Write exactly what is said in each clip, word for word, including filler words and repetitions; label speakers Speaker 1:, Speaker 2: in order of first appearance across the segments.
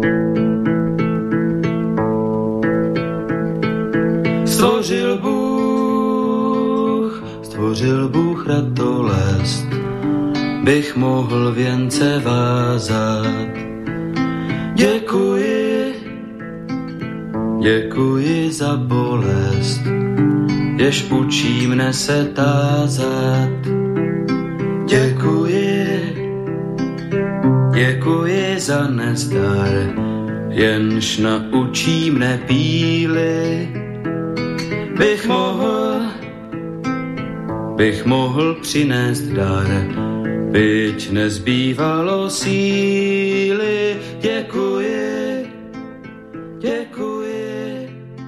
Speaker 1: Stvořil Bůh, stvořil Bůh ratolest, bych mohl věnce vázat. Děkuji, děkuji za bolest, jež učí mne se tázat. Děkuji, děkuji za nezdar, jenž naučí mne píly. Bych mohl, bych mohl přinést dar, byť nezbývalo síly. Děkuji, děkuji,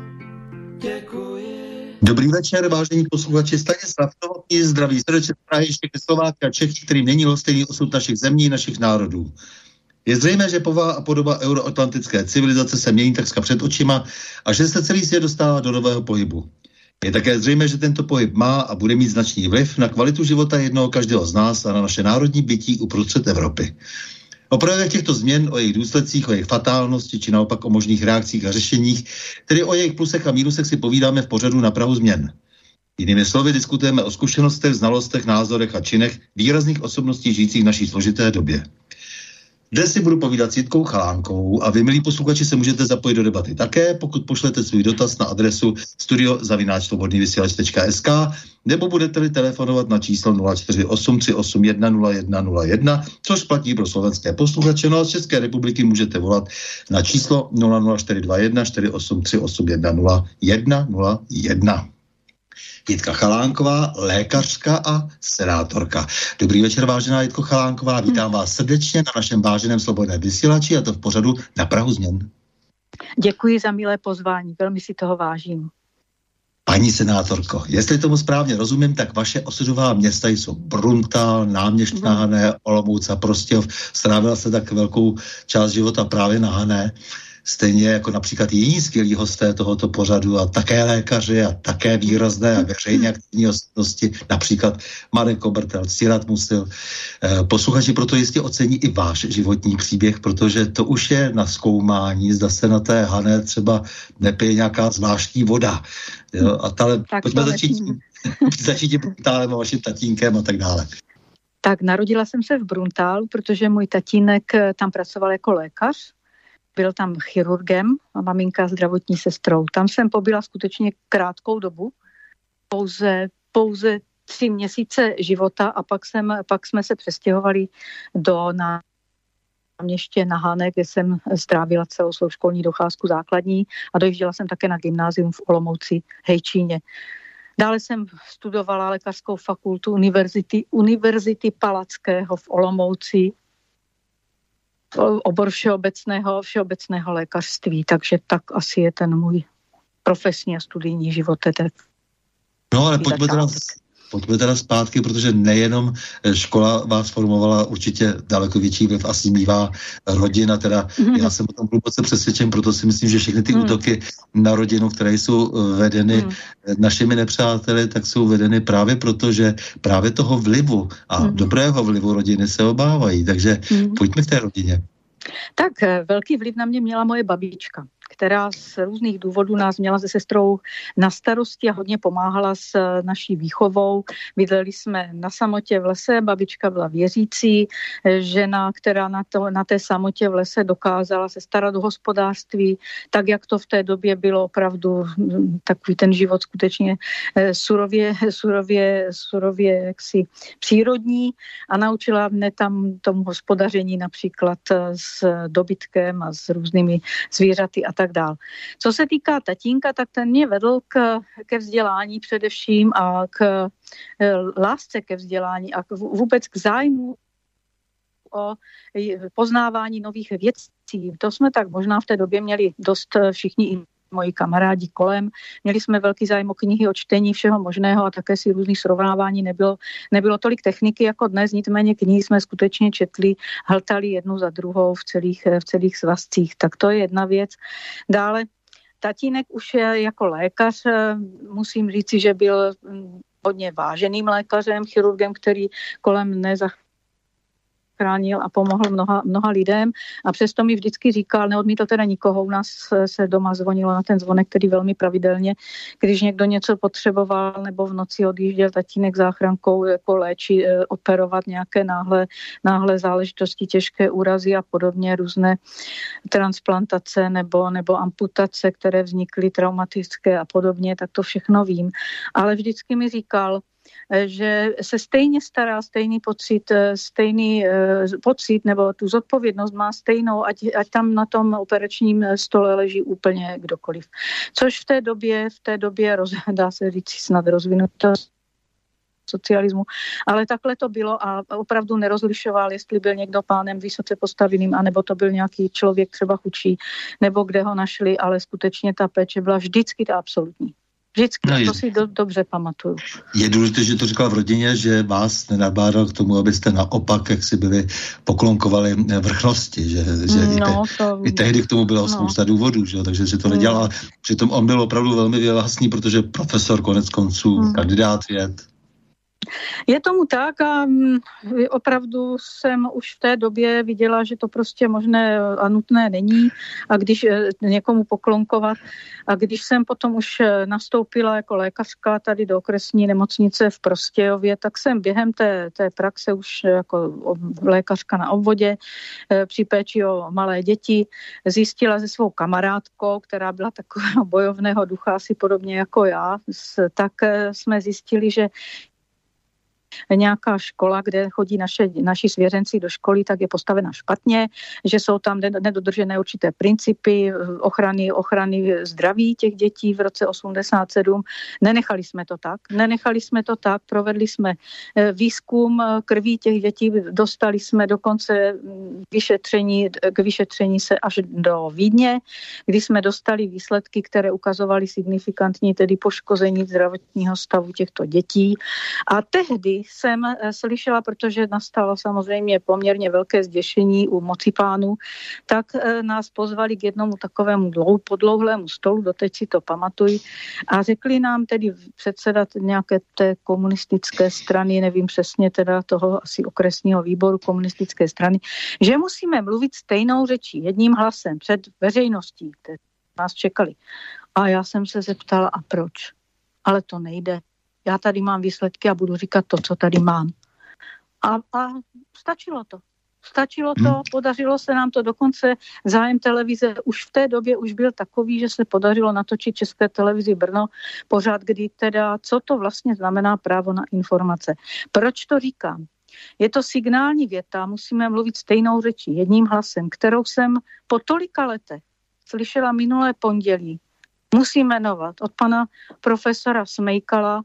Speaker 1: děkuji.
Speaker 2: Dobrý večer, vážení posluchači. Stanislav Novotný, zdraví srdečně z Prahy, všechny Slováky a Čechy, kterým není lhostejný osud našich zemí, našich národů. Je zřejmé, že povaha a podoba euroatlantické civilizace se mění takřka před očima a že se celý svět dostává do nového pohybu. Je také zřejmé, že tento pohyb má a bude mít značný vliv na kvalitu života jednoho každého z nás a na naše národní bytí uprostřed Evropy. O projevech těchto změn, o jejich důsledcích, o jejich fatálnosti, či naopak o možných reakcích a řešeních, tedy o jejich plusech a mínusech si povídáme v pořadu Na prahu změn. Jinými slovy diskutujeme o zkušenostech, znalostech, názorech a činech výrazných osobností žijících v naší složité době. Dnes si budu povídat s Jitkou Chalánkovou a vy, milí posluchači, se můžete zapojit do debaty také, pokud pošlete svůj dotaz na adresu studio zavináč slobodný vysílač tečka es ká nebo budete-li telefonovat na číslo nula čtyři osm tři osm jedna nula jedna nula jedna, což platí pro slovenské posluchače, no a z České republiky můžete volat na číslo nula nula čtyři dva jedna čtyři osm tři osm jedna nula jedna nula jedna. Jitka Chalánková, lékařka a senátorka. Dobrý večer, vážená Jitko Chalánková, vítám vás srdečně na našem váženém slobodném vysílači a to v pořadu Na prahu změn.
Speaker 3: Děkuji za milé pozvání, velmi si toho vážím.
Speaker 2: Paní senátorko, jestli tomu správně rozumím, tak vaše osudová města jsou Bruntál, Náměšť na Hané, Olomouc a Prostějov. Strávila se tak velkou část života právě na Hané. Stejně jako například jiní skvělí hosté tohoto pořadu a také lékaři a také výrazné a veřejně aktivní osobnosti, například Marek Kobertel, Ctirat Musil. Posluchači proto jistě ocení i váš životní příběh, protože to už je na zkoumání, zda se na té Hané třeba nepije nějaká zvláštní voda. Jo? A tale, pojďme začít, začít tím Bruntálem a vaším tatínkem a tak dále.
Speaker 3: Tak narodila jsem se v Bruntálu, protože můj tatínek tam pracoval jako lékař. Byl tam chirurgem a maminka zdravotní sestrou. Tam jsem pobyla skutečně krátkou dobu, pouze, pouze tři měsíce života a pak, jsem, pak jsme se přestěhovali do Náměště na Hané, kde jsem strávila celou svou školní docházku základní a dojížděla jsem také na gymnázium v Olomouci, Hejčíně. Dále jsem studovala lékařskou fakultu Univerzity, Univerzity Palackého v Olomouci, obor všeobecného, všeobecného lékařství, takže tak asi je ten můj profesní a studijní život.
Speaker 2: No ale pojďme teda, pojďme teda zpátky, protože nejenom škola vás formovala, určitě daleko větší vliv asi mívá rodina, teda mm. já jsem o tom hluboce přesvědčen, proto si myslím, že všechny ty mm. útoky na rodinu, které jsou vedeny mm. našimi nepřáteli, tak jsou vedeny právě proto, že právě toho vlivu a mm. dobrého vlivu rodiny se obávají, takže mm. pojďme k té rodině.
Speaker 3: Tak velký vliv na mě měla moje babička, která z různých důvodů nás měla se sestrou na starosti a hodně pomáhala s naší výchovou. Bydleli jsme na samotě v lese, babička byla věřící žena, která na, to, na té samotě v lese dokázala se starat o hospodářství, tak jak to v té době bylo opravdu takový ten život skutečně surově, surově, surově jaksi přírodní a naučila mne tam tomu hospodaření například s dobytkem a s různými zvířaty a tak dál. Co se týká tatínka, tak ten mě vedl k, ke vzdělání především a k lásce ke vzdělání a k, vůbec k zájmu o poznávání nových věcí. To jsme tak možná v té době měli dost všichni i moji kamarádi kolem. Měli jsme velký zájem o knihy, o čtení všeho možného a také si různých srovnávání. Nebylo, nebylo tolik techniky jako dnes, nicméně knihy jsme skutečně četli, hltali jednu za druhou v celých, v celých svazcích. Tak to je jedna věc. Dále tatínek už je jako lékař, musím říci, že byl hodně váženým lékařem, chirurgem, který kolem mne zachránil a pomohl mnoha, mnoha lidem a přesto mi vždycky říkal, neodmítl teda nikoho, u nás se doma zvonilo na ten zvonek, který velmi pravidelně, když někdo něco potřeboval nebo v noci odjížděl tatínek záchrankou jako léčit, operovat nějaké náhle, náhle záležitosti, těžké úrazy a podobně, různé transplantace nebo, nebo amputace, které vznikly traumatické a podobně, tak to všechno vím. Ale vždycky mi říkal, že se stejně stará, stejný pocit, stejný uh, pocit nebo tu zodpovědnost má stejnou, ať, ať tam na tom operačním stole leží úplně kdokoliv. Což v té době, v té době roz, dá se říct snad rozvinutost socialismu, ale takhle to bylo a opravdu nerozlišoval, jestli byl někdo pánem vysoce postaveným, anebo to byl nějaký člověk třeba chudší, nebo kde ho našli, ale skutečně ta péče byla vždycky ta absolutní. Vždycky, no, to si do, dobře pamatuju.
Speaker 2: Je důležité, že to říkal v rodině, že vás nenabádal k tomu, abyste naopak, jak si byli, poklonkovali vrchnosti, že, že no, i, te, to, i tehdy k tomu byla no. spousta důvodů, že? Takže že to nedělal. Mm. Přitom on byl opravdu velmi vělhasný, protože profesor konec konců, mm. kandidát věd.
Speaker 3: Je tomu tak a opravdu jsem už v té době viděla, že to prostě možné a nutné není a když někomu poklonkovat a když jsem potom už nastoupila jako lékařka tady do okresní nemocnice v Prostějově, tak jsem během té, té praxe už jako lékařka na obvodě při péči o malé děti zjistila se svou kamarádkou, která byla takového bojovného ducha asi podobně jako já, tak jsme zjistili, že nějaká škola, kde chodí naše, naši svěřenci do školy, tak je postavena špatně, že jsou tam nedodržené určité principy ochrany, ochrany zdraví těch dětí v roce osmdesát sedm. Nenechali jsme to tak. Nenechali jsme to tak, provedli jsme výzkum krví těch dětí, dostali jsme dokonce vyšetření, k vyšetření se až do Vídně, kdy jsme dostali výsledky, které ukazovaly signifikantní tedy poškození zdravotního stavu těchto dětí. A tehdy jsem slyšela, protože nastalo samozřejmě poměrně velké zděšení u mocipánů, tak nás pozvali k jednomu takovému dlouho, podlouhlému stolu, doteď si to pamatuj, a řekli nám tedy předsedat nějaké té komunistické strany, nevím přesně teda toho asi okresního výboru komunistické strany, že musíme mluvit stejnou řečí, jedním hlasem před veřejností, které nás čekali. A já jsem se zeptala, a proč? Ale to nejde. Já tady mám výsledky a budu říkat to, co tady mám. A, a stačilo to. Stačilo to, podařilo se nám to, dokonce zájem televize už v té době už byl takový, že se podařilo natočit České televizi Brno pořád, kdy teda, co to vlastně znamená právo na informace. Proč to říkám? Je to signální věta, musíme mluvit stejnou řečí, jedním hlasem, kterou jsem po tolika letech slyšela minulé pondělí. Musím jmenovat od pana profesora Smejkala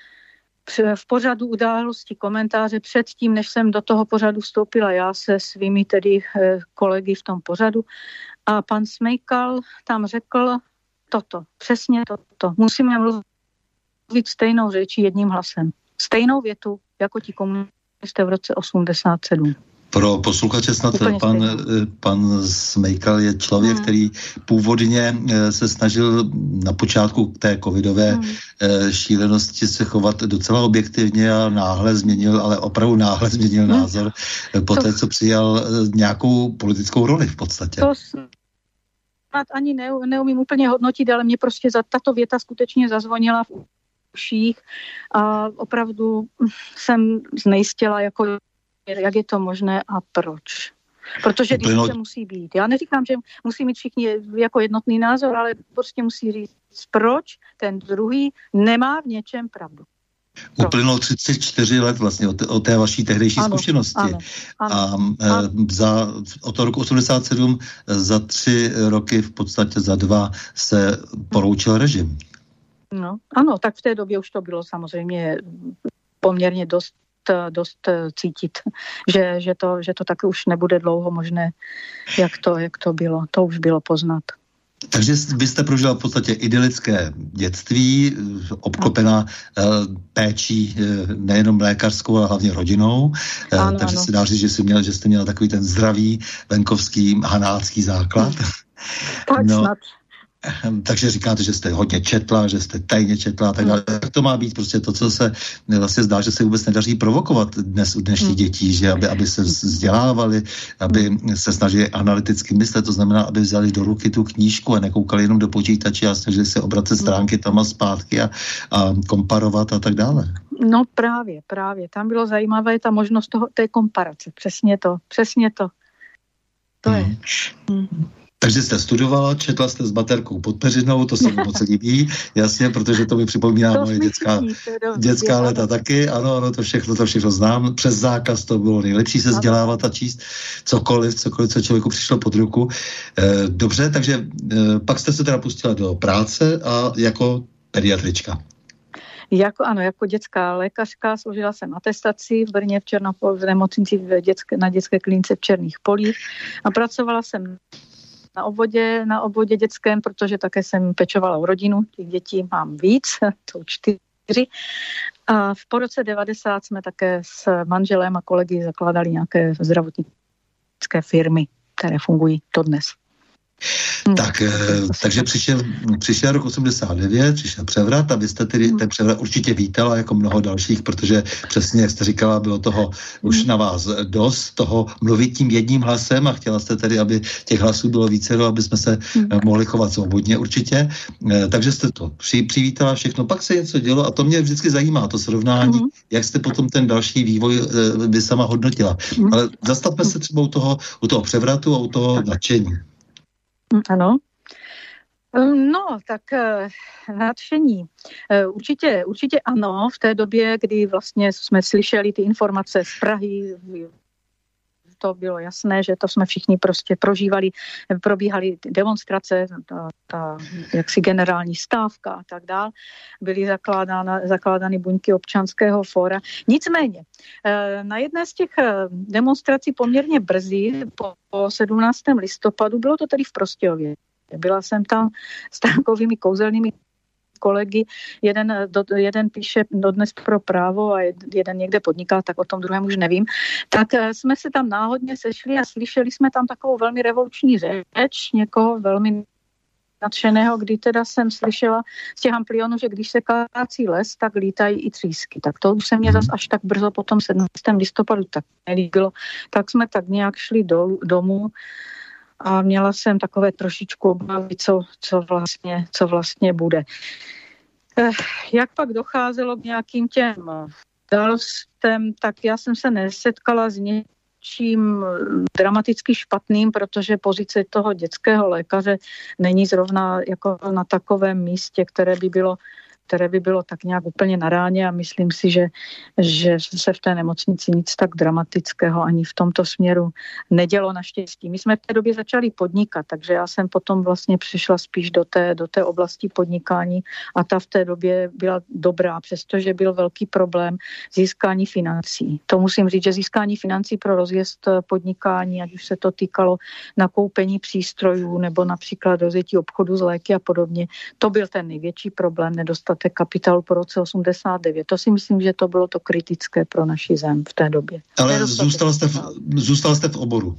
Speaker 3: v pořadu Události komentáře předtím, než jsem do toho pořadu vstoupila já se svými tedy kolegy v tom pořadu. A pan Smejkal tam řekl toto, přesně toto. Musíme mluvit stejnou řečí jedním hlasem. Stejnou větu, jako ti komunisté v roce osmdesát sedm.
Speaker 2: Pro posluchače snad pan, pan Smejkal je člověk, hmm. který původně se snažil na počátku té covidové hmm. šílenosti se chovat docela objektivně a náhle změnil, ale opravdu náhle změnil hmm. názor po té, co přijal nějakou politickou roli v podstatě. To
Speaker 3: snad ani ne, neumím úplně hodnotit, ale mě prostě za tato věta skutečně zazvonila v uších a opravdu jsem znejistěla jako jak je to možné a proč. Protože diskuse musí být. Já neříkám, že musí mít všichni jako jednotný názor, ale prostě musí říct, proč ten druhý nemá v něčem pravdu.
Speaker 2: Uplynulo třicet čtyři let vlastně od té, od té vaší tehdejší ano, zkušenosti. Ano, ano, a ano. Za, od toho roku osmdesát sedm za tři roky, v podstatě za dva, se poroučil režim.
Speaker 3: No, ano, tak v té době už to bylo samozřejmě poměrně dost dost cítit, že, že, to, že to tak už nebude dlouho možné, jak to, jak to bylo. To už bylo poznat.
Speaker 2: Takže vy jste prožila v podstatě idylické dětství, obklopená péčí nejenom lékařskou, ale hlavně rodinou. Ano, Takže ano. se dá říct, že jste, měla, že jste měla takový ten zdravý venkovský hanácký základ.
Speaker 3: Tak no. snad.
Speaker 2: takže říkáte, že jste hodně četla, že jste tajně četla, tak dále. Tak to má být prostě to, co se vlastně zdá, že se vůbec nedaří provokovat dnes u dnešních dětí, že aby, aby se vzdělávali, aby se snažili analyticky myslet, to znamená, aby vzali do ruky tu knížku a nekoukali jenom do počítače a snažili se obracet stránky tam a zpátky a, a komparovat a tak dále.
Speaker 3: No právě, právě. Tam bylo zajímavé ta možnost toho, té komparace. Přesně to, přesně to. To hmm. je. Hmm.
Speaker 2: Takže jste studovala, četla jste s baterkou pod peřinou, to se mi moc líbí, jasně, protože to mi připomíná to moje dětská, dětská léta taky, ano, ano, to všechno, to všechno znám, přes zákaz to bylo nejlepší se vzdělávat a číst cokoliv, cokoliv, co člověku přišlo pod ruku. E, dobře, takže e, pak jste se teda pustila do práce a jako pediatrička.
Speaker 3: Jako, ano, jako dětská lékařka složila jsem atestaci v Brně v, Černopol, v nemocnici v dětské, na dětské klinice v Černých Polích a pracovala jsem na obvodě, na obvodě dětském, protože také jsem pečovala o rodinu, těch dětí mám víc, to čtyři. A v po roce devadesát jsme také s manželem a kolegy zakládali nějaké zdravotnické firmy, které fungují dodnes.
Speaker 2: Tak, takže přišel, přišel rok osmdesát devět, přišel převrat a vy jste tedy ten převrat určitě vítala jako mnoho dalších, protože přesně, jak jste říkala, bylo toho už na vás dost, toho mluvit tím jedním hlasem a chtěla jste tedy, aby těch hlasů bylo více, aby jsme se mohli chovat svobodně určitě. Takže jste to při, přivítala všechno, pak se něco dělo a to mě vždycky zajímá, to srovnání, mm. jak jste potom ten další vývoj vy sama hodnotila. Mm. Ale zastavme se třeba u toho, u toho převratu a u toho nadšení.
Speaker 3: Ano. No, tak nadšení. Určitě, určitě ano, v té době, kdy vlastně jsme slyšeli ty informace z Prahy, to bylo jasné, že to jsme všichni prostě prožívali, probíhaly demonstrace, ta, ta jaksi generální stávka a tak dál, byly zakládány buňky občanského fóra. Nicméně, na jedné z těch demonstrací poměrně brzy, po sedmnáctého listopadu, bylo to tedy v Prostějově. Byla jsem tam s takovými kouzelnými kolegy, jeden, do, jeden píše dodnes pro právo a jeden někde podniká, tak o tom druhém už nevím, tak jsme se tam náhodně sešli a slyšeli jsme tam takovou velmi revoluční řeč, někoho velmi nadšeného, kdy teda jsem slyšela z těch amplionů, že když se kácí les, tak lítají i třísky. Tak to už se mě zas až tak brzo po tom sedmnáctého listopadu tak nelíbilo. Tak jsme tak nějak šli dolů, domů a měla jsem takové trošičku obavy, co, co, vlastně, co vlastně bude. Eh, jak pak docházelo k nějakým těm událostem, tak já jsem se nesetkala s něčím dramaticky špatným, protože pozice toho dětského lékaře není zrovna jako na takovém místě, které by bylo které by bylo tak nějak úplně na ráně a myslím si, že, že se v té nemocnici nic tak dramatického ani v tomto směru nedělo naštěstí. My jsme v té době začali podnikat, takže já jsem potom vlastně přišla spíš do té, do té oblasti podnikání a ta v té době byla dobrá, přestože byl velký problém získání financí. To musím říct, že získání financí pro rozjezd podnikání, ať už se to týkalo nakoupení přístrojů nebo například rozjetí obchodu s léky a podobně, to byl ten největší problém, nedostat kapitálu po roce osmdesát devět. To si myslím, že to bylo to kritické pro naši zem v té době.
Speaker 2: Ale zůstala jste, v, zůstala jste v oboru?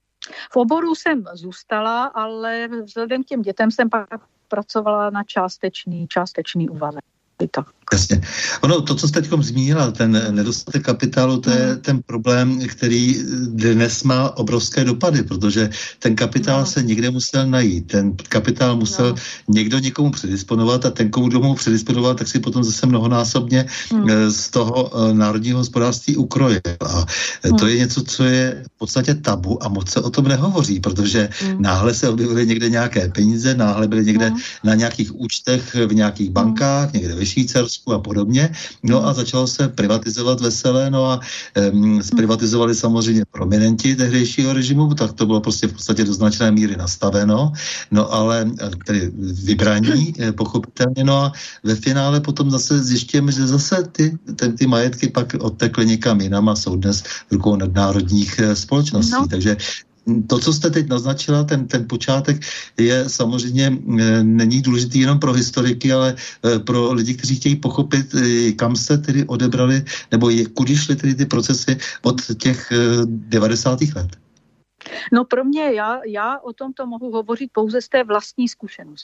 Speaker 3: V oboru jsem zůstala, ale vzhledem k těm dětem jsem pak pracovala na částečný, částečný úvazek. Tak.
Speaker 2: Jasně. Ono, to, co jste teď zmínila, ten nedostatek kapitálu, to je ten problém, který dnes má obrovské dopady, protože ten kapitál no. se někde musel najít. Ten kapitál musel no. někdo někomu předisponovat a ten, komu domů předisponoval, tak si potom zase mnohonásobně mm. z toho národního hospodářství ukroje. A mm. to je něco, co je v podstatě tabu a moc se o tom nehovoří, protože mm. náhle se objevily někde nějaké peníze, náhle byly někde mm. na nějakých účtech v nějakých bankách, mm. někde ve Švýcarsku a podobně. No a začalo se privatizovat veselé, no a um, zprivatizovali samozřejmě prominenti tehdejšího režimu, tak to bylo prostě v podstatě do značné míry nastaveno, no ale tedy vybraní, pochopitelně, no a ve finále potom zase zjišťujeme, že zase ty, ty, ty majetky pak odtekly někam jinam a jsou dnes v rukou nadnárodních společností, no. Takže to, co jste teď naznačila, ten, ten počátek je samozřejmě, e, není důležitý jenom pro historiky, ale e, pro lidi, kteří chtějí pochopit, e, kam se tedy odebrali, nebo je, kudy šly tedy ty procesy od těch e, devadesátých let.
Speaker 3: No pro mě, já, já o tomto mohu hovořit pouze z té vlastní zkušenosti.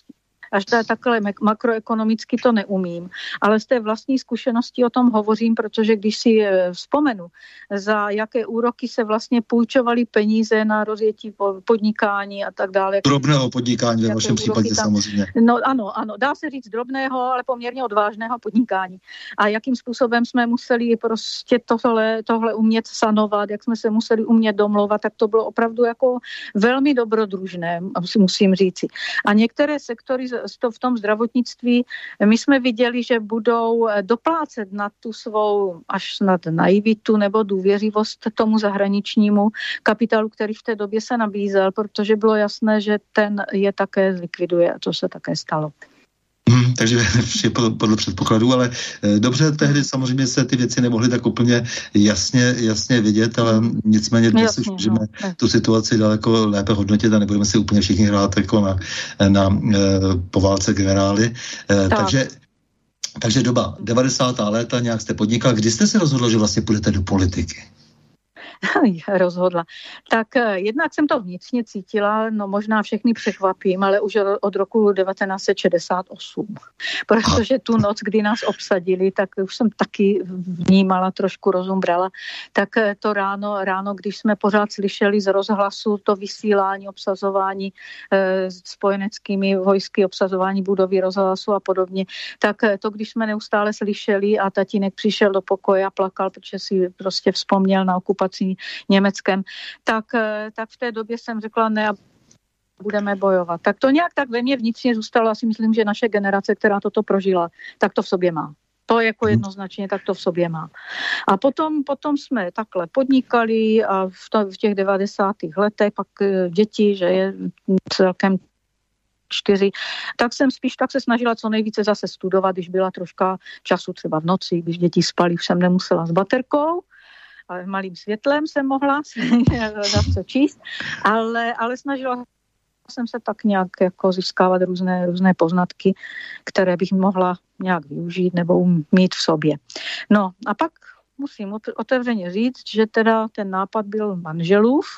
Speaker 3: Až takhle makroekonomicky to neumím, ale z té vlastní zkušenosti o tom hovořím, protože když si vzpomenu, za jaké úroky se vlastně půjčovaly peníze na rozjetí podnikání a tak dále.
Speaker 2: Drobného podnikání ve vašem případě tam, samozřejmě.
Speaker 3: No ano, ano, dá se říct drobného, ale poměrně odvážného podnikání. A jakým způsobem jsme museli prostě tohle, tohle umět sanovat, jak jsme se museli umět domlouvat, tak to bylo opravdu jako velmi dobrodružné, musím říci. A některé sektory v tom zdravotnictví, my jsme viděli, že budou doplácet na tu svou až snad naivitu nebo důvěřivost tomu zahraničnímu kapitálu, který v té době se nabízel, protože bylo jasné, že ten je také zlikviduje a to se také stalo.
Speaker 2: Hmm, takže vše podle předpokladů, ale e, dobře, tehdy samozřejmě se ty věci nemohly tak úplně jasně, jasně vidět, ale nicméně dnes už můžeme no. tu situaci daleko lépe hodnotit a nebudeme si úplně všichni hrát jako na, na e, poválce generály. E, tak. takže, takže doba devadesátá léta, nějak jste podnikal. Kdy jste se rozhodl, že vlastně půjdete do politiky?
Speaker 3: rozhodla. Tak jednak jsem to vnitřně cítila, no možná všechny překvapím, ale už od roku devatenáct set šedesát osm. Protože tu noc, kdy nás obsadili, tak už jsem taky vnímala, trošku rozum brala, tak to ráno, ráno, když jsme pořád slyšeli z rozhlasu to vysílání, obsazování e, spojeneckými vojsky, obsazování budovy rozhlasu a podobně, tak to, když jsme neustále slyšeli a tatínek přišel do pokoje a plakal, protože si prostě vzpomněl na okupaci Německém, tak, tak v té době jsem řekla, ne, budeme bojovat. Tak to nějak tak ve mně vnitřně zůstalo, asi myslím, že naše generace, která toto prožila, tak to v sobě má. To jako jednoznačně tak to v sobě má. A potom, potom jsme takhle podnikali a v, to, v těch devadesátých letech pak děti, že je celkem čtyři, tak jsem spíš tak se snažila co nejvíce zase studovat, když byla troška času třeba v noci, když děti spali, už jsem nemusela s baterkou, ale malým světlem jsem mohla zase číst, ale, ale snažila jsem se tak nějak jako získávat různé, různé poznatky, které bych mohla nějak využít nebo mít v sobě. No a pak musím otevřeně říct, že teda ten nápad byl manželův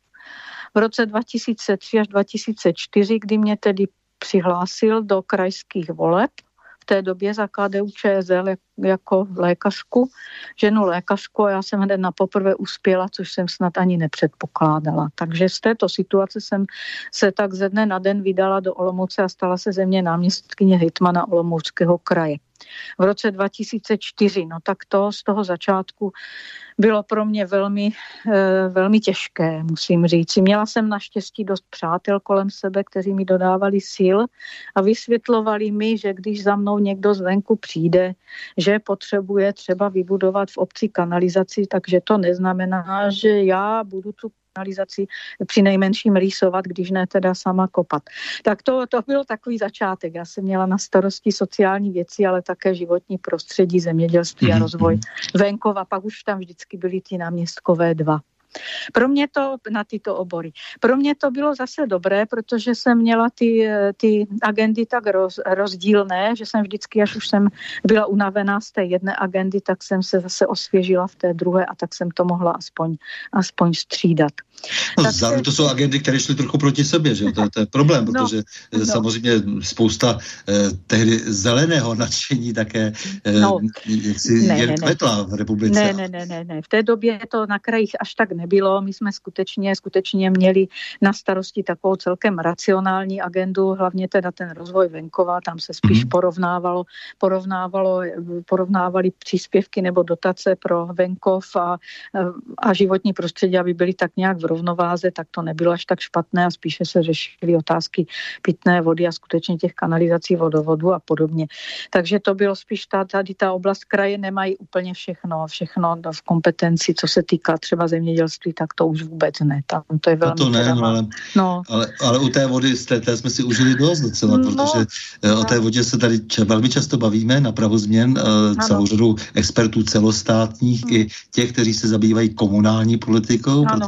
Speaker 3: v roce dva tisíce tři až dva tisíce čtyři, kdy mě tedy přihlásil do krajských voleb, v té době za K D U Č S L jako lékařku, ženu lékařku a já jsem hned na poprvé uspěla, což jsem snad ani nepředpokládala. Takže z této situace jsem se tak ze dne na den vydala do Olomouce a stala se ze mě náměstkyně hejtmana Olomouckého kraje. V roce dva tisíce čtyři, no tak to z toho začátku bylo pro mě velmi, e, velmi těžké, musím říct. Měla jsem naštěstí dost přátel kolem sebe, kteří mi dodávali sil a vysvětlovali mi, že když za mnou někdo zvenku přijde, že potřebuje třeba vybudovat v obci kanalizaci, takže to neznamená, že já budu tu kanalizaci při nejmenším rýsovat, když ne teda sama kopat. Tak to, to byl takový začátek. Já jsem měla na starosti sociální věci, ale také životní prostředí, zemědělství a rozvoj venkova. Pak už tam vždycky byly ty náměstkové dva. Pro mě to na tyto obory. Pro mě to bylo zase dobré, protože jsem měla ty, ty agendy tak roz, rozdílné, že jsem vždycky, až už jsem byla unavená z té jedné agendy, tak jsem se zase osvěžila v té druhé a tak jsem to mohla aspoň, aspoň střídat.
Speaker 2: No, zároveň to jsou agendy, které šly trochu proti sobě, že? To, to je problém, protože no, samozřejmě no. spousta eh, tehdy zeleného nadšení také eh, no, jaksi ne, jen ne, kvetla v republice.
Speaker 3: Ne, ne, ne, ne, ne. V té době to na krajích až tak nebylo. My jsme skutečně, skutečně měli na starosti takovou celkem racionální agendu, hlavně teda ten rozvoj venkova, tam se spíš mm. porovnávalo, porovnávalo, porovnávali příspěvky nebo dotace pro venkov a, a životní prostředí, aby byly tak nějak v rovnováze, tak to nebylo až tak špatné a spíše se řešily otázky pitné vody a skutečně těch kanalizací, vodovodu a podobně. Takže to bylo spíš ta, tady ta oblast kraje nemají úplně všechno, všechno v kompetenci, co se týká třeba zemědělství, tak to už vůbec ne. Tam to je velmi... To ne,
Speaker 2: no, ale, no. Ale, ale u té vody z té, té jsme si užili dost docela, no, protože no. o té vodě se tady č- velmi často bavíme na Prahu změn, uh, celou řadu expertů celostátních hmm. i těch, kteří se zabývají komunální politikou, ano. protože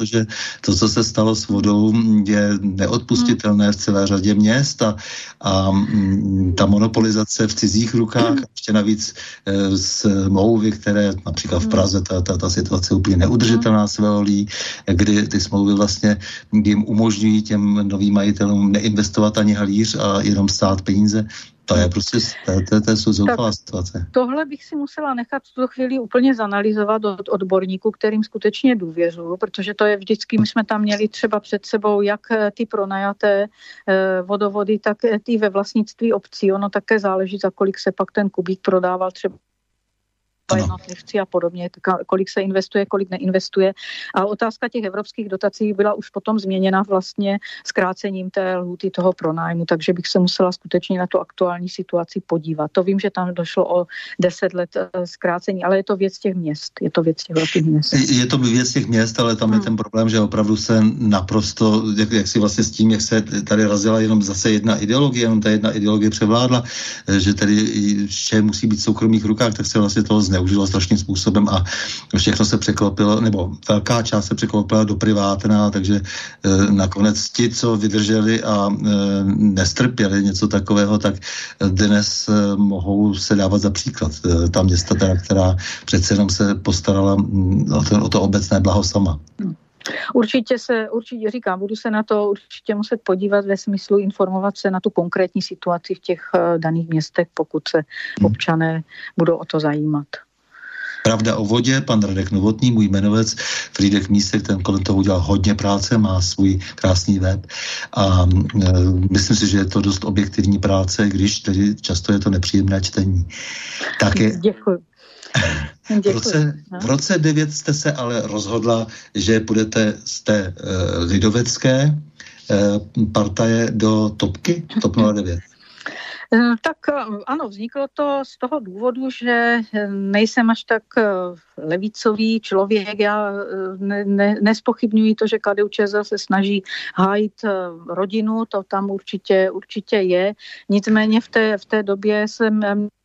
Speaker 2: To, co se stalo s vodou, je neodpustitelné v celé řadě měst a, a ta monopolizace v cizích rukách, ještě navíc e, smlouvy, které například v Praze ta, ta, ta situace je úplně neudržitelná s Veolí, kdy ty smlouvy vlastně jim umožňují těm novým majitelům neinvestovat ani halíř a jenom stát peníze. To je prostě, to, to, to jsou zoufalá situace.
Speaker 3: Tohle bych si musela nechat v tuto chvíli úplně zanalizovat od odborníků, kterým skutečně důvěřuju, protože to je vždycky, my jsme tam měli třeba před sebou jak ty pronajaté eh, vodovody, tak ty ve vlastnictví obcí. Ono také záleží, za kolik se pak ten kubík prodával třeba jednotlivci a podobně, kolik se investuje, kolik neinvestuje. A otázka těch evropských dotací byla už potom změněna vlastně zkrácením té lhůty toho pronájmu, takže bych se musela skutečně na tu aktuální situaci podívat. To vím, že tam došlo o deset let zkrácení, ale je to věc těch měst. Je to věc těch velkých měst.
Speaker 2: Je to věc těch měst, ale tam hmm. je ten problém, že opravdu se naprosto, jak, jak si vlastně s tím, jak se tady razila jenom zase jedna ideologie, jenom ta jedna ideologie převládla, že tady vše musí být v soukromých rukách, tak se vlastně toho zneužilo strašným způsobem a všechno se překlopilo, nebo velká část se překlopila do privátna, takže e, nakonec ti, co vydrželi a e, nestrpěli něco takového, tak dnes e, mohou se dávat za příklad. E, ta města, teda, která přece jenom se postarala o to, o to obecné blaho sama.
Speaker 3: Určitě se, určitě říkám, budu se na to určitě muset podívat ve smyslu informovat se na tu konkrétní situaci v těch uh, daných městech, pokud se občané budou o to zajímat.
Speaker 2: Pravda o vodě, pan Radek Novotný, můj jmenovec, Frýdek Mísek, ten kolem toho udělal hodně práce, má svůj krásný web a e, myslím si, že je to dost objektivní práce, když tedy často je to nepříjemné čtení. Tak je...
Speaker 3: Děkuji.
Speaker 2: V roce, v roce devět jste se ale rozhodla, že půjdete z té e, lidovecké e, partaje do topky, TOP nula devět.
Speaker 3: Tak ano, vzniklo to z toho důvodu, že nejsem až tak levicový člověk. Já ne, ne, nespochybňuji to, že K D U Č S L se snaží hájit rodinu, to tam určitě, určitě je. Nicméně v té, v té době jsem...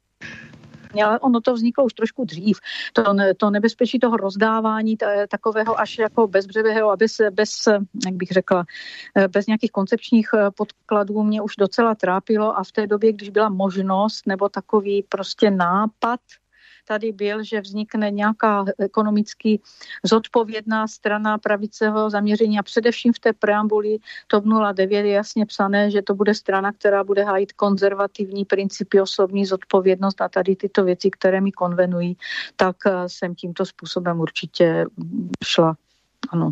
Speaker 3: Ale ono to vzniklo už trošku dřív. To, ne, to nebezpečí toho rozdávání t- takového až jako bezbřehého a bez, bez, jak bych řekla, bez nějakých koncepčních podkladů mě už docela trápilo a v té době, když byla možnost nebo takový prostě nápad tady byl, že vznikne nějaká ekonomicky zodpovědná strana pravicového zaměření a především v té preambuli TOP nula devět je jasně psané, že to bude strana, která bude hájit konzervativní principy, osobní zodpovědnost a tady tyto věci, které mi konvenují, tak jsem tímto způsobem určitě šla. Ano.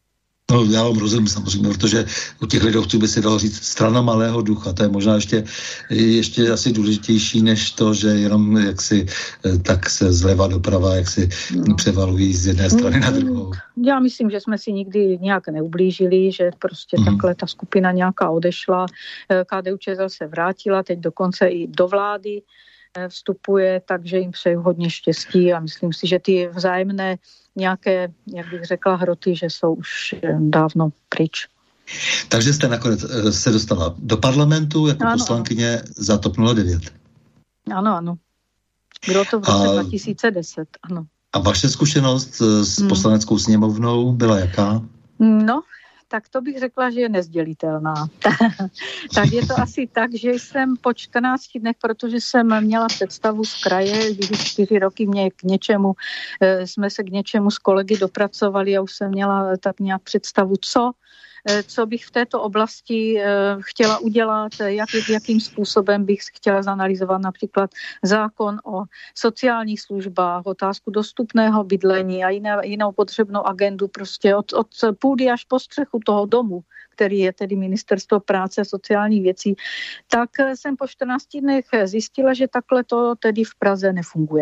Speaker 2: No, já vám rozumím samozřejmě, protože u těch lidovců by se dalo říct strana malého ducha. To je možná ještě, ještě asi důležitější, než to, že jenom jak si tak se zleva doprava, jak si no. převalují z jedné strany na druhou.
Speaker 3: Já myslím, že jsme si nikdy nějak neublížili, že prostě mm. takhle ta skupina nějaká odešla. K D U Č S L se vrátila, teď dokonce i do vlády vstupuje, takže jim přeju hodně štěstí a myslím si, že ty vzájemné nějaké, jak bych řekla, hroty, že jsou už dávno pryč.
Speaker 2: Takže jste nakonec se dostala do parlamentu jako ano, poslankyně ano. za TOP nula devět.
Speaker 3: Ano, ano. Bylo to v roce a, dva tisíce deset, ano.
Speaker 2: A vaše zkušenost s hmm. poslaneckou sněmovnou byla jaká?
Speaker 3: No, tak to bych řekla, že je nezdělitelná. Tak je to asi tak, že jsem po čtrnácti dnech, protože jsem měla představu z kraje, když čtyři roky mě k něčemu, jsme se k něčemu s kolegy dopracovali a už jsem měla tak nějak představu, co co bych v této oblasti chtěla udělat, jak, jakým způsobem bych chtěla zanalyzovat například zákon o sociálních službách, otázku dostupného bydlení a jiné, jinou potřebnou agendu prostě od, od půdy až po střechu toho domu, který je tedy Ministerstvo práce a sociálních věcí, tak jsem po čtrnácti dnech zjistila, že takhle to tedy v Praze nefunguje.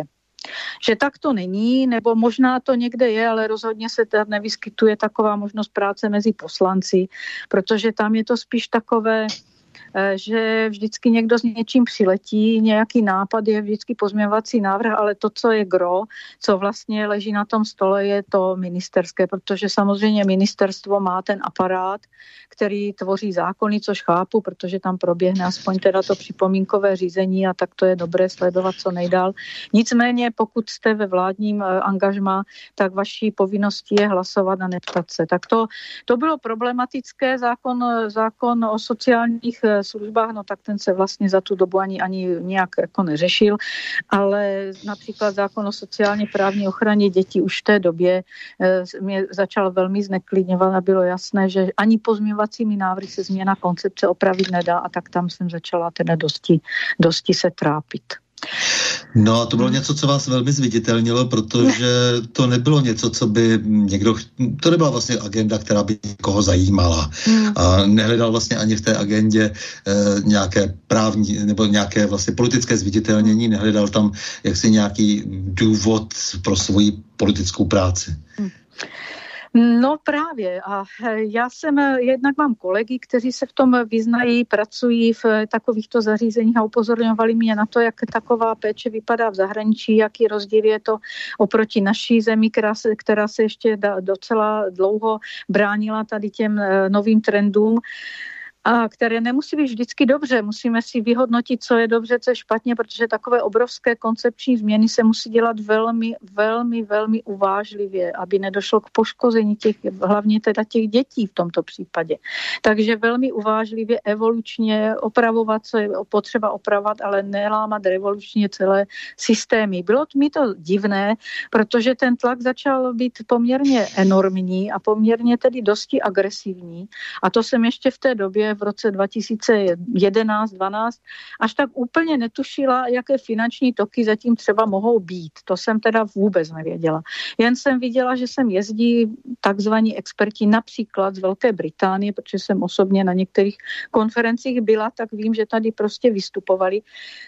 Speaker 3: Že tak to není, nebo možná to někde je, ale rozhodně se tady nevyskytuje taková možnost práce mezi poslanci, protože tam je to spíš takové že vždycky někdo s něčím přiletí, nějaký nápad je vždycky pozměňovací návrh, ale to, co je gro, co vlastně leží na tom stole, je to ministerské, protože samozřejmě ministerstvo má ten aparát, který tvoří zákony, což chápu, protože tam proběhne aspoň teda to připomínkové řízení a tak to je dobré sledovat co nejdál. Nicméně, pokud jste ve vládním angažmá, tak vaší povinností je hlasovat a neptat se. Tak to, to bylo problematické. Zákon, zákon o sociálních službách, no tak ten se vlastně za tu dobu ani, ani nějak jako neřešil, ale například zákon o sociálně právní ochraně dětí už v té době mě začal velmi zneklidňovat a bylo jasné, že ani pozměňovacími návrhy se změna koncepce opravit nedá a tak tam jsem začala teda dosti, dosti se trápit.
Speaker 2: No a to bylo něco, co vás velmi zviditelnilo, protože to nebylo něco, co by někdo, to nebyla vlastně agenda, která by někoho zajímala. A nehledal vlastně ani v té agendě e, nějaké právní nebo nějaké vlastně politické zviditelnění, nehledal tam jaksi nějaký důvod pro svoji politickou práci. Hmm.
Speaker 3: No právě a já jsem, jednak mám kolegy, kteří se v tom vyznají, pracují v takovýchto zařízeních a upozorňovali mě na to, jak taková péče vypadá v zahraničí, jaký rozdíl je to oproti naší zemi, která se, která se ještě docela dlouho bránila tady těm novým trendům. A které nemusí být vždycky dobře. Musíme si vyhodnotit, co je dobře, co je špatně, protože takové obrovské koncepční změny se musí dělat velmi, velmi, velmi uvážlivě, aby nedošlo k poškození těch, hlavně teda těch dětí v tomto případě. Takže velmi uvážlivě, evolučně opravovat, co je potřeba opravovat, ale nelámat revolučně celé systémy. Bylo mi to divné, protože ten tlak začal být poměrně enormní a poměrně tedy dosti agresivní. A to jsem ještě v té době v roce dva tisíce jedenáct dvanáct až tak úplně netušila, jaké finanční toky zatím třeba mohou být. To jsem teda vůbec nevěděla. Jen jsem viděla, že sem jezdí takzvaní experti například z Velké Británie, protože jsem osobně na některých konferencích byla, tak vím, že tady prostě vystupovali.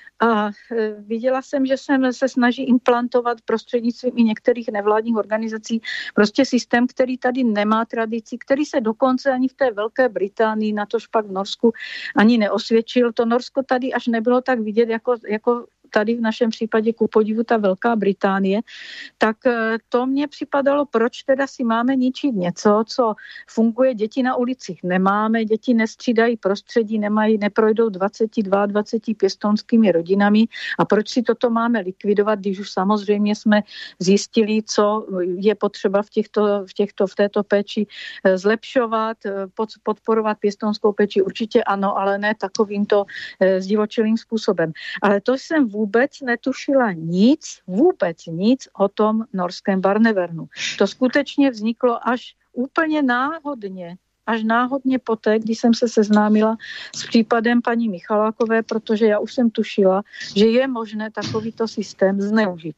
Speaker 3: A viděla jsem, že se, se snaží implantovat prostřednictvím i některých nevládních organizací prostě systém, který tady nemá tradici, který se dokonce ani v té Velké Británii, natož pak v Norsku ani neosvědčil. To Norsko tady až nebylo tak vidět jako, jako tady v našem případě ku podivu ta Velká Británie, tak to mně připadalo, proč teda si máme ničit něco, co funguje, děti na ulicích nemáme, děti nestřídají prostředí, nemají, neprojdou dvacet dva dvacet pěstounskými rodinami a proč si toto máme likvidovat, když už samozřejmě jsme zjistili, co je potřeba v, těchto, v, těchto, v této péči zlepšovat, podporovat pěstounskou péči, určitě ano, ale ne takovýmto zdivočilým způsobem. Ale to jsem vůbec netušila nic, vůbec nic o tom norském Barnevernu. To skutečně vzniklo až úplně náhodně, až náhodně poté, když jsem se seznámila s případem paní Michalákové, protože já už jsem tušila, že je možné takovýto systém zneužít.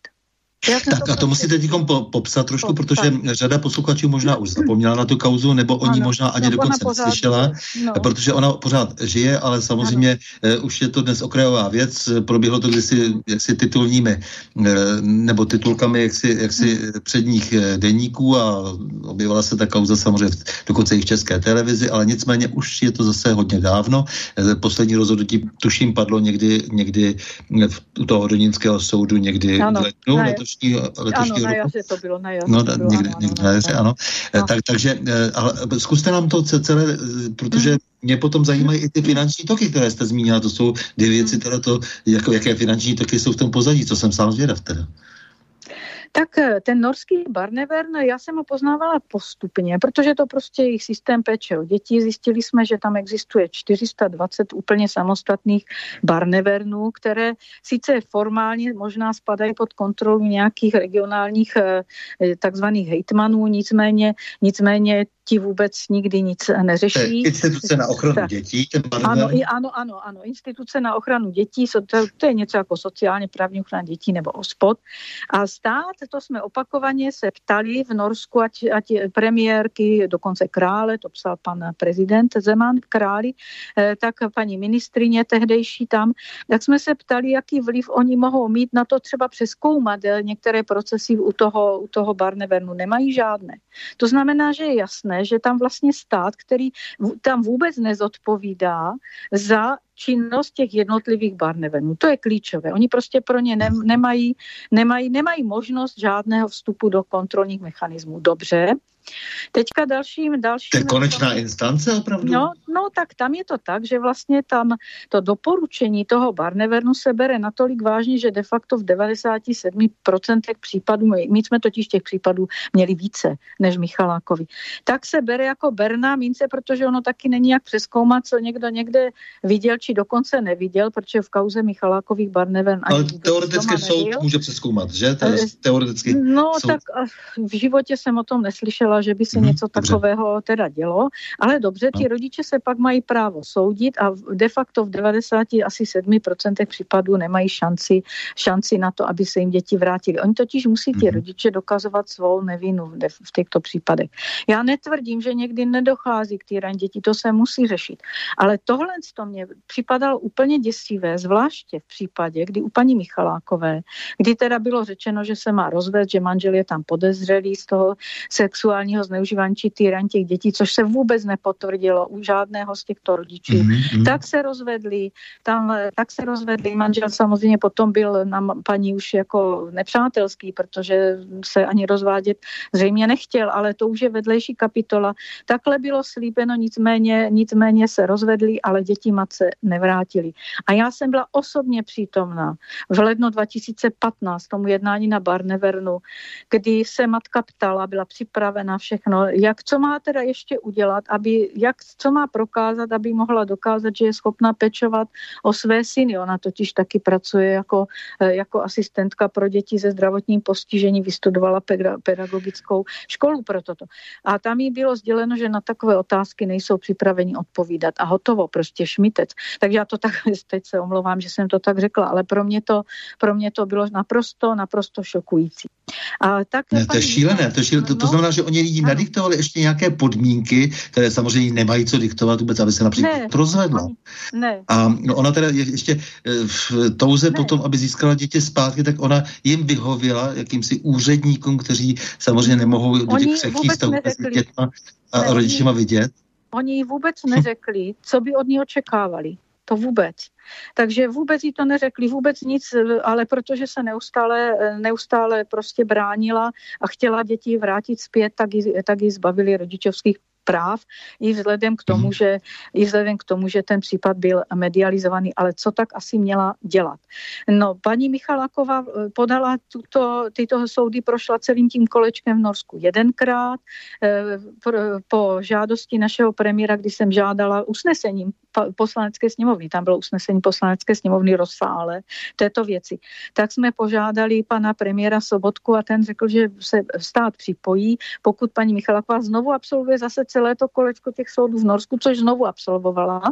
Speaker 2: Tak to a to musíte teďkom po, popsat trošku, popsat. Protože řada posluchačů možná už zapomněla na tu kauzu, nebo oni ano, možná ani no, dokonce neslyšela, no. Protože ona pořád žije, ale samozřejmě uh, už je to dnes okrajová věc, proběhlo to kdysi jaksi titulními, uh, nebo titulkami jaksi, jaksi hmm. předních deníků a objevila se ta kauza samozřejmě dokonce i v České televizi, ale nicméně už je to zase hodně dávno. Poslední rozhodnutí, tuším, padlo někdy, někdy u toho Hodonínského soudu, někdy
Speaker 3: ano.
Speaker 2: v lednu, letošního, letošního
Speaker 3: ano, na jaře to bylo, na jaře. No, to bylo,
Speaker 2: někde,
Speaker 3: ano,
Speaker 2: někde na jaře, ano. No. Tak, takže, ale zkuste nám to celé, protože hmm. mě potom zajímají i ty finanční toky, které jste zmínila. To jsou dvě věci, teda to, jako, jaké finanční toky jsou v tom pozadí, co jsem sám zvědav teda.
Speaker 3: Tak ten norský Barnevern, já jsem ho poznávala postupně, protože to prostě jejich systém péče o děti. Zjistili jsme, že tam existuje čtyři sta dvacet úplně samostatných Barnevernů, které sice formálně možná spadají pod kontrolu nějakých regionálních takzvaných hejtmanů, nicméně, nicméně ti vůbec nikdy nic neřeší.
Speaker 2: Instituce na ochranu dětí.
Speaker 3: Ano, i, ano, ano, ano, instituce na ochranu dětí, to, to je něco jako sociálně právní ochrana dětí nebo OSPOD. A stát, to jsme opakovaně se ptali v Norsku, ať, ať premiérky, dokonce krále, to psal pan prezident Zeman králi, eh, tak paní ministrině tehdejší tam, tak jsme se ptali, jaký vliv oni mohou mít na to třeba přezkoumat. Některé procesy u toho, u toho Barnevernu nemají žádné. To znamená, že je jasné, víme, že tam vlastně stát, který tam vůbec nezodpovídá za činnost těch jednotlivých barnevenů. To je klíčové. Oni prostě pro ně ne, nemají, nemají, nemají možnost žádného vstupu do kontrolních mechanismů. Dobře. Teďka dalším... dalším
Speaker 2: to je konečná instance opravdu?
Speaker 3: No, no, tak tam je to tak, že vlastně tam to doporučení toho Barnevernu se bere natolik vážně, že de facto v devadesát sedm procent případů, my jsme totiž těch případů měli více než Michalákovi, tak se bere jako berná mince, protože ono taky není jak přezkoumat, co někdo někde viděl, či dokonce neviděl, protože v kauze Michalákových Barnevern ani
Speaker 2: ale teoreticky soud neviděl. Může přezkoumat, že? Teoreticky
Speaker 3: no,
Speaker 2: soud.
Speaker 3: Tak v životě jsem o tom neslyšela, že by se hmm, něco dobře. takového teda dělo, ale dobře, ti no. rodiče se pak mají právo soudit a de facto v devadesát sedm procent případů nemají šanci, šanci na to, aby se jim děti vrátili. Oni totiž musí ti hmm. rodiče dokazovat svou nevinu v těchto případech. Já netvrdím, že někdy nedochází k týrání dětí, to se musí řešit, ale tohle to mě připadalo úplně děsivé, zvláště v případě, kdy u paní Michalákové, kdy teda bylo řečeno, že se má rozvést, že manžel je tam podezřelý z toho sexuálního zneužívání či týrání těch dětí, což se vůbec nepotvrdilo u žádného z těchto rodičů. Mm-hmm. Tak se rozvedli, tam, tak se rozvedli, manžel samozřejmě potom byl na paní už jako nepřátelský, protože se ani rozvádět zřejmě nechtěl, ale to už je vedlejší kapitola. Takhle bylo slíbeno, nicméně, nicméně se rozvedli, ale děti matce nevrátili. A já jsem byla osobně přítomná v lednu dva tisíce patnáct tomu jednání na Barnevernu, kdy se matka ptala, byla připravena všechno, jak co má teda ještě udělat, aby, jak, co má prokázat, aby mohla dokázat, že je schopna pečovat o své syny. Ona totiž taky pracuje jako, jako asistentka pro děti se zdravotním postižením, vystudovala pedagogickou školu pro toto. A tam jí bylo sděleno, že na takové otázky nejsou připraveni odpovídat a hotovo, prostě šmitec. Takže já to tak, teď se omlouvám, že jsem to tak řekla, ale pro mě to, pro mě to bylo naprosto, naprosto šokující. A tak
Speaker 2: ne, to je šílené, to, je šílené. To, to znamená, že oni lidí nadiktovali ještě nějaké podmínky, které samozřejmě nemají co diktovat vůbec, aby se například ne, rozvedla.
Speaker 3: Ne.
Speaker 2: A no, ona teda je, ještě v touze ne. potom, aby získala děti zpátky, tak ona jim vyhověla jakýmsi úředníkům, kteří samozřejmě nemohou do těch křehkých stavů s dětma a ne, rodičima vidět.
Speaker 3: Oni jí vůbec neřekli, co by od ní očekávali. To vůbec. Takže vůbec jí to neřekli, vůbec nic, ale protože se neustále, neustále prostě bránila a chtěla děti vrátit zpět, tak ji, tak ji zbavili rodičovských práv i vzhledem k tomu, že, i vzhledem k tomu, že ten případ byl medializovaný, ale co tak asi měla dělat. No, paní Michaláková podala tuto, tyto soudy, prošla celým tím kolečkem v Norsku jedenkrát po žádosti našeho premiéra, kdy jsem žádala usnesením poslanecké sněmovny, tam bylo usnesení poslanecké sněmovny rozsáhlé této věci. Tak jsme požádali pana premiéra Sobotku a ten řekl, že se stát připojí, pokud paní Michaláková znovu absolvuje zase celé to kolečko těch soudů v Norsku, což znovu absolvovala.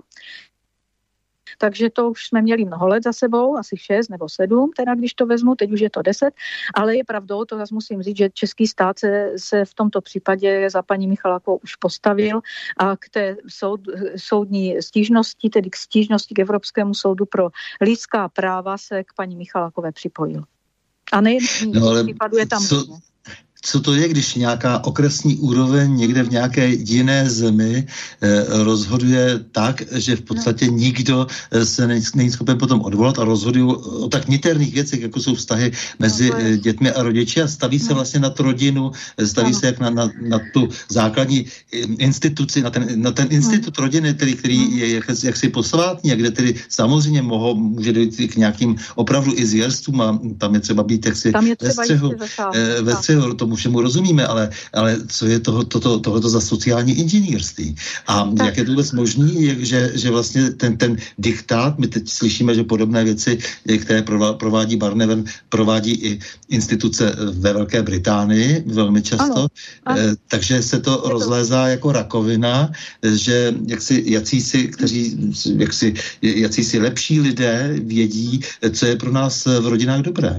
Speaker 3: Takže to už jsme měli mnoho let za sebou, asi šest nebo sedm, teda když to vezmu, teď už je to deset, ale je pravdou, to zase musím říct, že český stát se, se v tomto případě za paní Michalákovou už postavil a k té soud, soudní stížnosti, tedy k stížnosti k Evropskému soudu pro lidská práva se k paní Michalákové připojil. A nejen
Speaker 2: no, ale
Speaker 3: případu je tam
Speaker 2: co... Co to je, když nějaká okresní úroveň někde v nějaké jiné zemi eh, rozhoduje tak, že v podstatě no. nikdo se není schopen potom odvolat a rozhoduje o tak niterných věcech, jako jsou vztahy mezi no, dětmi a rodiči a staví no. se vlastně na tu rodinu, staví no. se jak na, na, na tu základní instituci, na ten, na ten institut no. rodiny, který, který no. je jak, jaksi posvátný a kde tedy samozřejmě mohou, může dojít k nějakým opravdu i zvěrstvům a tam je třeba být jaksi ve střehu, eh, ve střehu, tomu všemu rozumíme, ale, ale co je toho, to, tohleto za sociální inženýrství? A tak. jak je to vůbec možný, že, že vlastně ten, ten diktát, my teď slyšíme, že podobné věci, které provádí Barnevern, provádí i instituce ve Velké Británii velmi často, ano. Ano. takže se to je rozlézá to. jako rakovina, že jaksi jacísi, kteří, jaksi, jacísi lepší lidé vědí, co je pro nás v rodinách dobré.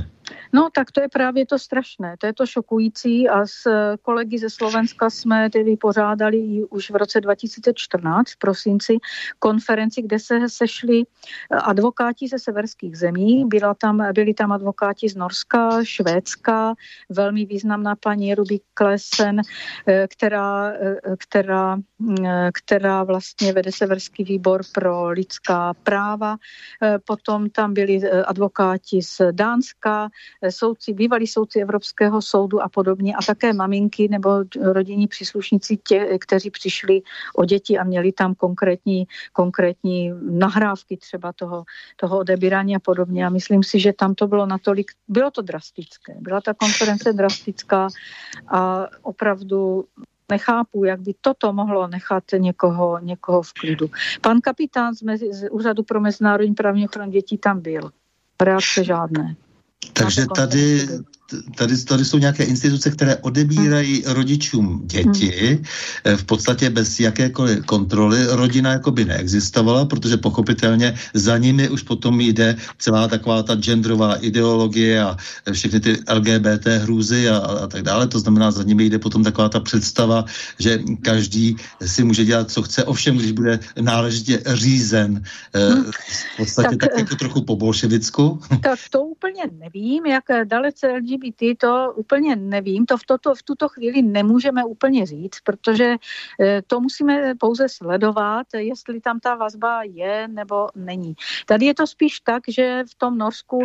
Speaker 3: No tak to je právě to strašné, to je to šokující a s kolegy ze Slovenska jsme tedy pořádali už v roce dva tisíce čtrnáct v prosinci konferenci, kde se sešli advokáti ze severských zemí, byla tam, byli tam advokáti z Norska, Švédska, velmi významná paní Ruby Klesen, která, která, která vlastně vede severský výbor pro lidská práva, potom tam byli advokáti z Dánska, soudci, bývalí soudci Evropského soudu a podobně a také maminky nebo rodinní příslušníci tě, kteří přišli o děti a měli tam konkrétní, konkrétní nahrávky třeba toho, toho odebírání a podobně a myslím si, že tam to bylo natolik, bylo to drastické, byla ta konference drastická a opravdu nechápu, jak by toto mohlo nechat někoho, někoho v klidu. Pan kapitán z, mezi, z Úřadu pro mezinárodní právní ochranu dětí tam byl. Reakce žádné.
Speaker 2: Takže tady, tady, tady jsou nějaké instituce, které odebírají hmm. rodičům děti, hmm. v podstatě bez jakékoliv kontroly. Rodina jakoby neexistovala, protože pochopitelně za nimi už potom jde celá taková ta genderová ideologie a všechny ty L G B T hrůzy a, a tak dále. To znamená, za nimi jde potom taková ta představa, že každý si může dělat, co chce, ovšem, když bude náležitě řízen. Hmm. V podstatě tak, tak jako trochu po bolševicku.
Speaker 3: Tak to úplně nevím, jak dalece L G B T, to úplně nevím, to v, toto, v tuto chvíli nemůžeme úplně říct, protože to musíme pouze sledovat, jestli tam ta vazba je nebo není. Tady je to spíš tak, že v tom Norsku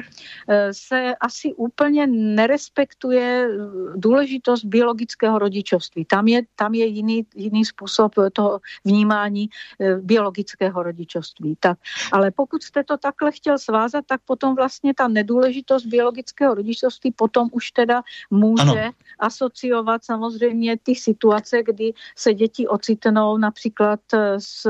Speaker 3: se asi úplně nerespektuje důležitost biologického rodičovství. Tam je, tam je jiný, jiný způsob toho vnímání biologického rodičovství. Tak, ale pokud jste to takhle chtěl svázat, tak potom vlastně ta nedůležitost biologického rodičovství potom už teda může ano. asociovat samozřejmě ty situace, kdy se děti ocitnou například s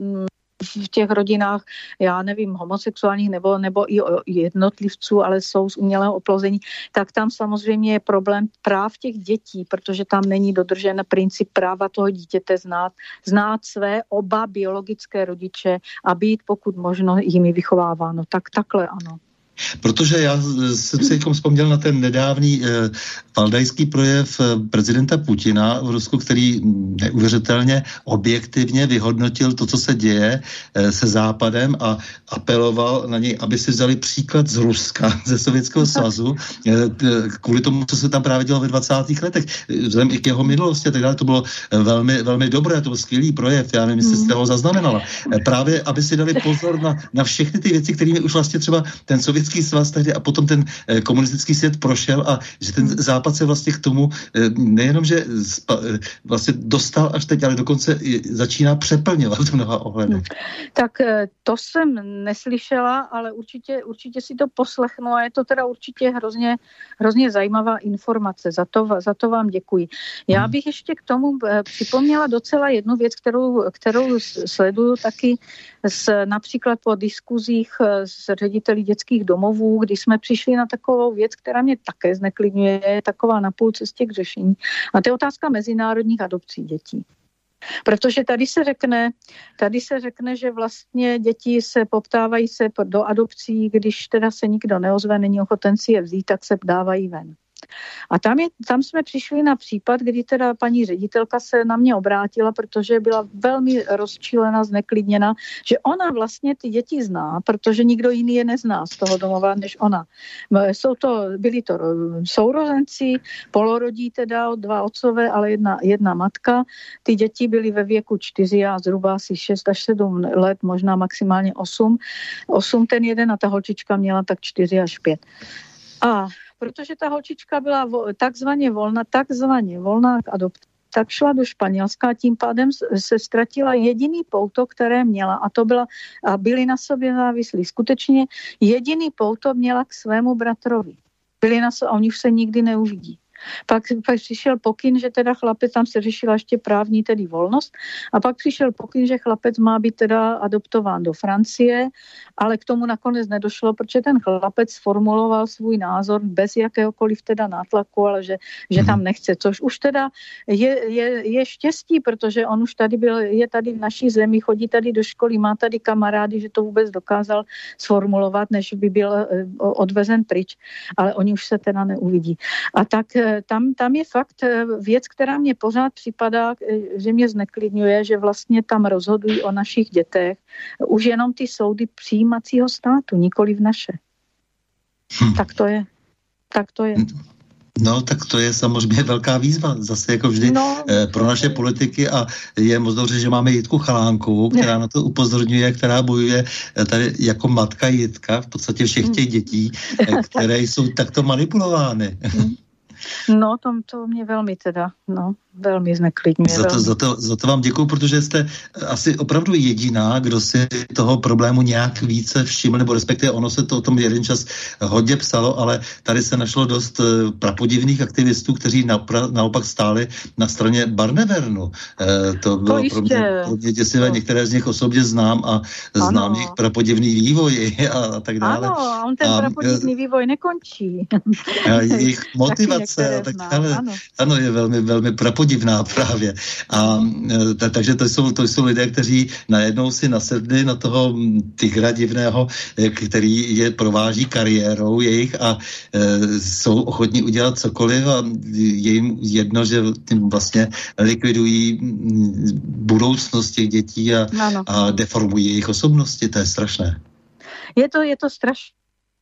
Speaker 3: v těch rodinách, já nevím, homosexuálních nebo, nebo i jednotlivců, ale jsou z umělého oplození, tak tam samozřejmě je problém práv těch dětí, protože tam není dodržen princip práva toho dítěte znát, znát své oba biologické rodiče a být pokud možno jimi vychováváno. Tak takhle ano.
Speaker 2: Protože já jsem si teď vzpomněl na ten nedávný eh, valdajský projev prezidenta Putina v Rusku, který neuvěřitelně objektivně vyhodnotil to, co se děje eh, se Západem a apeloval na něj, aby si vzali příklad z Ruska, ze Sovětského svazu, eh, kvůli tomu, co se tam právě dělo ve dvacátých letech. Vzhledem i k jeho minulosti a tak dále, to bylo velmi, velmi dobré, to byl skvělý projev, já nevím, jestli jste ho zaznamenala. Eh, právě, aby si dali pozor na, na všechny ty věci, kterými už vlastně třeba ten sovětský svaz tehdy a potom ten eh, komunistický svět prošel a že ten Západ se vlastně k tomu eh, nejenom, že spa, eh, vlastně dostal až teď, ale dokonce začíná přeplňovat v mnoha ohledech.
Speaker 3: Tak eh, to jsem neslyšela, ale určitě, určitě si to poslechnu a je to teda určitě hrozně, hrozně zajímavá informace. Za to, za to vám děkuji. Já bych ještě k tomu eh, připomněla docela jednu věc, kterou, kterou sleduju taky s, například po diskuzích s řediteli dětských domovů, kdy jsme přišli na takovou věc, která mě také zneklidňuje, je taková na půl cestě k řešení. A to je otázka mezinárodních adopcí dětí. Protože tady se řekne, tady se řekne, že vlastně děti se poptávají se do adopcí, když teda se nikdo neozve, není ochoten si je vzít, tak se dávají ven. A tam, je, tam jsme přišli na případ, kdy teda paní ředitelka se na mě obrátila, protože byla velmi rozčílená, zneklidněna, že ona vlastně ty děti zná, protože nikdo jiný je nezná z toho domova, než ona. Jsou to, byli to sourozenci, polorodí teda, dva otcové, ale jedna, jedna matka. Ty děti byly ve věku čtyři a zhruba asi šest až sedm let, možná maximálně osm. Osm ten jeden a ta holčička měla tak čtyři až pět. A protože ta holčička byla vo, takzvaně volná, takzvaně volná k adopci, tak šla do Španělska a tím pádem se ztratila jediný pouto, které měla a to byla, a byli na sobě závislí. Skutečně jediný pouto měla k svému bratrovi. Byli na sobě a oni už se nikdy neuvidí. Pak, pak přišel pokyn, že teda chlapec, tam se řešila ještě právní tedy volnost, a pak přišel pokyn, že chlapec má být teda adoptován do Francie, ale k tomu nakonec nedošlo, protože ten chlapec formuloval svůj názor bez jakéhokoliv teda nátlaku, ale že, že tam nechce, což už teda je, je, je štěstí, protože on už tady byl, je tady v naší zemi, chodí tady do školy, má tady kamarády, že to vůbec dokázal sformulovat, než by byl odvezen pryč, ale oni už se teda neuvidí. A tak tam, tam je fakt věc, která mě pořád připadá, že mě zneklidňuje, že vlastně tam rozhodují o našich dětech už jenom ty soudy přijímacího státu, nikoli v naše. Hm. Tak to je. Tak to je.
Speaker 2: No, tak to je samozřejmě velká výzva, zase jako vždy no, eh, pro naše politiky, a je moc dobře, že máme Jitku Chalánkovou, která ne. na to upozorňuje, která bojuje tady jako matka Jitka v podstatě všech těch dětí, eh, které jsou takto manipulovány.
Speaker 3: No, to, to mě velmi teda, no, velmi zneklidňuje.
Speaker 2: Za to, za, to, za to vám děkuju, protože jste asi opravdu jediná, kdo si toho problému nějak více všiml, nebo respektive ono se to o tom jeden čas hodně psalo, ale tady se našlo dost prapodivných aktivistů, kteří napra- naopak stáli na straně Barnevernu. E, to bylo to pro, mě, pro mě děsivé, no. Některé z nich osobně znám a znám ano. jejich prapodivný vývoj a, a tak dále.
Speaker 3: Ano, a on ten a, prapodivný vývoj nekončí.
Speaker 2: A jejich motivace, tak dále, ano. ano, je velmi, velmi prapodivná právě. A t- takže to jsou, to jsou lidé, kteří najednou si nasedli na toho tygra divného, který je provází kariérou jejich a e, jsou ochotní udělat cokoliv a je jim jedno, že tím vlastně likvidují budoucnost těch dětí a, a deformují jejich osobnosti. To je strašné.
Speaker 3: Je to, je to strašné.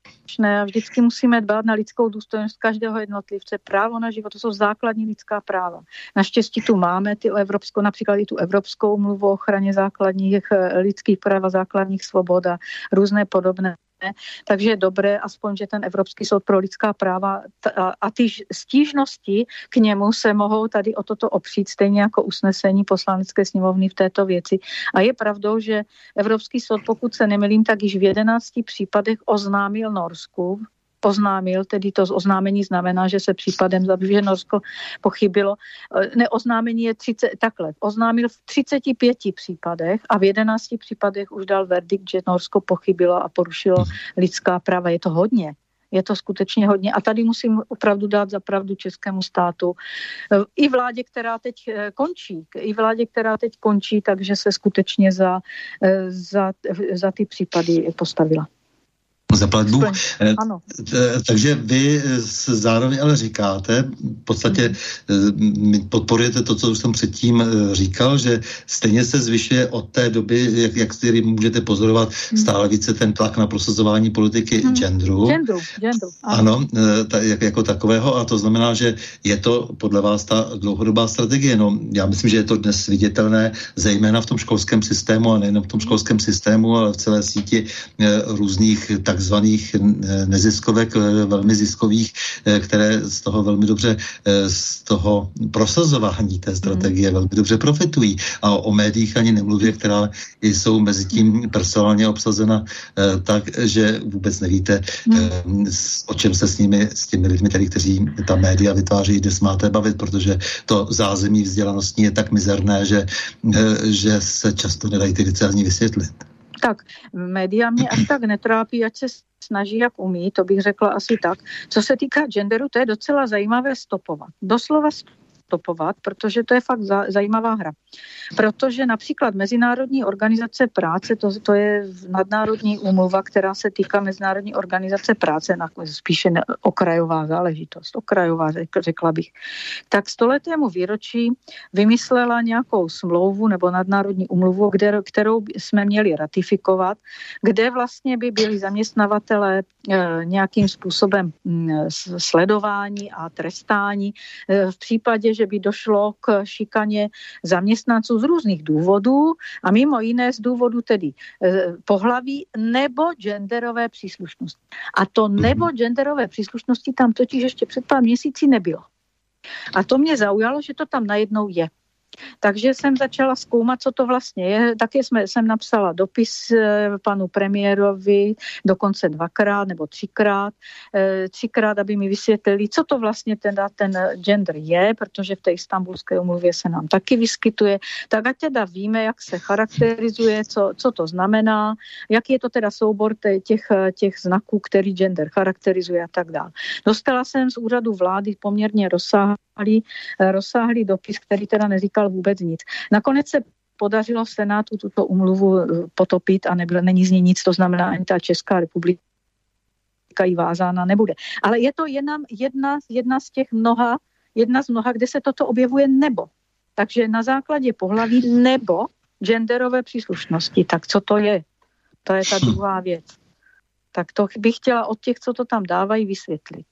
Speaker 3: A vždycky musíme dbát na lidskou důstojnost každého jednotlivce. Právo na život, to jsou základní lidská práva. Naštěstí tu máme ty evropskou, například i tu Evropskou umluvu o ochraně základních lidských práv a základních svobod a různé podobné. Takže je dobré, aspoň, že ten Evropský soud pro lidská práva t- a, a ty stížnosti k němu se mohou tady o toto opřít, stejně jako usnesení poslanecké sněmovny v této věci. A je pravdou, že Evropský soud, pokud se nemýlím, tak již v jedenácti případech oznámil Norsku, oznámil, tedy to oznámení znamená, že se případem, že Norsko pochybilo. Neoznámení je třicet, takhle, oznámil v třiceti pěti případech a v jedenácti případech už dal verdikt, že Norsko pochybilo a porušilo lidská práva. Je to hodně. Je to skutečně hodně. A tady musím opravdu dát za pravdu českému státu. I vládě, která teď končí, i vládě, která teď končí, takže se skutečně za, za, za ty případy postavila.
Speaker 2: Zaplať Bůh. Takže vy zároveň ale říkáte, v podstatě podporujete to, co už jsem předtím říkal, že stejně se zvyšuje od té doby, jak, jak si můžete pozorovat, stále více ten tlak na prosazování politiky hmm. genderu.
Speaker 3: Genderu, genderu.
Speaker 2: Ano, ta, jak, jako takového, a to znamená, že je to podle vás ta dlouhodobá strategie. No, já myslím, že je to dnes viditelné, zejména v tom školském systému, a nejen v tom školském systému, ale v celé síti různých tak takzvaných neziskovek, velmi ziskových, které z toho velmi dobře, z toho prosazování té strategie hmm. velmi dobře profitují. A o médiích ani nemluvě, která jsou mezi tím personálně obsazena tak, že vůbec nevíte, hmm. o čem se s nimi, s těmi lidmi, tedy, kteří ta média vytváří, dnes máte bavit, protože to zázemí vzdělanostní je tak mizerné, že, že se často nedají ty věci ani vysvětlit.
Speaker 3: Tak, média mě až tak netrápí, ať se snaží, jak umí, to bych řekla asi tak. Co se týká genderu, to je docela zajímavé stopovat. Doslova stopovat, protože to je fakt zajímavá hra. Protože například Mezinárodní organizace práce, to, to je nadnárodní úmluva, která se týká Mezinárodní organizace práce, spíše ne, okrajová záležitost, okrajová, řekla bych. Tak stoletému výročí vymyslela nějakou smlouvu nebo nadnárodní úmluvu, kde, kterou jsme měli ratifikovat, kde vlastně by byli zaměstnavatelé e, nějakým způsobem m, sledování a trestání e, v případě, že by došlo k šikaně zaměstnanců z různých důvodů a mimo jiné z důvodu tedy e, pohlaví nebo genderové příslušnosti. A to nebo genderové příslušnosti tam totiž ještě před pár měsíci nebylo. A to mě zaujalo, že to tam najednou je. Takže jsem začala zkoumat, co to vlastně je. Taky jsme, jsem napsala dopis panu premiérovi, dokonce dvakrát nebo třikrát, třikrát, aby mi vysvětlili, co to vlastně teda ten gender je, protože v té Istanbulské úmluvě se nám taky vyskytuje. Tak ať teda víme, jak se charakterizuje, co, co to znamená, jaký je to teda soubor těch, těch znaků, který gender charakterizuje a tak dále. Dostala jsem z úřadu vlády poměrně rozsáhlý, rozsáhlý dopis, který teda neříkal vůbec nic. Nakonec se podařilo v Senátu tuto úmluvu potopit a nebyl, není z ní nic, to znamená, ani ta Česká republika jí vázána nebude. Ale je to jedna, jedna, jedna z těch mnoha, jedna z mnoha, kde se toto objevuje nebo. Takže na základě pohlaví nebo genderové příslušnosti. Tak co to je? To je ta druhá věc. Tak to bych chtěla od těch, co to tam dávají, vysvětlit.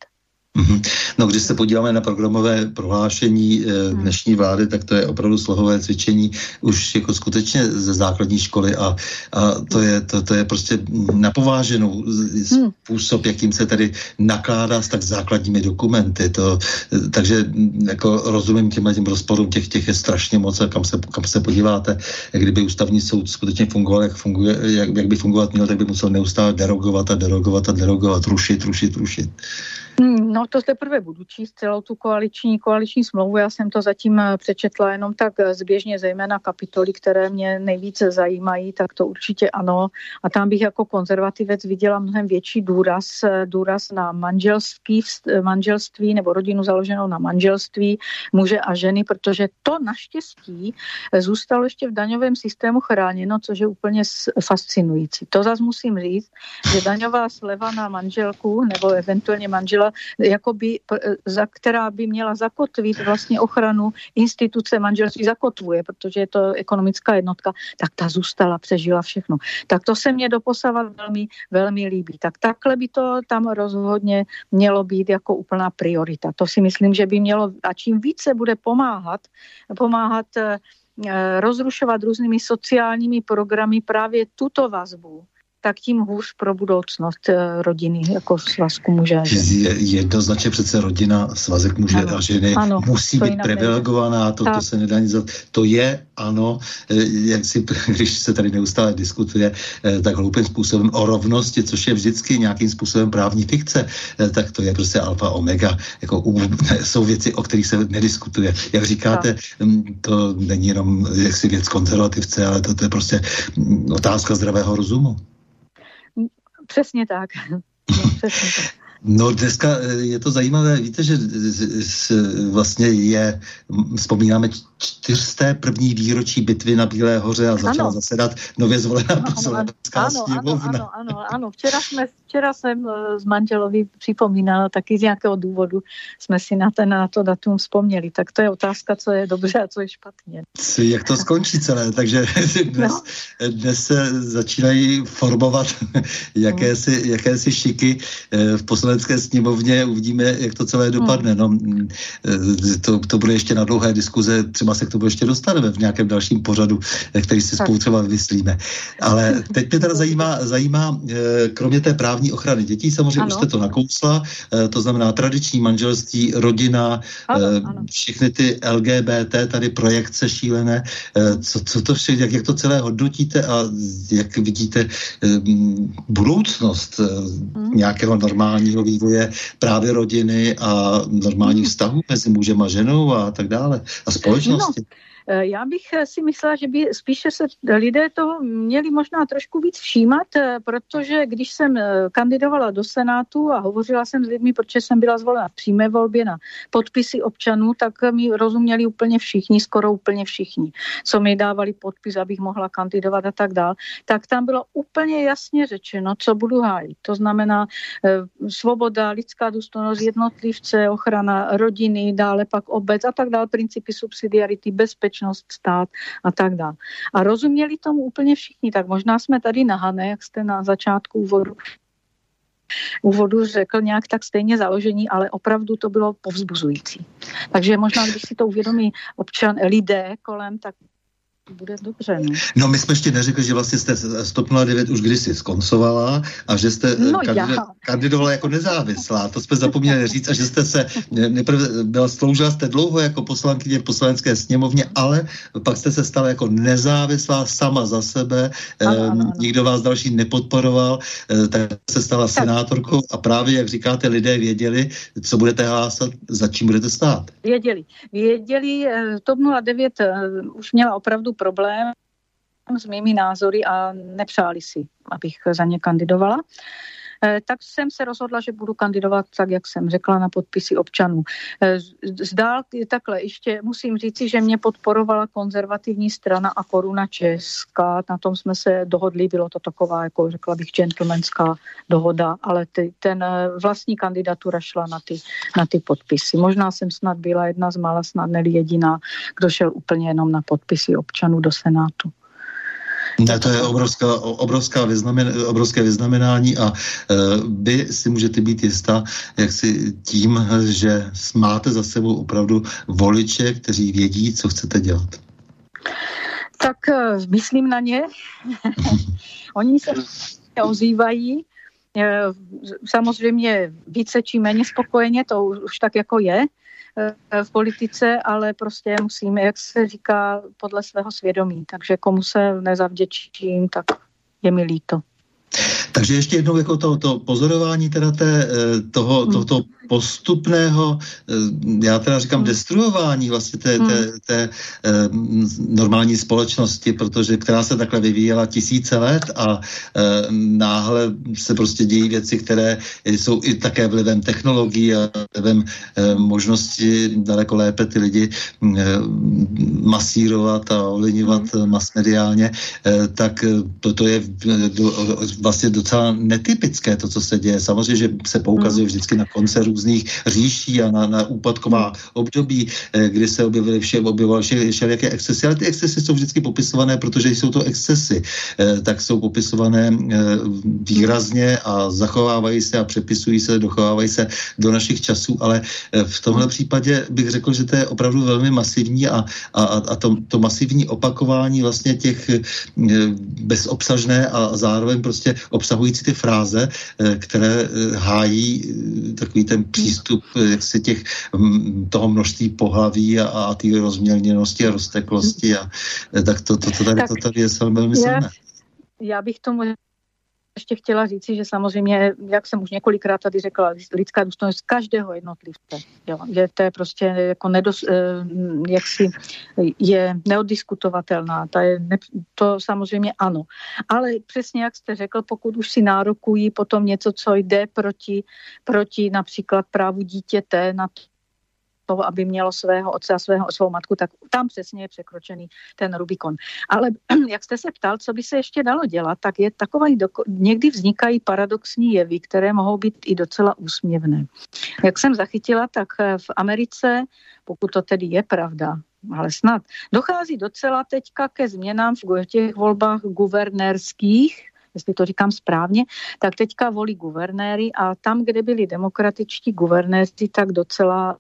Speaker 2: No, když se podíváme na programové prohlášení dnešní vlády, tak to je opravdu slohové cvičení už jako skutečně ze základní školy a, a to, je, to, to je prostě napováženou způsob, jakým se tady nakládá s tak základními dokumenty. To, takže jako rozumím těmhle těm rozporům, těch, těch je strašně moc a kam se, kam se podíváte, kdyby ústavní soud skutečně fungoval, jak, funguje, jak, jak by fungovat měl, tak by musel neustále derogovat a derogovat a derogovat, rušit, rušit, rušit.
Speaker 3: No to teprve budu číst celou tu koaliční, koaliční smlouvu. Já jsem to zatím přečetla jenom tak zběžně, zejména kapitoly, které mě nejvíce zajímají, tak to určitě ano. A tam bych jako konzervativec viděla mnohem větší důraz, důraz na manželství, manželství nebo rodinu založenou na manželství muže a ženy, protože to naštěstí zůstalo ještě v daňovém systému chráněno, což je úplně fascinující. To zase musím říct, že daňová sleva na manželku nebo eventuálně manžela jakoby, za, která by měla zakotvit vlastně ochranu instituce manželství zakotvuje, protože je to ekonomická jednotka, tak ta zůstala, přežila všechno. Tak to se mně doposavat velmi, velmi líbí. Tak takhle by to tam rozhodně mělo být jako úplná priorita. To si myslím, že by mělo, a čím více bude pomáhat, pomáhat rozrušovat různými sociálními programy právě tuto vazbu, tak tím hůř pro budoucnost rodiny, jako svazku muže a ženy.
Speaker 2: Je, jednoznačně přece rodina, svazek muže ano, a ženy ano, musí být privilegovaná, to, to se nedá nic. To je, ano, jak si, když se tady neustále diskutuje tak hloupým způsobem o rovnosti, což je vždycky nějakým způsobem právní fikce, tak to je prostě alfa omega. Jako, jsou věci, o kterých se nediskutuje. Jak říkáte, tak. To není jenom jaksi věc konzervativce, ale to, to je prostě otázka zdravého rozumu.
Speaker 3: Přesně tak. No, přesně tak.
Speaker 2: No dneska je to zajímavé, víte, že vlastně je, vzpomínáme čtyřsté první výročí bitvy na Bílé hoře a začala ano. zasedat nově zvolená poslanecká sněmovna.
Speaker 3: Ano, ano, ano, ano. Včera, jsme, včera jsem s manželovi připomínala, taky z nějakého důvodu jsme si na, ten, na to datum vzpomněli. Tak to je otázka, co je dobře a co je špatně.
Speaker 2: Jak to skončí celé, takže dnes, no. dnes se začínají formovat jakési, jakési šiky v poslanecké sněmovně, uvidíme, jak to celé dopadne. No, to, to bude ještě na dlouhé diskuze, třeba se k tomu ještě dostaneme v nějakém dalším pořadu, který si spolu třeba vyslíme. Ale teď mě teda zajímá, zajímá kromě té právní ochrany dětí, samozřejmě ano. už jste to nakousla, to znamená tradiční manželství, rodina, ano, ano. všechny ty L G B T, tady projekce šílené, co, co to vše, jak, jak to celé hodnotíte a jak vidíte budoucnost hmm. nějakého normálního vývoje právě rodiny a normálních hmm. vztahů mezi mužem a ženou a tak dále a společnosti. No.
Speaker 3: Já bych si myslela, že by spíše se lidé toho měli možná trošku víc všímat, protože když jsem kandidovala do Senátu a hovořila jsem s lidmi, protože jsem byla zvolena v přímé volbě na podpisy občanů, tak mi rozuměli úplně všichni, skoro úplně všichni, co mi dávali podpis, abych mohla kandidovat a tak dál. Tak tam bylo úplně jasně řečeno, co budu hájit. To znamená svoboda, lidská důstojnost jednotlivce, ochrana rodiny, dále pak obec a tak dál, principy subsidiarity, bezpečnost, stát a tak dále. A rozuměli tomu úplně všichni, tak možná jsme tady na Hané, jak jste na začátku úvodu úvodu řekl nějak tak stejně založení, ale opravdu to bylo povzbuzující. Takže možná, když si to uvědomí občan, lidé kolem, tak bude dobře. No,
Speaker 2: no my jsme ještě neřekli, že vlastně jste z TOP nula devět už kdysi skoncovala a že jste
Speaker 3: no,
Speaker 2: kandid- kandidovala jako nezávislá. To jsme zapomněli říct a že jste se nejprve byla, sloužila jste dlouho jako poslankyně v poslanecké sněmovně, ale pak jste se stala jako nezávislá sama za sebe.
Speaker 3: Ano, ano, ano.
Speaker 2: Nikdo vás další nepodporoval, tak se stala senátorkou a právě, jak říkáte, lidé věděli, co budete hlásat, za čím budete stát.
Speaker 3: Věděli. Věděli, TOP nula devět už měla opravdu problém s mými názory a nepřáli si, abych za ně kandidovala. Tak jsem se rozhodla, že budu kandidovat tak, jak jsem řekla, na podpisy občanů. Zdál takhle, ještě musím říci, že mě podporovala konzervativní strana a Koruna Česká, na tom jsme se dohodli, bylo to taková, jako řekla bych, gentlemanská dohoda, ale ty, ten vlastní kandidatura šla na ty, na ty podpisy. Možná jsem snad byla jedna z mála, snad ne jediná, kdo šel úplně jenom na podpisy občanů do Senátu.
Speaker 2: Ne, to je obrovská, obrovská vyznamen, obrovské vyznamenání a uh, vy si můžete být jistá, jak si tím, že máte za sebou opravdu voliče, kteří vědí, co chcete dělat.
Speaker 3: Tak uh, myslím na ně. Oni se ozývají. Samozřejmě více či méně spokojeně, to už tak jako je v politice, ale prostě musíme, jak se říká, podle svého svědomí. Takže komu se nezavděčím, tak je mi líto.
Speaker 2: Takže ještě jednou jako to, to pozorování teda té, toho, tohoto postupného, já teda říkám destruování vlastně té, té, té normální společnosti, protože která se takhle vyvíjela tisíce let a náhle se prostě dějí věci, které jsou i také vlivem technologií a vlivem možnosti daleko lépe ty lidi masírovat a ovlivňovat masmediálně, tak toto je vlastně docela netypické to, co se děje. Samozřejmě, že se poukazuje vždycky na konce různých říší a na, na úpadková období, kdy se objevily vše, objevovaly vše, všelijaké excesy, ale ty excesy jsou vždycky popisované, protože jsou to excesy, tak jsou popisované výrazně a zachovávají se a přepisují se, dochovávají se do našich časů, ale v tomhle případě bych řekl, že to je opravdu velmi masivní a, a, a to, to masivní opakování vlastně těch bezobsažné a zároveň prostě obsahující ty fráze, které hájí takový ten přístup jaksi těch, toho množství pohlaví a, a té rozmělněnosti a rozteklosti a tak to, to, to, tady, to tady je velmi silné.
Speaker 3: Já bych tomu ještě chtěla říci, že samozřejmě, jak jsem už několikrát tady řekla, lidská důstojnost každého jednotlivce, jo, že to je prostě jako nedos, jaksi je neoddiskutovatelná, ta je ne, to samozřejmě ano. Ale přesně jak jste řekl, pokud už si nárokují potom něco, co jde proti, proti například právu dítěte na toho, aby mělo svého otce a svého, svou matku, tak tam přesně je překročený ten Rubikon. Ale jak jste se ptal, co by se ještě dalo dělat, tak je takový, doko- někdy vznikají paradoxní jevy, které mohou být i docela úsměvné. Jak jsem zachytila, tak v Americe, pokud to tedy je pravda, ale snad, dochází docela teďka ke změnám v těch volbách guvernérských, jestli to říkám správně, tak teďka volí guvernéry a tam, kde byli demokratičtí guvernéři, tak docela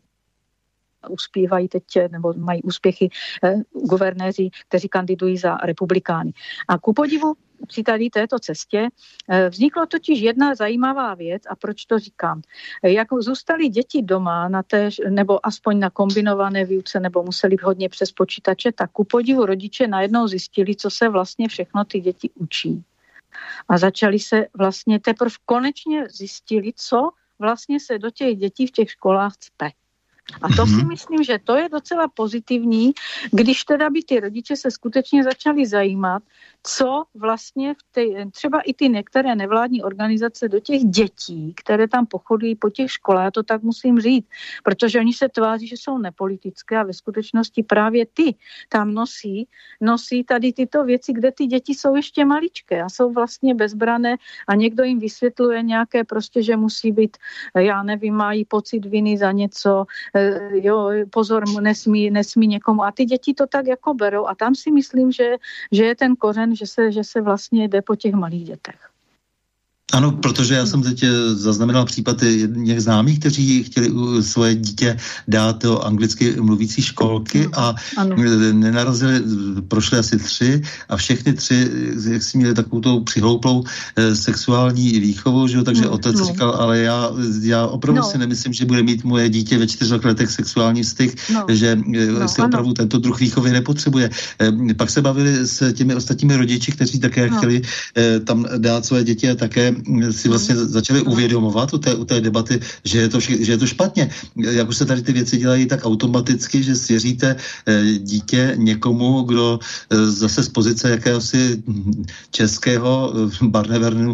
Speaker 3: uspívají teď, nebo mají úspěchy eh, guvernéři, kteří kandidují za republikány. A ku podivu při tady této cestě eh, vzniklo totiž jedna zajímavá věc a proč to říkám. Eh, jak zůstali děti doma na té, nebo aspoň na kombinované výuce, nebo museli hodně přes počítače, tak ku podivu rodiče najednou zjistili, co se vlastně všechno ty děti učí. A začali se vlastně teprve konečně zjistili, co vlastně se do těch dětí v těch školách cpe. A to si myslím, že to je docela pozitivní, když teda by ty rodiče se skutečně začali zajímat, co vlastně v té, třeba i ty některé nevládní organizace do těch dětí, které tam pochodují po těch školách, já to tak musím říct, protože oni se tváří, že jsou nepolitické a ve skutečnosti právě ty tam nosí, nosí tady tyto věci, kde ty děti jsou ještě maličké a jsou vlastně bezbrané a někdo jim vysvětluje nějaké prostě, že musí být, já nevím, mají pocit viny za něco, jo, pozor, nesmí, nesmí někomu. A ty děti to tak jako berou a tam si myslím, že, že je ten kořen, že se, že se vlastně jde po těch malých dětech.
Speaker 2: Ano, protože já jsem teď zaznamenal případ jedných známých, kteří chtěli svoje dítě dát do anglicky mluvící školky a ano. nenarazili, prošli asi tři a všechny tři, jak si měli takovou tou přihlouplou eh, sexuální výchovu, že? Takže no, otec no. říkal, ale já, já opravdu no. si nemyslím, že bude mít moje dítě ve čtyřech letech sexuální styk, no. že no, si opravdu ano. tento druh výchovy nepotřebuje. Eh, pak se bavili s těmi ostatními rodiči, kteří také no. chtěli eh, tam dát své děti a také si vlastně začali uvědomovat u té, u té debaty, že je, to, že je to špatně. Jak už se tady ty věci dělají tak automaticky, že svěříte eh, dítě někomu, kdo eh, zase z pozice jakéhosi českého eh, Barnevernu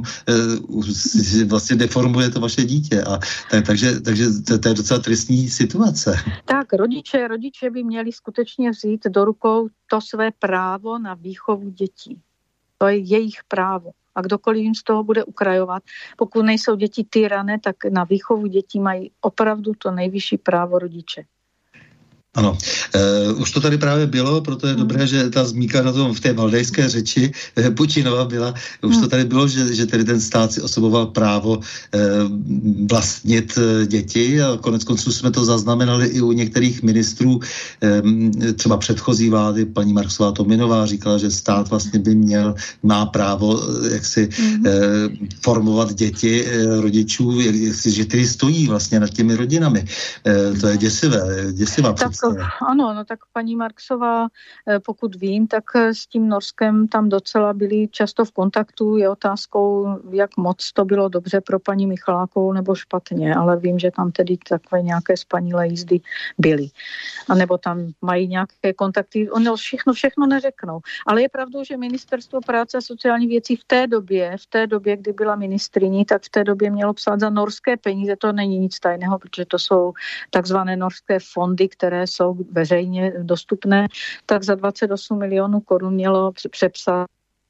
Speaker 2: eh, vlastně deformuje to vaše dítě. A, tak, takže takže to, to je docela tristní situace.
Speaker 3: Tak, rodiče, rodiče by měli skutečně vzít do rukou to své právo na výchovu dětí. To je jejich právo. A kdokoliv jim z toho bude ukrajovat. Pokud nejsou děti tyrané, tak na výchovu dětí mají opravdu to nejvyšší právo rodiče.
Speaker 2: Ano, e, už to tady právě bylo, proto je hmm. dobré, že ta zmínka na tom v té valdejské řeči e, Putinova byla, už hmm. to tady bylo, že, že tedy ten stát si osoboval právo e, vlastnit e, děti a konec konců jsme to zaznamenali i u některých ministrů, e, třeba předchozí vlády, paní Marksová Tominová říkala, že stát vlastně by měl, má právo e, jaksi hmm. e, formovat děti e, rodičů, jak, že tedy stojí vlastně nad těmi rodinami. E, to je děsivé, děsivá představa.
Speaker 3: Ano, no tak paní Marksová, pokud vím, tak s tím Norskem tam docela byli často v kontaktu. Je otázkou, jak moc to bylo dobře pro paní Michalákovou nebo špatně, ale vím, že tam tedy takové nějaké spanilé jízdy byly. A nebo tam mají nějaké kontakty. Ono všechno, všechno neřeknou. Ale je pravdou, že Ministerstvo práce a sociální věcí v té době, v té době, kdy byla ministryní, tak v té době mělo psát za norské peníze. To není nic tajného, protože to jsou takzvané norské fondy, které jsou veřejně dostupné, tak za dvacet osm milionů korun mělo přepsat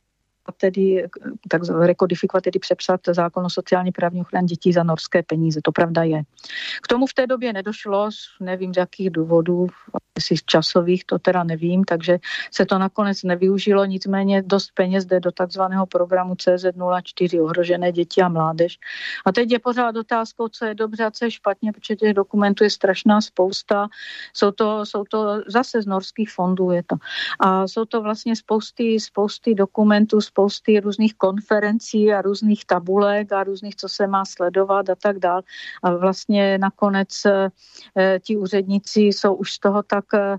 Speaker 3: tedy, tak rekodifikovat, tedy přepsat zákon o sociálně právní ochraně dětí za norské peníze. To pravda je. K tomu v té době nedošlo, nevím z jakých důvodů, asi z časových, to teda nevím, takže se to nakonec nevyužilo, nicméně dost peněz jde do takzvaného programu C Z nula čtyři ohrožené děti a mládež. A teď je pořád otázkou, co je dobře a co je špatně, protože těch dokumentů je strašná spousta. Jsou to, jsou to zase z norských fondů je to. A jsou to vlastně spousty, spousty dokumentů, spousty různých konferencí a různých tabulek a různých, co se má sledovat a tak dál. A vlastně nakonec e, ti úředníci jsou už z toho tak e,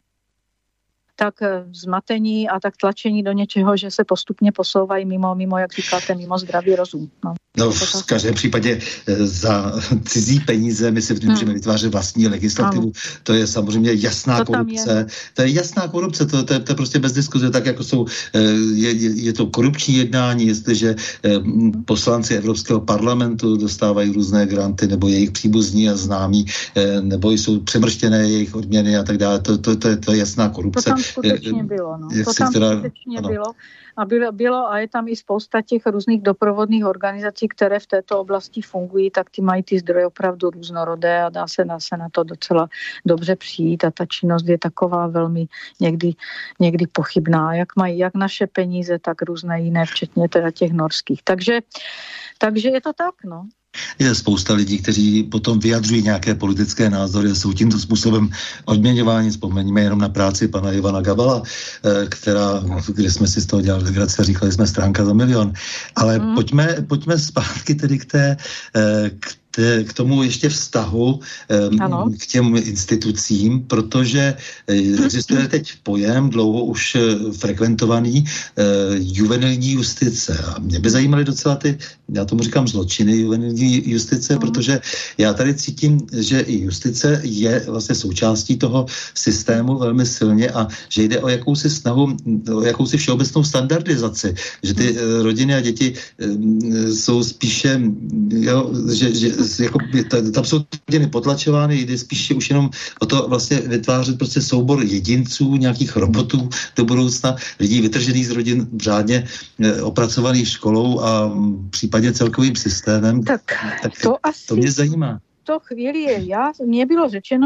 Speaker 3: tak zmatení a tak tlačení do něčeho, že se postupně posouvají mimo, mimo jak říkáte, mimo zdravý rozum. No,
Speaker 2: no v každém případě za cizí peníze my si můžeme hmm. vytvářet vlastní legislativu. Ano. To je samozřejmě jasná to korupce. Je. To je jasná korupce, to, to, to je prostě bez diskuze, tak jako jsou, je, je to korupční jednání, jestliže poslanci Evropského parlamentu dostávají různé granty, nebo jejich příbuzní a známí, nebo jsou přemrštěné jejich odměny a tak dále. To, to, to, je, to je jasná korupce.
Speaker 3: To tam skutečně bylo, no. To tam teda, skutečně ano. bylo. A bylo, bylo a je tam i spousta těch různých doprovodných organizací, které v této oblasti fungují, tak ty mají ty zdroje opravdu různorodé a dá se na, se na to docela dobře přijít a ta činnost je taková velmi někdy, někdy pochybná, jak mají jak naše peníze, tak různé jiné, včetně teda těch norských. Takže, takže je to tak, no.
Speaker 2: Je spousta lidí, kteří potom vyjadřují nějaké politické názory, jsou tímto způsobem odměňováni. Vzpomeňme jenom na práci pana Ivana Gabala, která, kde jsme si z toho dělali legraci a říkali jsme stránka za milion. Ale mm. pojďme, pojďme zpátky tedy k té, k k tomu ještě vztahu ano. k těm institucím, protože existuje teď pojem dlouho už frekventovaný juvenilní justice. A mě by zajímaly docela ty, já tomu říkám zločiny juvenilní justice, mm. protože já tady cítím, že i justice je vlastně součástí toho systému velmi silně a že jde o jakousi snahu, o jakousi všeobecnou standardizaci, že ty mm. rodiny a děti jsou spíše, jo, že, že jako, tam jsou rodiny potlačovány, jde spíše už jenom o to vlastně vytvářet prostě soubor jedinců, nějakých robotů do budoucna, lidí vytržených z rodin řádně eh, opracovaných školou a případně celkovým systémem.
Speaker 3: Tak,
Speaker 2: tak
Speaker 3: to, asi,
Speaker 2: to mě zajímá.
Speaker 3: To chvíli je já, mně bylo řečeno, že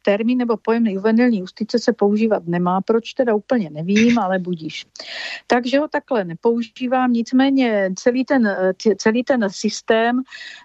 Speaker 3: termín nebo pojem juvenilní justice se používat nemá, proč teda úplně nevím, ale budíš. Takže ho takhle nepoužívám, nicméně celý ten, celý ten systém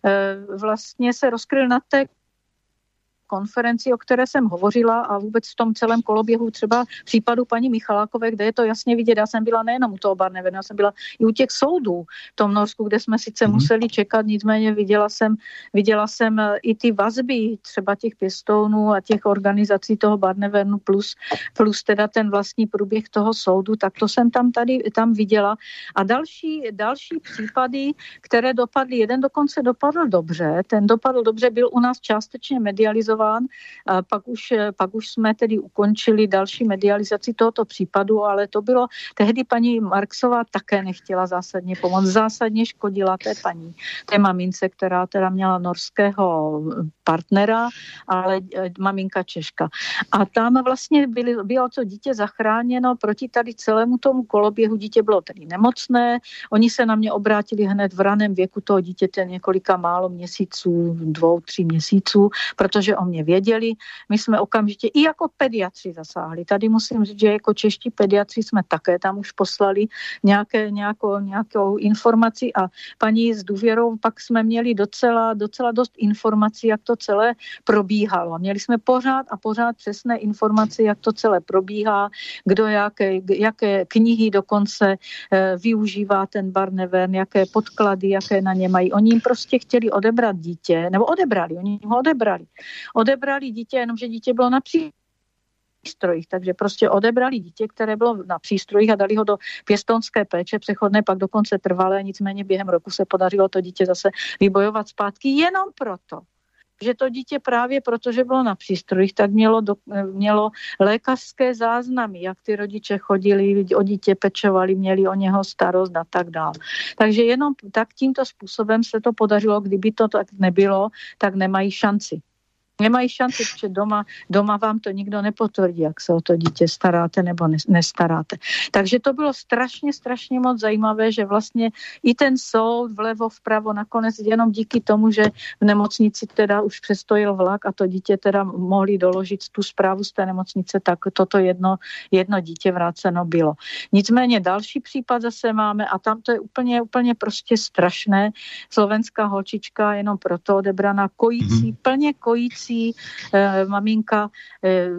Speaker 3: vlastně se rozkryl na té konferenci, o které jsem hovořila a vůbec v tom celém koloběhu třeba případu paní Michalákové, kde je to jasně vidět. Já jsem byla nejenom u toho Barnevernu, já jsem byla i u těch soudů v tom Norsku, kde jsme sice mm. museli čekat, nicméně viděla jsem, viděla jsem i ty vazby třeba těch pěstounů a těch organizací toho Barnevernu plus, plus teda ten vlastní průběh toho soudu, tak to jsem tam tady tam viděla. A další, další případy, které dopadly, jeden dokonce dopadl dobře, ten dopadl dobře, byl u nás částečně medializovaný. A pak už, pak už jsme tedy ukončili další medializaci tohoto případu, ale to bylo, tehdy paní Marksová také nechtěla zásadně pomoct, zásadně škodila té paní, té mamince, která teda měla norského partnera, ale maminka Češka. A tam vlastně byly, bylo to dítě zachráněno proti tady celému tomu koloběhu, dítě bylo tedy nemocné, oni se na mě obrátili hned v raném věku toho dítěte několika málo měsíců, dvou, tří měsíců, protože o mě věděli. My jsme okamžitě i jako pediatři zasáhli. Tady musím říct, že jako čeští pediatři jsme také tam už poslali nějaké, nějakou, nějakou informaci a paní s důvěrou pak jsme měli docela, docela dost informací, jak to celé probíhalo. Měli jsme pořád a pořád přesné informace, jak to celé probíhá, kdo jaké, jaké knihy dokonce e, využívá ten Barnevern, jaké podklady, jaké na ně mají. Oni jim prostě chtěli odebrat dítě, nebo odebrali, oni ho odebrali. Odebrali dítě, jenomže dítě bylo na přístrojích, takže prostě odebrali dítě, které bylo na přístrojích a dali ho do pěstounské péče přechodné, pak dokonce trvalé, nicméně během roku se podařilo to dítě zase vybojovat zpátky jenom proto, že to dítě právě protože bylo na přístrojích, tak mělo, do, mělo lékařské záznamy, jak ty rodiče chodili, o dítě pečovali, měli o něho starost a tak dále. Takže jenom tak tímto způsobem se to podařilo, kdyby to tak nebylo, tak nemají šanci. Nemají šanci, protože doma, doma vám to nikdo nepotvrdí, jak se o to dítě staráte nebo nestaráte. Takže to bylo strašně, strašně moc zajímavé, že vlastně i ten soud vlevo, vpravo nakonec jenom díky tomu, že v nemocnici teda už přestojil vlak a to dítě teda mohli doložit tu zprávu z té nemocnice, tak toto jedno, jedno dítě vráceno bylo. Nicméně další případ zase máme a tam to je úplně, úplně prostě strašné. Slovenská holčička jenom proto odebraná kojící, plně kojící Eh, maminka eh,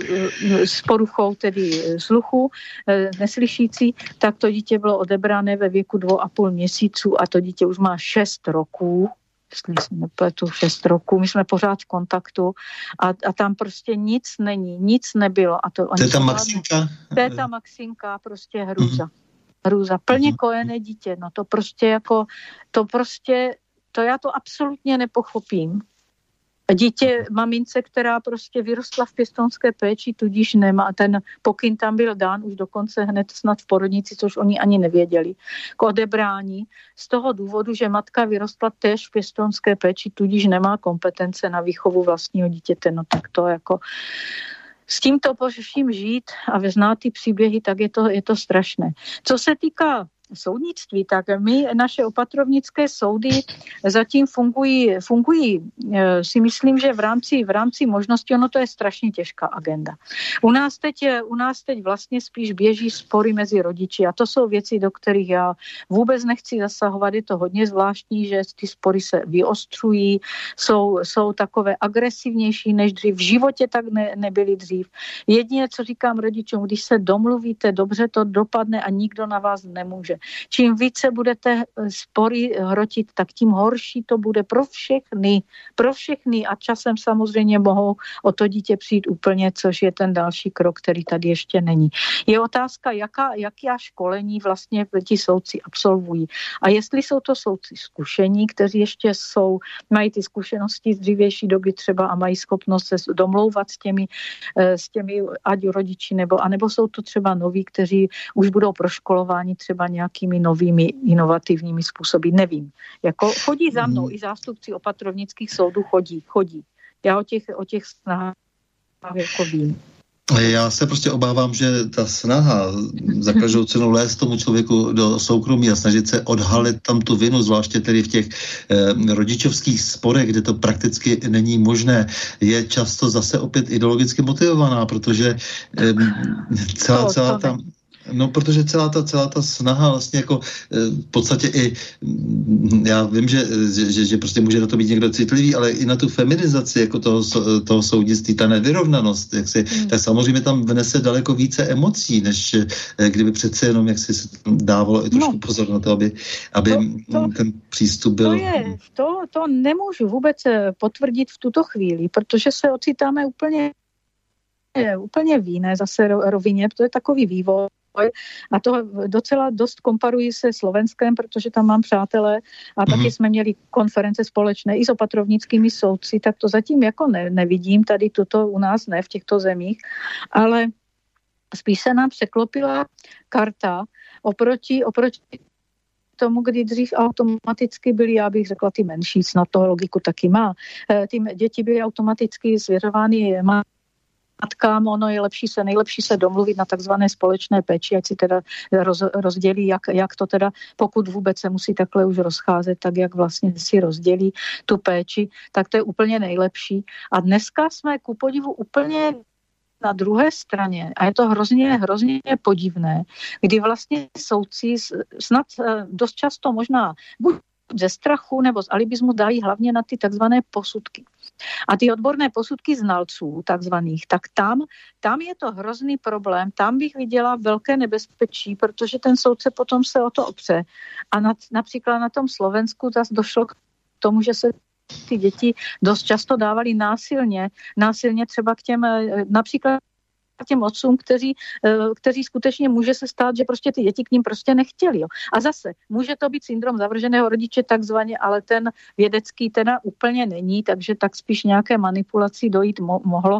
Speaker 3: s poruchou tedy sluchu, eh, neslyšící, tak to dítě bylo odebrané ve věku dvou a půl měsíců a to dítě už má šest roků, jestli jsem nepletu, šest roků, my jsme pořád v kontaktu a, a tam prostě nic není, nic nebylo. A to,
Speaker 2: to je ta Maxinka?
Speaker 3: To je ta Maxinka, prostě hrůza. Hrůza, plně kojené dítě, no to prostě jako, to prostě, to já to absolutně nepochopím. Dítě mamince, která prostě vyrostla v pěstounské péči, tudíž nemá, ten pokyn tam byl dán už dokonce hned snad v porodnici, což oni ani nevěděli, k odebrání z toho důvodu, že matka vyrostla též v pěstounské péči, tudíž nemá kompetence na výchovu vlastního dítěte, no tak to jako s tímto pořeším žít a znát ty příběhy, tak je to, je to strašné. Co se týká soudnictví, tak my, naše opatrovnické soudy zatím fungují, fungují si myslím, že v rámci, v rámci možnosti, ono to je strašně těžká agenda. U nás teď, u nás teď vlastně spíš běží spory mezi rodiči a to jsou věci, do kterých já vůbec nechci zasahovat, je to hodně zvláštní, že ty spory se vyostřují, jsou, jsou takové agresivnější než dřív, v životě tak ne, nebyly dřív. Jediné, co říkám rodičům, když se domluvíte, dobře to dopadne a nikdo na vás nemůže. Čím více budete spory hrotit, tak tím horší to bude pro všechny. Pro všechny a časem samozřejmě mohou o to dítě přijít úplně, což je ten další krok, který tady ještě není. Je otázka, jaká, jaká školení vlastně ti soudci absolvují. A jestli jsou to soudci zkušení, kteří ještě jsou, mají ty zkušenosti z dřívější doby třeba a mají schopnost se domlouvat s těmi, s těmi ať rodiči, nebo, anebo jsou to třeba noví, kteří už budou proškolováni třeba nějakými novými inovativními způsoby. Nevím. Jako chodí za mnou i zástupci opatrovnických soudů chodí, chodí. Já o těch, o těch snahách jako vím.
Speaker 2: Já se prostě obávám, že ta snaha za každou cenu lézt tomu člověku do soukromí a snažit se odhalit tam tu vinu, zvláště tedy v těch eh, rodičovských sporech, kde to prakticky není možné, je často zase opět ideologicky motivovaná, protože eh, celá, celá ta... No, protože celá ta, celá ta snaha vlastně jako v podstatě i, já vím, že, že, že prostě může na to být někdo citlivý, ale i na tu feminizaci jako toho, toho soudnictví, ta nevyrovnanost, jak si, hmm. tak samozřejmě tam vnese daleko více emocí, než kdyby přece jenom, jak si dávalo i trošku no. pozor na to, aby, aby to, to, ten přístup byl...
Speaker 3: To, je, to, to nemůžu vůbec potvrdit v tuto chvíli, protože se ocitáme úplně, úplně v jiné zase rovině, to je takový vývoj. A to docela dost komparuji se Slovenskem, protože tam mám přátelé a taky mm-hmm. jsme měli konference společné i s opatrovnickými soudci, tak to zatím jako ne, nevidím, tady tuto u nás ne v těchto zemích, ale spíš se nám překlopila karta oproti, oproti tomu, kdy dřív automaticky byly, já bych řekla, ty menší, snad toho logiku taky má. Ty děti byly automaticky svěřovány matkám, ono je lepší se, nejlepší se domluvit na takzvané společné péči, ať si teda roz, rozdělí, jak, jak to teda, pokud vůbec se musí takhle už rozcházet, tak jak vlastně si rozdělí tu péči, tak to je úplně nejlepší. A dneska jsme ku podivu úplně na druhé straně, a je to hrozně, hrozně podivné, kdy vlastně soudci snad dost často možná buď ze strachu nebo z alibismu dají hlavně na ty takzvané posudky. A ty odborné posudky znalců takzvaných, tak tam, tam je to hrozný problém, tam bych viděla velké nebezpečí, protože ten soudce potom se o to opře. A na, například na tom Slovensku zase došlo k tomu, že se ty děti dost často dávali násilně, násilně třeba k těm, například těm otcům, kteří, kteří skutečně může se stát, že prostě ty děti k ním prostě nechtěli. Jo. A zase, může to být syndrom zavrženého rodiče takzvaně, ale ten vědecký teda úplně není, takže tak spíš nějaké manipulaci dojít mo- mohlo.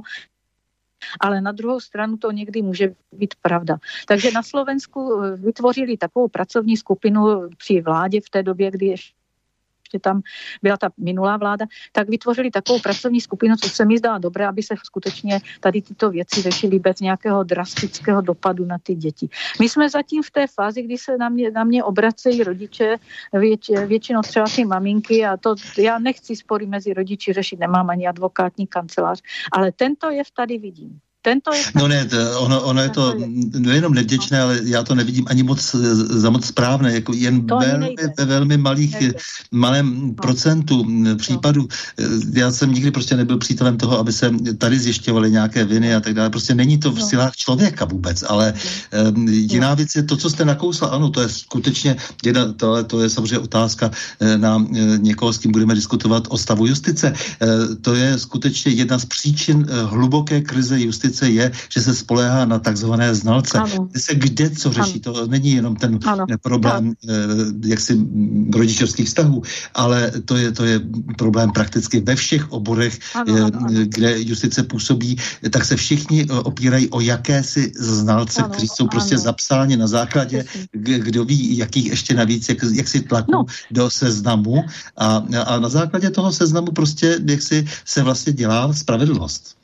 Speaker 3: Ale na druhou stranu to někdy může být pravda. Takže na Slovensku vytvořili takovou pracovní skupinu při vládě v té době, kdy ještě tam byla ta minulá vláda, tak vytvořili takovou pracovní skupinu, co se mi zdá dobré, aby se skutečně tady tyto věci řešily bez nějakého drastického dopadu na ty děti. My jsme zatím v té fázi, kdy se na mě, na mě obracejí rodiče, věč, většinou třeba ty maminky a to já nechci spory mezi rodiči řešit, nemám ani advokátní kancelář, ale tento jev tady vidím. Tento je...
Speaker 2: No ne, to, ono, ono je to nejenom nevděčné, ale já to nevidím ani moc za moc správné, jako jen velmi, ve velmi malých, nejde. malém no. procentu případů. No. Já jsem nikdy prostě nebyl přítelem toho, aby se tady zjišťovaly nějaké viny a tak dále. Prostě není to v no. silách člověka vůbec, ale no. um, jiná no. věc je to, co jste nakousla. Ano, to je skutečně, jedna, to, to je samozřejmě otázka na uh, někoho, s kým budeme diskutovat o stavu justice. Uh, to je skutečně jedna z příčin uh, hluboké krize justice je, že se spoléhá na takzvané znalce. Ano. Se kde co řeší, ano. To není jenom ten ano. problém ano. jaksi rodičovských vztahů, ale to je, to je problém prakticky ve všech oborech, ano, ano, ano. kde justice působí, tak se všichni opírají o jakési znalce, ano, kteří jsou prostě ano. zapsáni na základě, kdo ví, jakých ještě navíc, jak, jak si tlaku no. do seznamu a, a na základě toho seznamu prostě jak si se vlastně dělá spravedlnost.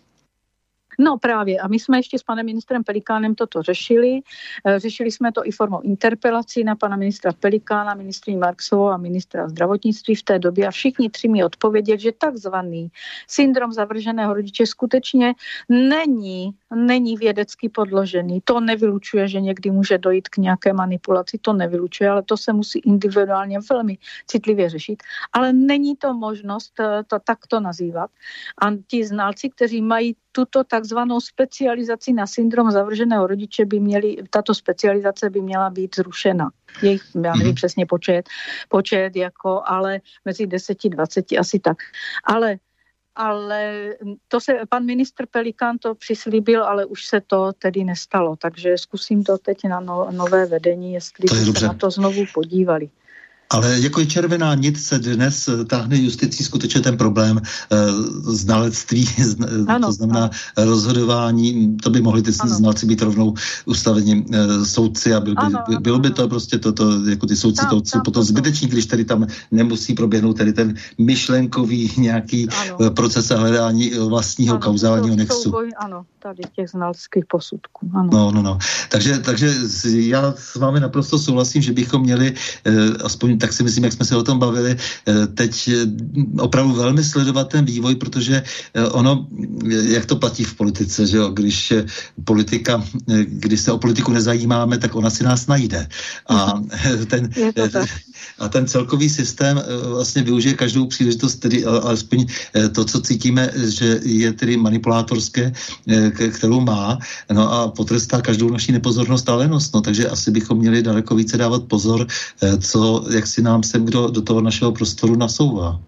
Speaker 3: No právě. A my jsme ještě s panem ministrem Pelikánem toto řešili. Řešili jsme to i formou interpelací na pana ministra Pelikána, ministryni Marksovou a ministra zdravotnictví v té době a všichni tři mi odpověděli, že takzvaný syndrom zavrženého rodiče skutečně není, není vědecky podložený. To nevylučuje, že někdy může dojít k nějaké manipulaci, to nevylučuje, ale to se musí individuálně velmi citlivě řešit. Ale není to možnost to takto nazývat. A ti znalci, kteří mají tuto takzvanou specializaci na syndrom zavrženého rodiče by měli, tato specializace by měla být zrušena. Jejich, já nevím přesně počet, počet jako, ale mezi deseti dvaceti asi tak. Ale ale to se, pan ministr Pelikán to přislíbil, ale už se to tedy nestalo, takže zkusím to teď na no, nové vedení, jestli by se na to znovu podívali.
Speaker 2: Ale jako je červená nit se dnes táhne justicí skutečně ten problém e, znalectví, zna, to znamená ano. rozhodování, to by mohli ty ano. znalci být rovnou ustaveni e, soudci a byl by, ano, by, bylo by to prostě toto, jako ty soudci tam, to, tam, potom to, zbyteční, když tady tam nemusí proběhnout tady ten myšlenkový nějaký ano. proces a hledání vlastního ano, kauzálního
Speaker 3: to,
Speaker 2: nexu.
Speaker 3: Souboj, ano. tady těch znaleckých posudků. Ano.
Speaker 2: No, no, no. Takže, takže já s vámi naprosto souhlasím, že bychom měli, eh, aspoň tak si myslím, jak jsme se o tom bavili, eh, teď eh, opravdu velmi sledovat ten vývoj, protože eh, ono, jak to platí v politice, že jo, když eh, politika, eh, když se o politiku nezajímáme, tak ona si nás najde. A ten, eh, a ten celkový systém eh, vlastně využije každou příležitost, tedy alespoň eh, to, co cítíme, že je tedy manipulátorské, eh, kterou má, no a potrestá každou naší nepozornost a lenost, no, takže asi bychom měli daleko více dávat pozor, co, jak si nám sem kdo do toho našeho prostoru nasouvá.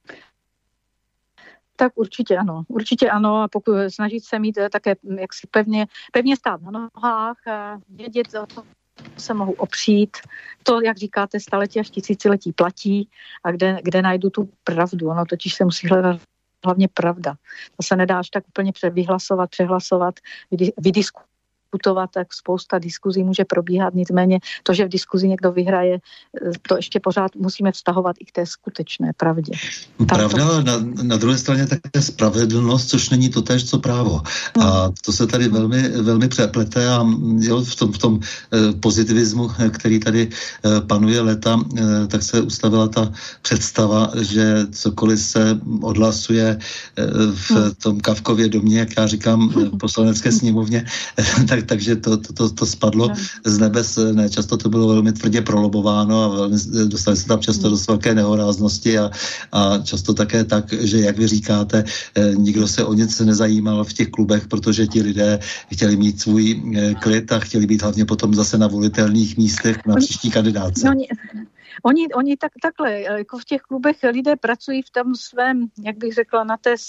Speaker 3: Tak určitě ano, určitě ano a pokud snažit se mít také jaksi pevně, pevně stát na nohách, vědět, za to se mohu opřít. To, jak říkáte, staletí až tisíciletí platí a kde, kde najdu tu pravdu, ono totiž se musí hledat hlavně pravda. To se nedá až tak úplně vyhlasovat, přehlasovat, vydiskutovat, tak spousta diskuzí může probíhat, nicméně to, že v diskuzi někdo vyhraje, to ještě pořád musíme vztahovat i k té skutečné pravdě.
Speaker 2: Pravda, to... na, na druhé straně také spravedlnost, což není to též, co právo. Hmm. A to se tady velmi, velmi přeplete a jo, v tom, v tom eh, pozitivismu, který tady eh, panuje leta, eh, tak se ustavila ta představa, že cokoliv se odhlasuje eh, v hmm. tom Kafkově domě, jak já říkám, v poslanecké sněmovně, tak, takže to, to, to, to spadlo hmm. z nebes. Ne, často to bylo velmi tvrdě prolobováno a velmi, dostali se tam často hmm. dost velké nehoráznosti a, a často také tak, že jak vy říkáte, eh, nikdo se o nic nezajímal v těch klubech, protože ti lidé chtěli mít svůj eh, klid a chtěli být hlavně potom zase na volitelných místech na příští kandidáce.
Speaker 3: No, Oni, oni tak, takhle, jako v těch klubech lidé pracují v tom svém, jak bych řekla, na té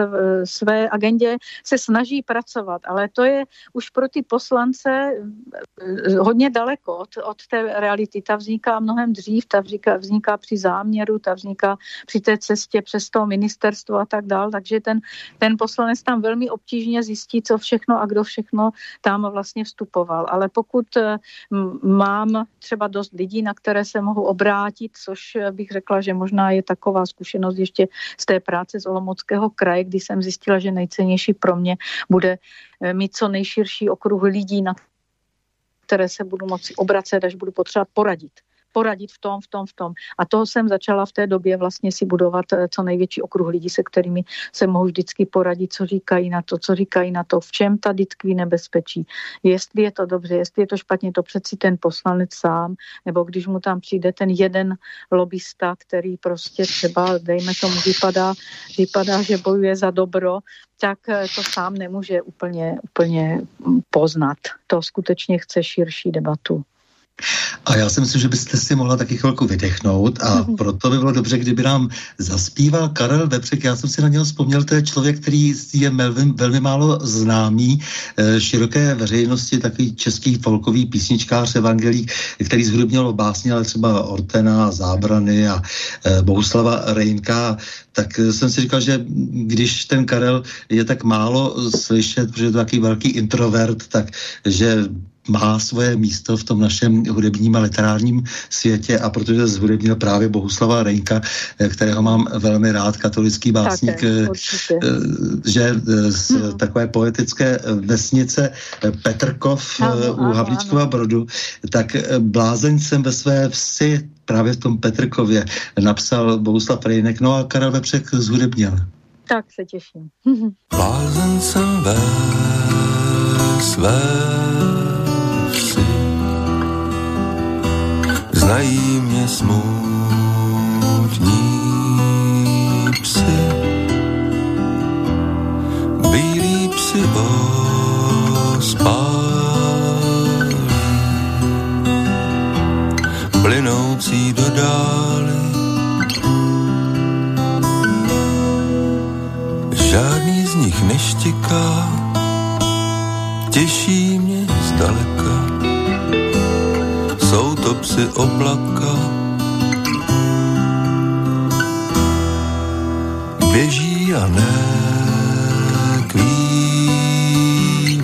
Speaker 3: své agendě se snaží pracovat, ale to je už pro ty poslance hodně daleko od, od té reality. Ta vzniká mnohem dřív, ta vzniká, vzniká při záměru, ta vzniká při té cestě přes to ministerstvo a tak dál, takže ten, ten poslanec tam velmi obtížně zjistí, co všechno a kdo všechno tam vlastně vstupoval. Ale pokud mám třeba dost lidí, na které se mohu obrátit, což bych řekla, že možná je taková zkušenost ještě z té práce z Olomouckého kraje, kdy jsem zjistila, že nejcennější pro mě bude mít co nejširší okruh lidí, na které se budu moci obracet, až budu potřebovat poradit. poradit v tom, v tom, v tom. A toho jsem začala v té době vlastně si budovat co největší okruh lidí, se kterými se mohu vždycky poradit, co říkají na to, co říkají na to, v čem tady tkví nebezpečí. Jestli je to dobře, jestli je to špatně, to přeci ten poslanec sám, nebo když mu tam přijde ten jeden lobista, který prostě třeba, dejme tomu, vypadá, vypadá, že bojuje za dobro, tak to sám nemůže úplně, úplně poznat. To skutečně chce širší debatu.
Speaker 2: A já si myslím, že byste si mohla taky chvilku vydechnout a proto by bylo dobře, kdyby nám zaspíval Karel Vepřek. Já jsem si na něho vzpomněl, to je člověk, který je velmi, velmi málo známý e, široké veřejnosti, takový český folkový písničkář, evangelík, který zhudobnil básně, ale třeba Ortena, Zábrany a e, Bohuslava Reynka. Tak jsem si říkal, že když ten Karel je tak málo slyšet, protože je to takový velký introvert, tak že má svoje místo v tom našem hudebním a literárním světě a protože zhudebnil právě Bohuslava Reynka, kterého mám velmi rád, katolický básník, také, že z hmm. takové poetické vesnice Petrkov ano, u Havlíčkova Brodu, tak blázeň jsem ve své vsi právě v tom Petrkově napsal Bohuslav Rejnek, no a Karel Vepřek zhudebnil.
Speaker 3: Tak se těším.
Speaker 4: Blázen jsem ve své znají mě smutní psy, bílí psy ospálí, plynoucí do dály. Žádný z nich neštěká, těší mě zdaleka. Jsou to psy oblaka, běží a nekvílí,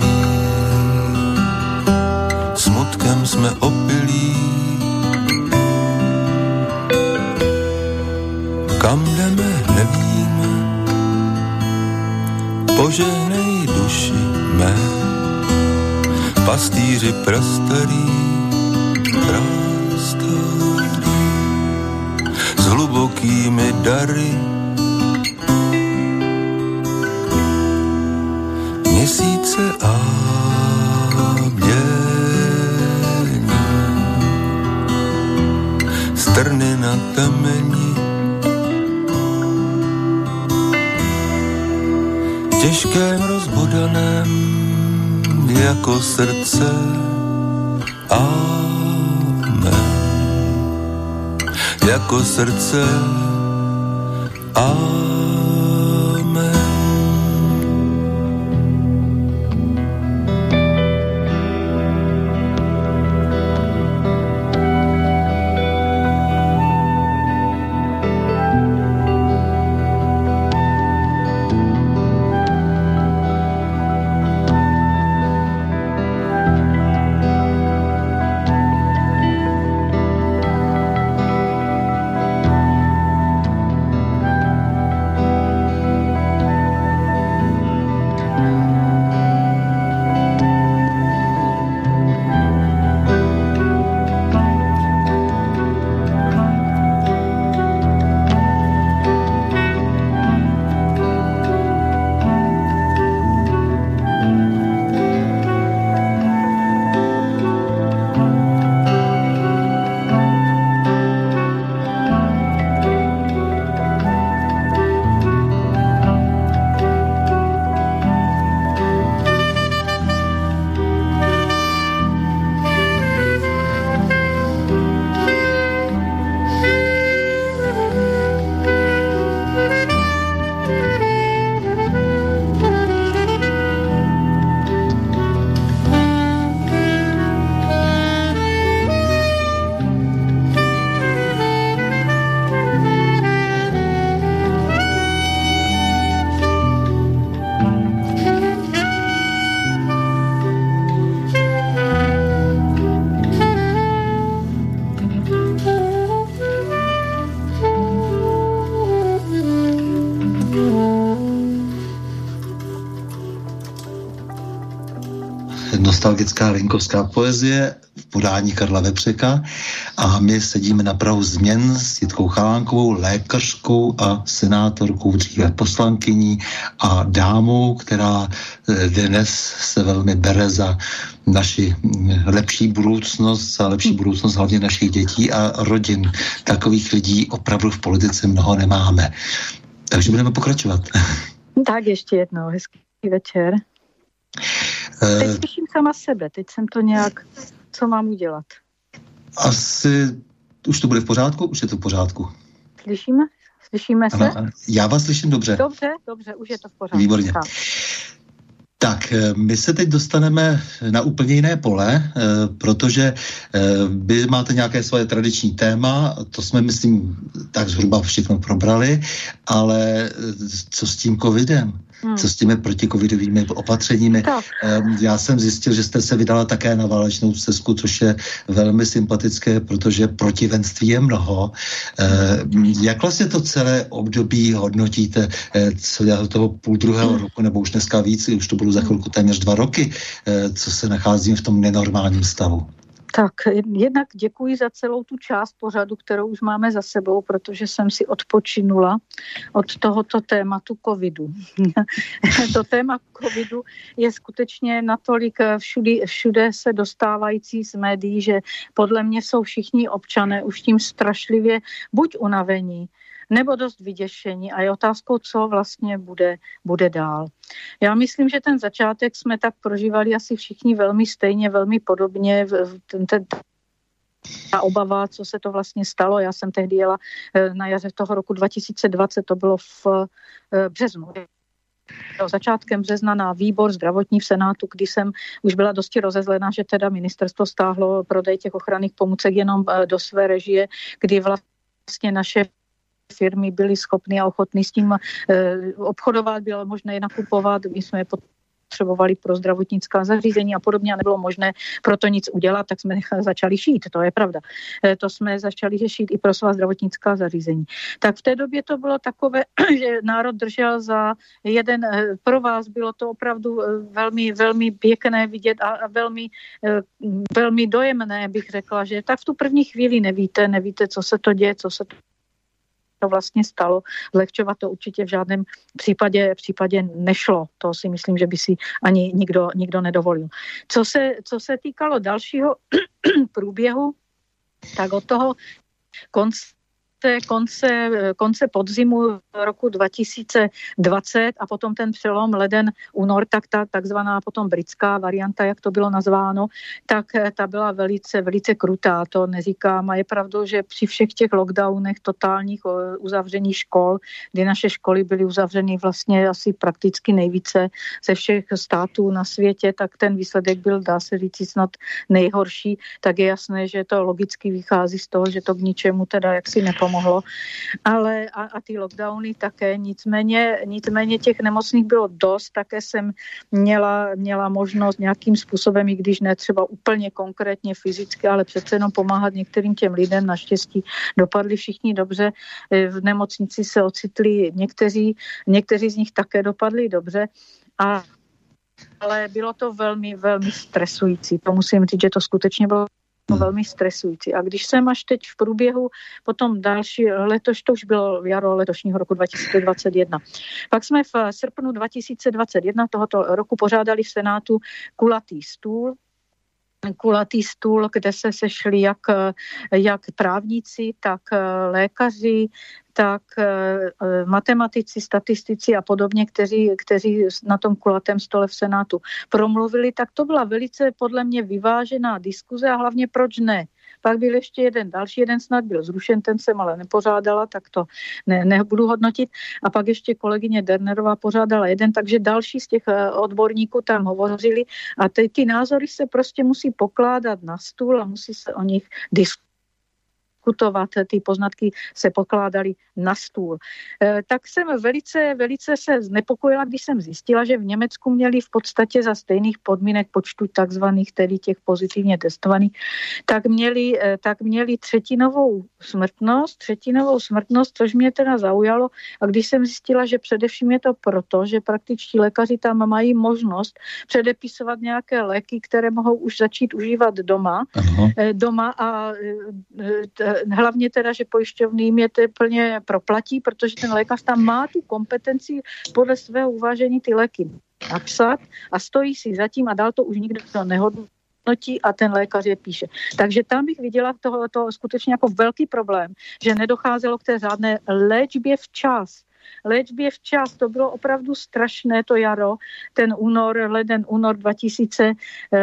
Speaker 4: smutkem jsme opilí, kam jdeme nevíme, požehnej duši mé, pastýři prastarý, prastarý, s hlubokými dary, měsíce a bdění, strny na temeni, těžkém rozbodaném jako srdce. Amen. Jako srdce. Amen.
Speaker 2: Nostalgická linkovská poezie v podání Karla Vepřeka a my sedíme na prahu změn s Jitkou Chalánkovou, lékařkou a senátorkou, dříve poslankyní a dámou, která dnes se velmi bere za naši lepší budoucnost, za lepší budoucnost hlavně našich dětí a rodin. Takových lidí opravdu v politice mnoho nemáme. Takže budeme pokračovat.
Speaker 3: Tak ještě jednou, hezký večer. Teď slyším sama sebe, teď jsem to nějak, co mám udělat?
Speaker 2: Asi, už to bude v pořádku? Už je to v pořádku.
Speaker 3: Slyšíme? Slyšíme se?
Speaker 2: Ano, já vás slyším dobře.
Speaker 3: Dobře, dobře, už je to v pořádku.
Speaker 2: Výborně. Tak. Tak, my se teď dostaneme na úplně jiné pole, protože vy máte nějaké svoje tradiční téma, to jsme, myslím, tak zhruba všechno probrali, ale co s tím covidem? Hmm. Co s těmi protikovidovými opatřeními? Tak. Já jsem zjistil, že jste se vydala také na válečnou stezku, což je velmi sympatické, protože protivenství je mnoho. Jak vlastně to celé období hodnotíte, co já toho půl druhého hmm. roku, nebo už dneska víc, už to budou za chvilku téměř dva roky, co se nacházíme v tom nenormálním stavu?
Speaker 3: Tak jednak děkuji za celou tu část pořadu, kterou už máme za sebou, protože jsem si odpočinula od tohoto tématu covidu. To téma covidu je skutečně natolik všude, všude se dostávající z médií, že podle mě jsou všichni občané už tím strašlivě buď unavení, nebo dost vyděšení a je otázkou, co vlastně bude, bude dál. Já myslím, že ten začátek jsme tak prožívali asi všichni velmi stejně, velmi podobně. Ten, ten, ta obava, co se to vlastně stalo. Já jsem tehdy jela na jaře toho roku dva tisíce dvacet, to bylo v březnu. Začátkem března na výbor zdravotní v Senátu, kdy jsem už byla dosti rozezlená, že teda ministerstvo stáhlo prodej těch ochranných pomůcek jenom do své režie, kdy vlastně naše firmy byly schopny a ochotny s tím e, obchodovat, bylo možné je nakupovat, my jsme je potřebovali pro zdravotnická zařízení a podobně a nebylo možné pro to nic udělat, tak jsme začali šít, to je pravda. To jsme začali šít i pro svá zdravotnická zařízení. Tak v té době to bylo takové, že národ držel za jeden, pro vás bylo to opravdu velmi, velmi pěkné vidět a velmi, velmi dojemné, bych řekla, že tak v tu první chvíli nevíte, nevíte, co se to děje, co se to to vlastně stalo. Zlehčovat to určitě v žádném případě, případě nešlo. To si myslím, že by si ani nikdo, nikdo nedovolil. Co se, co se týkalo dalšího průběhu, tak od toho konce Konce, konce podzimu roku dva tisíce dvacet a potom ten přelom leden, únor, tak ta takzvaná potom britská varianta, jak to bylo nazváno, tak ta byla velice, velice krutá. To neříkám a je pravdou, že při všech těch lockdownech, totálních uzavření škol, kdy naše školy byly uzavřeny vlastně asi prakticky nejvíce ze všech států na světě, tak ten výsledek byl, dá se říct, snad nejhorší, tak je jasné, že to logicky vychází z toho, že to k ničemu teda jaksi nepomohlo. Mohlo. Ale a, a ty lockdowny také, nicméně, nicméně těch nemocných bylo dost, také jsem měla, měla možnost nějakým způsobem, i když ne třeba úplně konkrétně fyzicky, ale přece jenom pomáhat některým těm lidem, naštěstí dopadli všichni dobře, v nemocnici se ocitli někteří, někteří z nich také dopadli dobře a ale bylo to velmi, velmi stresující. To musím říct, že to skutečně bylo velmi stresující. A když jsem až teď v průběhu, potom další letoš, to už bylo jaro letošního roku dva tisíce dvacet jedna. Pak jsme v srpnu dva tisíce dvacet jedna tohoto roku pořádali v Senátu kulatý stůl, kulatý stůl, kde se sešli jak, jak právníci, tak lékaři, tak uh, matematici, statistici a podobně, kteří, kteří na tom kulatém stole v Senátu promluvili, tak to byla velice podle mě vyvážená diskuze a hlavně proč ne. Pak byl ještě jeden další, jeden snad byl zrušen, ten jsem ale nepořádala, tak to ne, nebudu hodnotit. A pak ještě kolegyně Dernerová pořádala jeden, takže další z těch odborníků tam hovořili a ty, ty názory se prostě musí pokládat na stůl a musí se o nich diskutovat. diskutovat, ty poznatky se pokládaly na stůl. E, tak jsem velice, velice se znepokojila, když jsem zjistila, že v Německu měli v podstatě za stejných podmínek počtu takzvaných, tedy těch pozitivně testovaných, tak měli, e, tak měli třetinovou smrtnost, třetinovou smrtnost, což mě teda zaujalo. A když jsem zjistila, že především je to proto, že praktičtí lékaři tam mají možnost předepisovat nějaké léky, které mohou už začít užívat doma, e, doma a e, hlavně teda, že pojišťovny jim je to plně proplatí, protože ten lékař tam má tu kompetenci podle svého uvážení ty léky napsat a stojí si zatím a dál to už nikdo nehodnotí a ten lékař je píše. Takže tam bych viděla to, to skutečně jako velký problém, že nedocházelo k té řádné léčbě včas. Léčbě včas, to bylo opravdu strašné to jaro, ten únor, leden, únor dva tisíce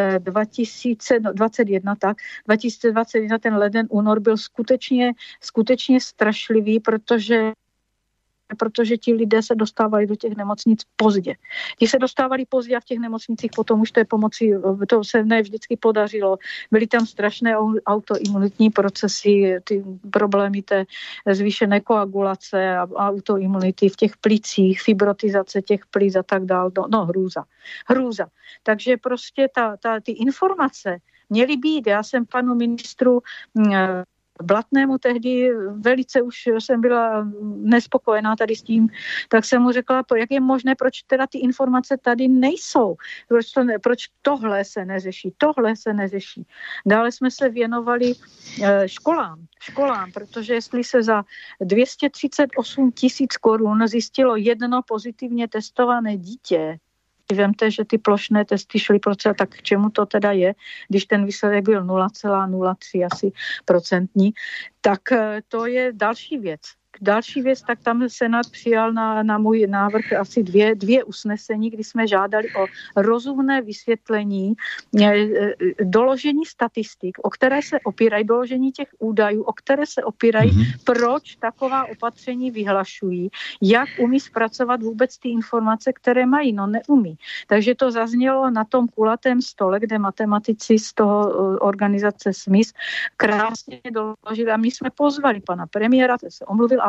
Speaker 3: dvacet jedna, tak, dva tisíce dvacet jedna ten leden, únor byl skutečně, skutečně strašlivý, protože protože ti lidé se dostávali do těch nemocnic pozdě. Ti se dostávali pozdě a v těch nemocnicích potom už té pomoci, to se ne vždycky podařilo. Byly tam strašné autoimunitní procesy, ty problémy té zvýšené koagulace a autoimunity v těch plicích, fibrotizace těch plic a tak dál. No, no hrůza. Hrůza. Takže prostě ta, ta, ty informace měly být. Já jsem panu ministru Blatnému tehdy velice už jsem byla nespokojená tady s tím, tak jsem mu řekla, jak je možné, proč teda ty informace tady nejsou, proč, to ne, proč tohle se neřeší, tohle se neřeší. Dále jsme se věnovali školám, školám, protože jestli se za dvě stě třicet osm tisíc korun zjistilo jedno pozitivně testované dítě, vemte, že ty plošné testy šly procent, tak k čemu to teda je, když ten výsledek byl nula celá nula tři asi procentní, tak to je další věc. Další věc, tak tam Senát přijal na, na můj návrh asi dvě, dvě usnesení, kdy jsme žádali o rozumné vysvětlení, doložení statistik, o které se opírají, doložení těch údajů, o které se opírají, mm-hmm. proč taková opatření vyhlašují, jak umí zpracovat vůbec ty informace, které mají, no neumí. Takže to zaznělo na tom kulatém stole, kde matematici z toho organizace S M I S krásně doložili a my jsme pozvali pana premiéra, ten se omluvil, ale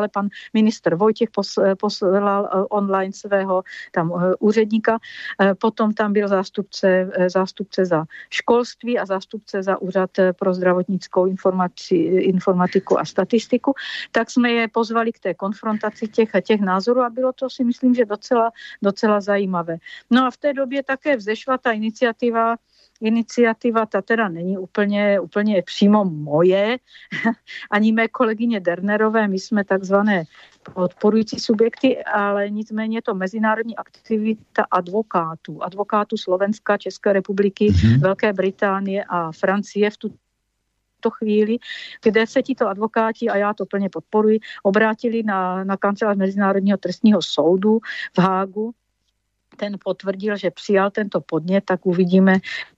Speaker 3: ale pan ministr Vojtěch poslal online svého tam úředníka. Potom tam byl zástupce, zástupce za školství a zástupce za úřad pro zdravotnickou informaci, informatiku a statistiku. Tak jsme je pozvali k té konfrontaci těch, těch názorů a bylo to, si myslím, že docela, docela zajímavé. No a v té době také vzešla ta iniciativa Iniciativa, ta teda není úplně, úplně přímo moje, ani mé kolegyně Dernerové, my jsme takzvané podporující subjekty, ale nicméně je to mezinárodní aktivita advokátů. Advokátů Slovenska, České republiky, mm-hmm. Velké Británie a Francie v tuto chvíli, kde se tito advokáti, a já to plně podporuji, obrátili na, na kancelář Mezinárodního trestního soudu v Hágu. Ten potvrdil, že přijal tento podnět, tak uvidíme,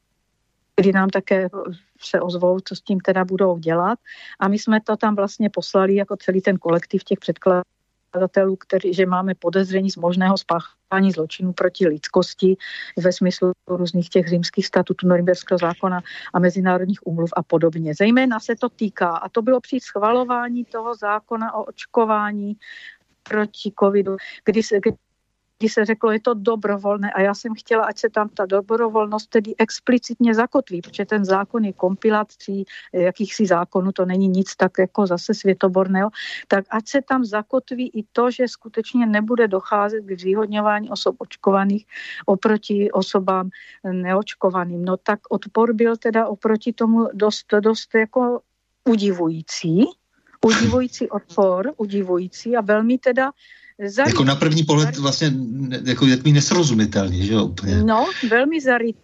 Speaker 3: kdy nám také se ozvou, co s tím teda budou dělat. A my jsme to tam vlastně poslali jako celý ten kolektiv těch předkladatelů, který, že máme podezření z možného spáchání zločinů proti lidskosti ve smyslu různých těch římských statutů, Norimberského zákona a mezinárodních úmluv a podobně. Zejména se to týká, a to bylo při schvalování toho zákona o očkování proti covidu, kdy se, kdy kdy se řeklo, je to dobrovolné a já jsem chtěla, ať se tam ta dobrovolnost tedy explicitně zakotví, protože ten zákon je kompilát tří jakýchsi zákonů, to není nic tak jako zase světoborného, tak ať se tam zakotví i to, že skutečně nebude docházet k zvýhodňování osob očkovaných oproti osobám neočkovaným. No tak odpor byl teda oproti tomu dost, dost jako udivující, udivující odpor, udivující a velmi teda zarytý. Jako
Speaker 2: na první pohled vlastně jako takový nesrozumitelný, že jo? Úplně.
Speaker 3: No, velmi zarytý.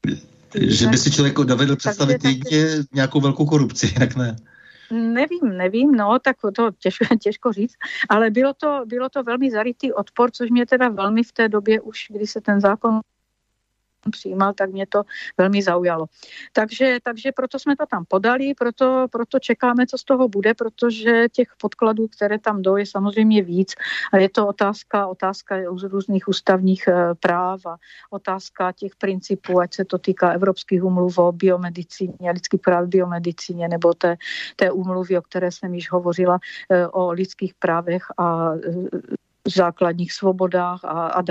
Speaker 2: Že by si člověk dovedl představit takže, jedině takže... nějakou velkou korupci, jinak ne.
Speaker 3: Nevím, nevím, no, tak to těžko, těžko říct, ale bylo to, bylo to velmi zarytý odpor, což mě teda velmi v té době už, kdy se ten zákon přijímal, tak mě to velmi zaujalo. Takže, takže proto jsme to tam podali, proto, proto čekáme, co z toho bude, protože těch podkladů, které tam jdou, je samozřejmě víc a je to otázka, otázka z různých ústavních práv a otázka těch principů, ať se to týká evropských úmluv o biomedicíně, lidských práv biomedicíně nebo té, té úmluvy, o které jsem již hovořila, o lidských právech a základních svobodách a, a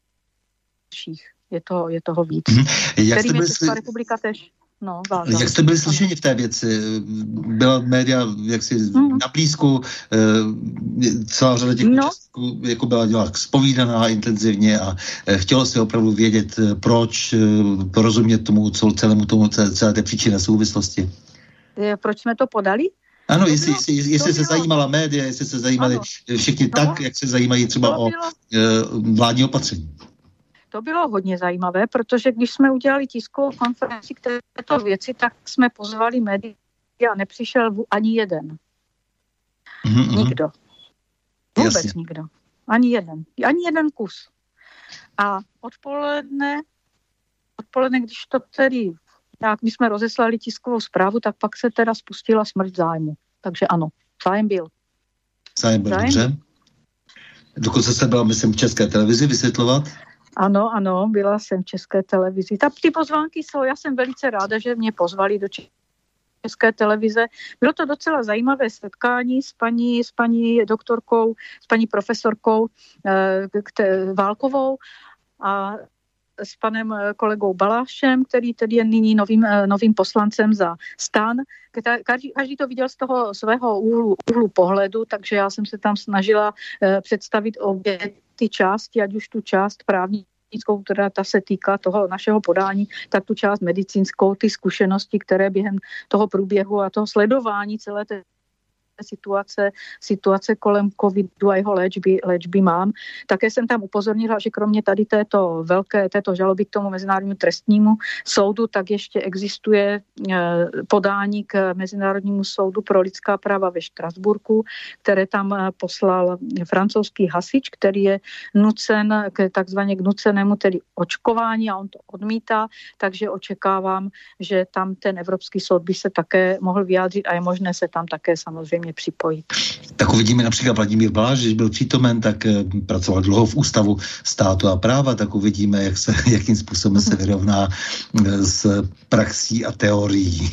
Speaker 3: dalších. Je, to, je toho víc. Mm-hmm. Jak kterým je Česká sli... republika tež. No, vážná.
Speaker 2: Jak jste byli slyšeni v té věci? Byla média jaksi mm-hmm. na blízku, celá řada těch
Speaker 3: no.
Speaker 2: účastníků jako byla nějak zpovídaná intenzivně a chtělo se opravdu vědět, proč, porozumět tomu celému tomu, celé té příčiny souvislosti.
Speaker 3: Proč jsme to podali?
Speaker 2: Ano, jestli, jestli, jestli se zajímala média, jestli se zajímali ano. všichni no. tak, jak se zajímají třeba to o bylo... vládní opatření.
Speaker 3: To bylo hodně zajímavé, protože když jsme udělali tiskovou konferenci k této věci, tak jsme pozvali média a nepřišel ani jeden. Mm-hmm. Nikdo. Vůbec Jasně. nikdo. Ani jeden. Ani jeden kus. A odpoledne, odpoledne, když to tedy, jak my jsme rozeslali tiskovou zprávu, tak pak se teda spustila smrť zájmu. Takže ano, zájem byl.
Speaker 2: Zájem byl, dobře. Dokonce jste byla, myslím, v České televizi vysvětlovat.
Speaker 3: Ano, ano, byla jsem v České televizi. Ta, ty pozvánky jsou, já jsem velice ráda, že mě pozvali do České televize. Bylo to docela zajímavé setkání s paní, s paní doktorkou, s paní profesorkou e, kte, Válkovou a s panem kolegou Balášem, který tedy je nyní novým, novým poslancem za STAN. Každý, každý to viděl z toho svého úhlu, úhlu pohledu, takže já jsem se tam snažila e, představit obě ty části, ať už tu část právnickou, která ta se týká toho našeho podání, tak tu část medicínskou, ty zkušenosti, které během toho průběhu a toho sledování celé té situace, situace kolem covidu a jeho léčby, léčby mám. Také jsem tam upozornila, že kromě tady této velké, této žaloby k tomu Mezinárodnímu trestnímu soudu, tak ještě existuje podání k Mezinárodnímu soudu pro lidská práva ve Štrasburku, které tam poslal francouzský hasič, který je nucen k takzvaně k nucenému tedy očkování a on to odmítá, takže očekávám, že tam ten Evropský soud by se také mohl vyjádřit a je možné se tam také samozřejmě mě připojit.
Speaker 2: Tak uvidíme například Vladimír Balaš, když byl přítomen, tak pracoval dlouho v Ústavu státu a práva, tak uvidíme, jak se, jakým způsobem se vyrovná s praxí a teorií.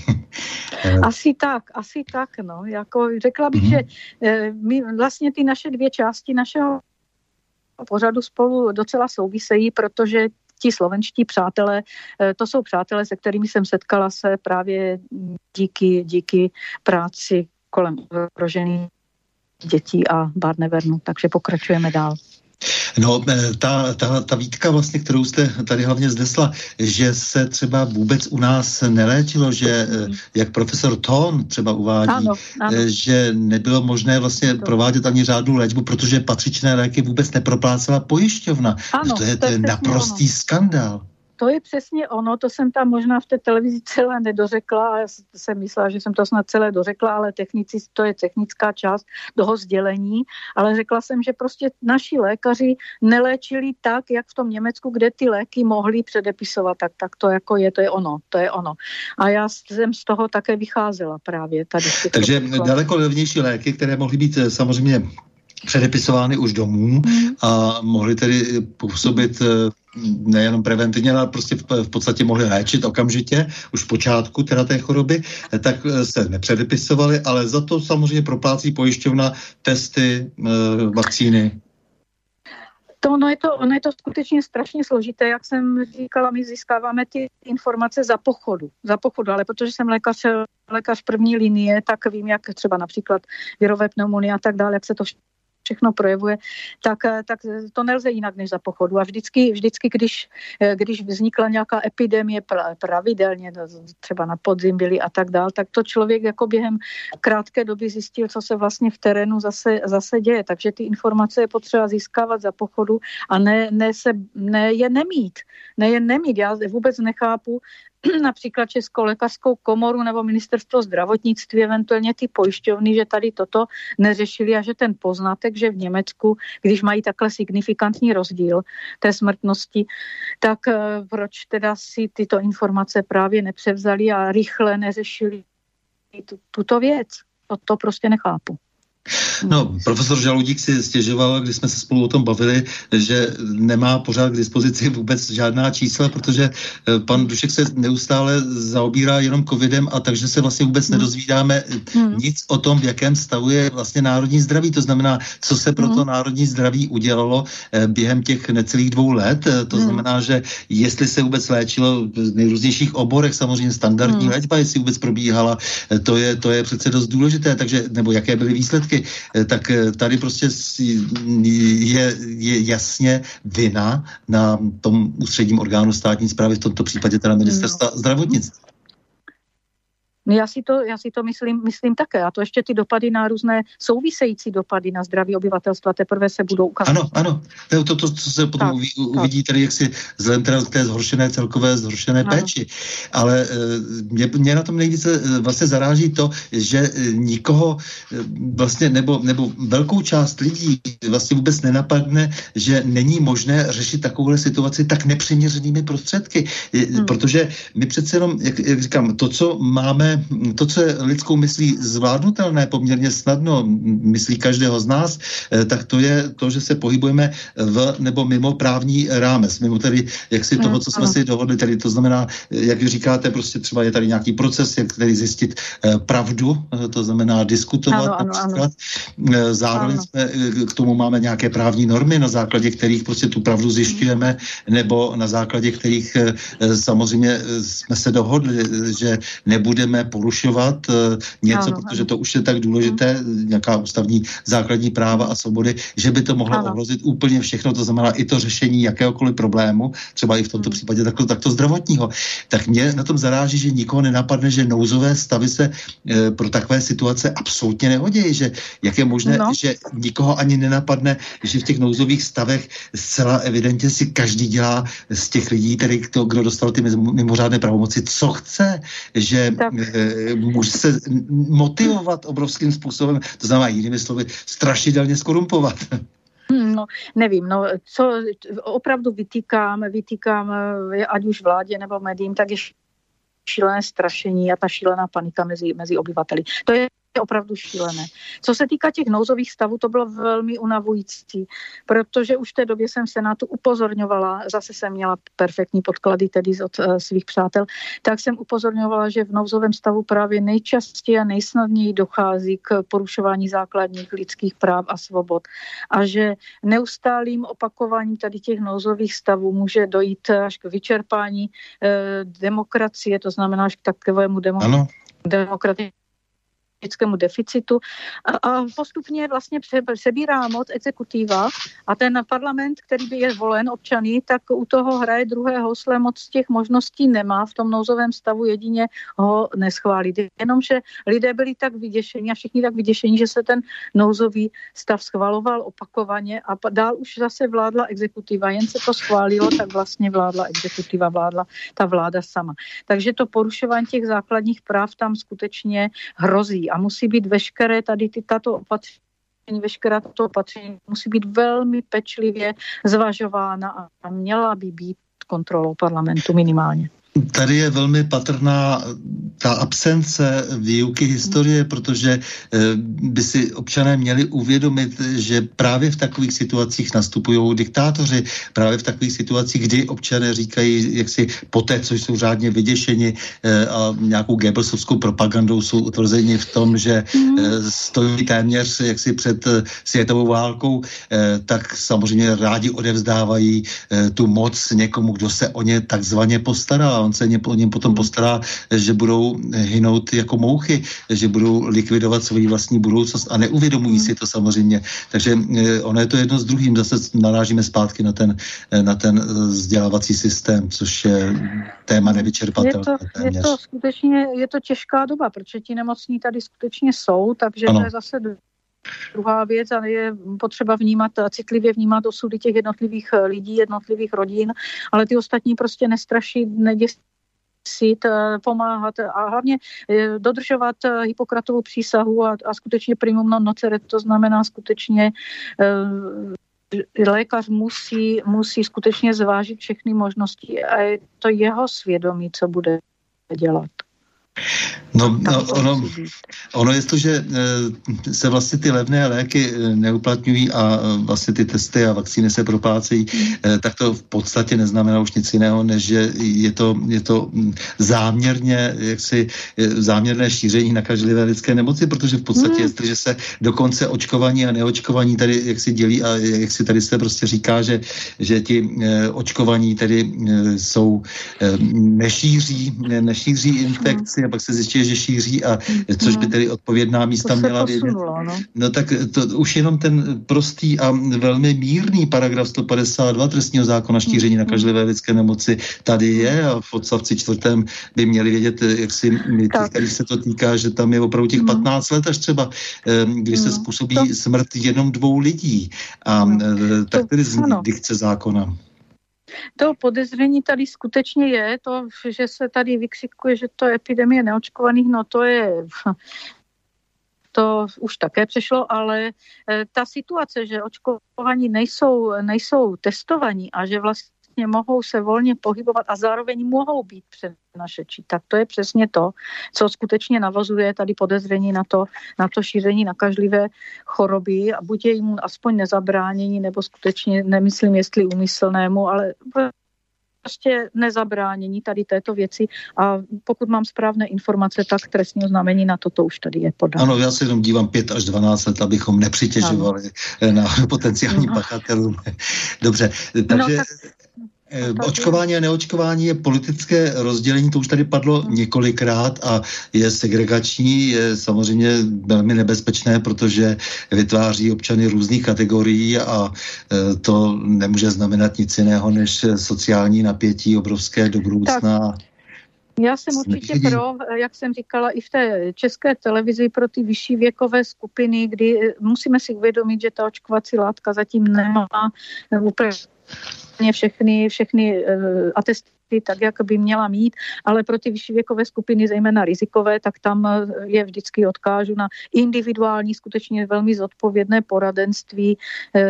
Speaker 3: Asi tak, asi tak, no. Jako řekla bych, mm-hmm. že my vlastně ty naše dvě části našeho pořadu spolu docela souvisejí, protože ti slovenští přátelé, to jsou přátelé, se kterými jsem setkala se právě díky, díky práci kolem ohrožených dětí a Barnevernu, takže pokračujeme dál.
Speaker 2: No, ta, ta, ta výtka vlastně, kterou jste tady hlavně znesla, že se třeba vůbec u nás neléčilo, že jak profesor Thon třeba uvádí, ano, ano. že nebylo možné vlastně to. provádět ani řádnou léčbu, protože patřičné léky vůbec neproplácela pojišťovna.
Speaker 3: Ano,
Speaker 2: to je, to je naprostý ono. skandál.
Speaker 3: To je přesně ono, to jsem tam možná v té televizi celé nedořekla a já jsem myslela, že jsem to snad celé dořekla, ale technici, to je technická část toho sdělení, ale řekla jsem, že prostě naši lékaři neléčili tak, jak v tom Německu, kde ty léky mohli předepisovat, tak, tak to jako je, to je ono, to je ono. A já jsem z toho také vycházela právě tady.
Speaker 2: Takže daleko levnější léky, které mohly být samozřejmě předepisovány už domů a mohly tedy působit nejenom preventivně, ale prostě v, v podstatě mohli léčit okamžitě, už v počátku teda té choroby, tak se nepředepisovaly, ale za to samozřejmě proplácí pojišťovna testy, vakcíny.
Speaker 3: To, ono, je to, ono je to skutečně strašně složité, jak jsem říkala, my získáváme ty informace za pochodu, za pochodu, ale protože jsem lékař, lékař první linie, tak vím, jak třeba například virové pneumonie a tak dále, jak se to všechno projevuje, tak, tak to nelze jinak než za pochodu. A vždycky, vždycky když, když vznikla nějaká epidemie pravidelně, třeba na podzim byly a tak dál, tak to člověk jako během krátké doby zjistil, co se vlastně v terénu zase, zase děje. Takže ty informace je potřeba získávat za pochodu a ne, ne, se, ne je nemít. Ne je nemít. Já vůbec nechápu, například Českou lékařskou komoru nebo ministerstvo zdravotnictví, eventuálně ty pojišťovny, že tady toto neřešili a že ten poznatek, že v Německu, když mají takhle signifikantní rozdíl té smrtnosti, tak proč teda si tyto informace právě nepřevzali a rychle neřešili tuto věc? To, to prostě nechápu.
Speaker 2: No, profesor Žaludík si stěžoval, když jsme se spolu o tom bavili, že nemá pořád k dispozici vůbec žádná čísla, protože pan Dušek se neustále zaobírá jenom covidem a takže se vlastně vůbec nedozvídáme hmm. nic o tom, v jakém stavu je vlastně národní zdraví. To znamená, co se pro to národní zdraví udělalo během těch necelých dvou let. To hmm. znamená, že jestli se vůbec léčilo v nejrůznějších oborech, samozřejmě standardní hmm. léčba, jestli vůbec probíhala, to je, to je přece dost důležité, takže, nebo jaké byly výsledky. Tak tady prostě je, je jasně vina na tom ústředním orgánu státní správy, v tomto případě teda ministerstva no. zdravotnictví.
Speaker 3: Já si to, já si to myslím, myslím také. A to ještě ty dopady na různé související dopady na zdraví obyvatelstva teprve se budou ukazovat.
Speaker 2: Ano, ano. To, to, to co se potom tak, uvidí, uvidí tady, jak si vzhledem teda k té zhoršené, celkové zhoršené ano. péči. Ale mě, mě na tom nejvíce vlastně zaráží to, že nikoho vlastně, nebo, nebo velkou část lidí vlastně vůbec nenapadne, že není možné řešit takovouhle situaci tak nepřiměřenými prostředky. Hmm. Protože my přece jenom, jak, jak říkám, to, co máme to, co je lidskou myslí zvládnutelné poměrně snadno, myslí každého z nás, tak to je to, že se pohybujeme v nebo mimo právní rámec, mimo tedy jaksi toho, co jsme si dohodli, tedy to znamená, jak vy říkáte, prostě třeba je tady nějaký proces, jak tedy zjistit pravdu, to znamená diskutovat ano, například. Ano. Zároveň ano. jsme, k tomu máme nějaké právní normy, na základě kterých prostě tu pravdu zjišťujeme, nebo na základě kterých samozřejmě jsme se dohodli, že nebudeme porušovat uh, něco, ano, protože ano. to už je tak důležité, hmm. nějaká ústavní základní práva a svobody, že by to mohlo ano. ohrozit úplně všechno, to znamená i to řešení jakéhokoliv problému, třeba i v tomto hmm. případě takto, takto zdravotního. Tak mě na tom zaráží, že nikoho nenapadne, že nouzové stavy se e, pro takové situace absolutně nehodí, že jak je možné, no. že nikoho ani nenapadne, že v těch nouzových stavech zcela evidentně si každý dělá z těch lidí, tedy kdo, kdo dostal ty mimořádné pravomoci, co chce, že e, může se motivovat obrovským způsobem, to znamená jinými slovy, strašidelně skorumpovat.
Speaker 3: No, nevím, no, co opravdu vytýkám, vytýkám, ať už vládě nebo médiím, tak je šílené strašení a ta šílená panika mezi, mezi obyvateli. To je opravdu šílené. Co se týká těch nouzových stavů, to bylo velmi unavující, protože už v té době jsem v Senátu upozorňovala, zase jsem měla perfektní podklady tedy od uh, svých přátel, tak jsem upozorňovala, že v nouzovém stavu právě nejčastěji a nejsnadněji dochází k porušování základních lidských práv a svobod a že neustálým opakováním tady těch nouzových stavů může dojít až k vyčerpání uh, demokracie, to znamená až k takovému demo- demokratickému deficitu a, a postupně vlastně přebírá moc exekutiva a ten parlament, který by je volen občany, tak u toho hraje druhé housle, moc těch možností nemá v tom nouzovém stavu, jedině ho neschválit. Jenomže lidé byli tak vyděšení a všichni tak vyděšení, že se ten nouzový stav schvaloval opakovaně a dál už zase vládla exekutiva, jen se to schválilo, tak vlastně vládla exekutiva, vládla ta vláda sama. Takže to porušování těch základních práv tam skutečně hrozí. A musí být veškeré tady ty, tato opatření, veškerá tato opatření musí být velmi pečlivě zvažována a měla by být kontrolou parlamentu minimálně.
Speaker 2: Tady je velmi patrná ta absence výuky historie, protože by si občané měli uvědomit, že právě v takových situacích nastupují diktátoři, právě v takových situacích, kdy občané říkají, jak si poté, co jsou řádně vyděšeni a nějakou Goebbelsovskou propagandou jsou utvrzeni v tom, že stojí téměř jaksi před světovou válkou, tak samozřejmě rádi odevzdávají tu moc někomu, kdo se o ně takzvaně postará. On se o něm potom postará, že budou hynout jako mouchy, že budou likvidovat svoji vlastní budoucnost a neuvědomují si to samozřejmě. Takže ono je to jedno s druhým. Zase narážíme zpátky na ten, na ten vzdělávací systém, což je téma nevyčerpatelné.
Speaker 3: Je to, je to skutečně, je to těžká doba, protože ti nemocní tady skutečně jsou, takže ano. To je zase druhá věc a je potřeba vnímat, citlivě vnímat osudy těch jednotlivých lidí, jednotlivých rodin, ale ty ostatní prostě nestrašit, neděsit, pomáhat a hlavně dodržovat Hippokratovu přísahu a, a skutečně primum non nocere, to znamená skutečně lékař musí, musí skutečně zvážit všechny možnosti a je to jeho svědomí, co bude dělat.
Speaker 2: No, no ono, ono je to, že se vlastně ty levné léky neuplatňují a vlastně ty testy a vakcíny se proplácejí, tak to v podstatě neznamená už nic jiného, než že je to, je to záměrně, jaksi záměrné šíření nakažlivé lidské nemoci, protože v podstatě, hmm. jestliže se dokonce očkovaní a neočkovaní tady jak si dělí a jak si tady se prostě říká, že, že ti očkovaní tady jsou nešíří, nešíří infekci a pak se zjistí, že šíří a což by tedy odpovědná místa měla vědět. No. no tak to už jenom ten prostý a velmi mírný paragraf sto padesát dva trestního zákona šíření nakažlivé lidské nemoci tady je a v odstavci čtvrtém by měli vědět, jak si který se to týká, že tam je opravdu těch patnáct let až třeba, když se způsobí to... smrt jenom dvou lidí a no. tak tedy zní dikce zákona.
Speaker 3: To podezření tady skutečně je, to, že se tady vykřikuje, že to je epidemie neočkovaných, no to je, to už také přešlo, ale ta situace, že očkovaní nejsou, nejsou testovaní a že vlastně mohou se volně pohybovat a zároveň mohou být přenašeči. Tak to je přesně to, co skutečně navazuje tady podezření na to, na to šíření nakažlivé choroby a buď je jim aspoň nezabránění, nebo skutečně nemyslím, jestli úmyslnému, ale prostě nezabránění tady této věci a pokud mám správné informace, tak trestní oznámení na toto už tady je podáno.
Speaker 2: Ano, já se jenom dívám pět až dvanáct let, abychom nepřitěžovali ano. na potenciální no. pachatelům. Dobře, takže... No, tak... Očkování a neočkování je politické rozdělení, to už tady padlo několikrát a je segregační, je samozřejmě velmi nebezpečné, protože vytváří občany různých kategorií a to nemůže znamenat nic jiného než sociální napětí obrovské do budoucna. Tak.
Speaker 3: Já jsem určitě pro, jak jsem říkala, i v té české televizi pro ty vyšší věkové skupiny, kdy musíme si uvědomit, že ta očkovací látka zatím nemá úplně všechny, všechny uh, atesty tak, jak by měla mít, ale pro ty vyšší věkové skupiny, zejména rizikové, tak tam je vždycky odkážu na individuální, skutečně velmi zodpovědné poradenství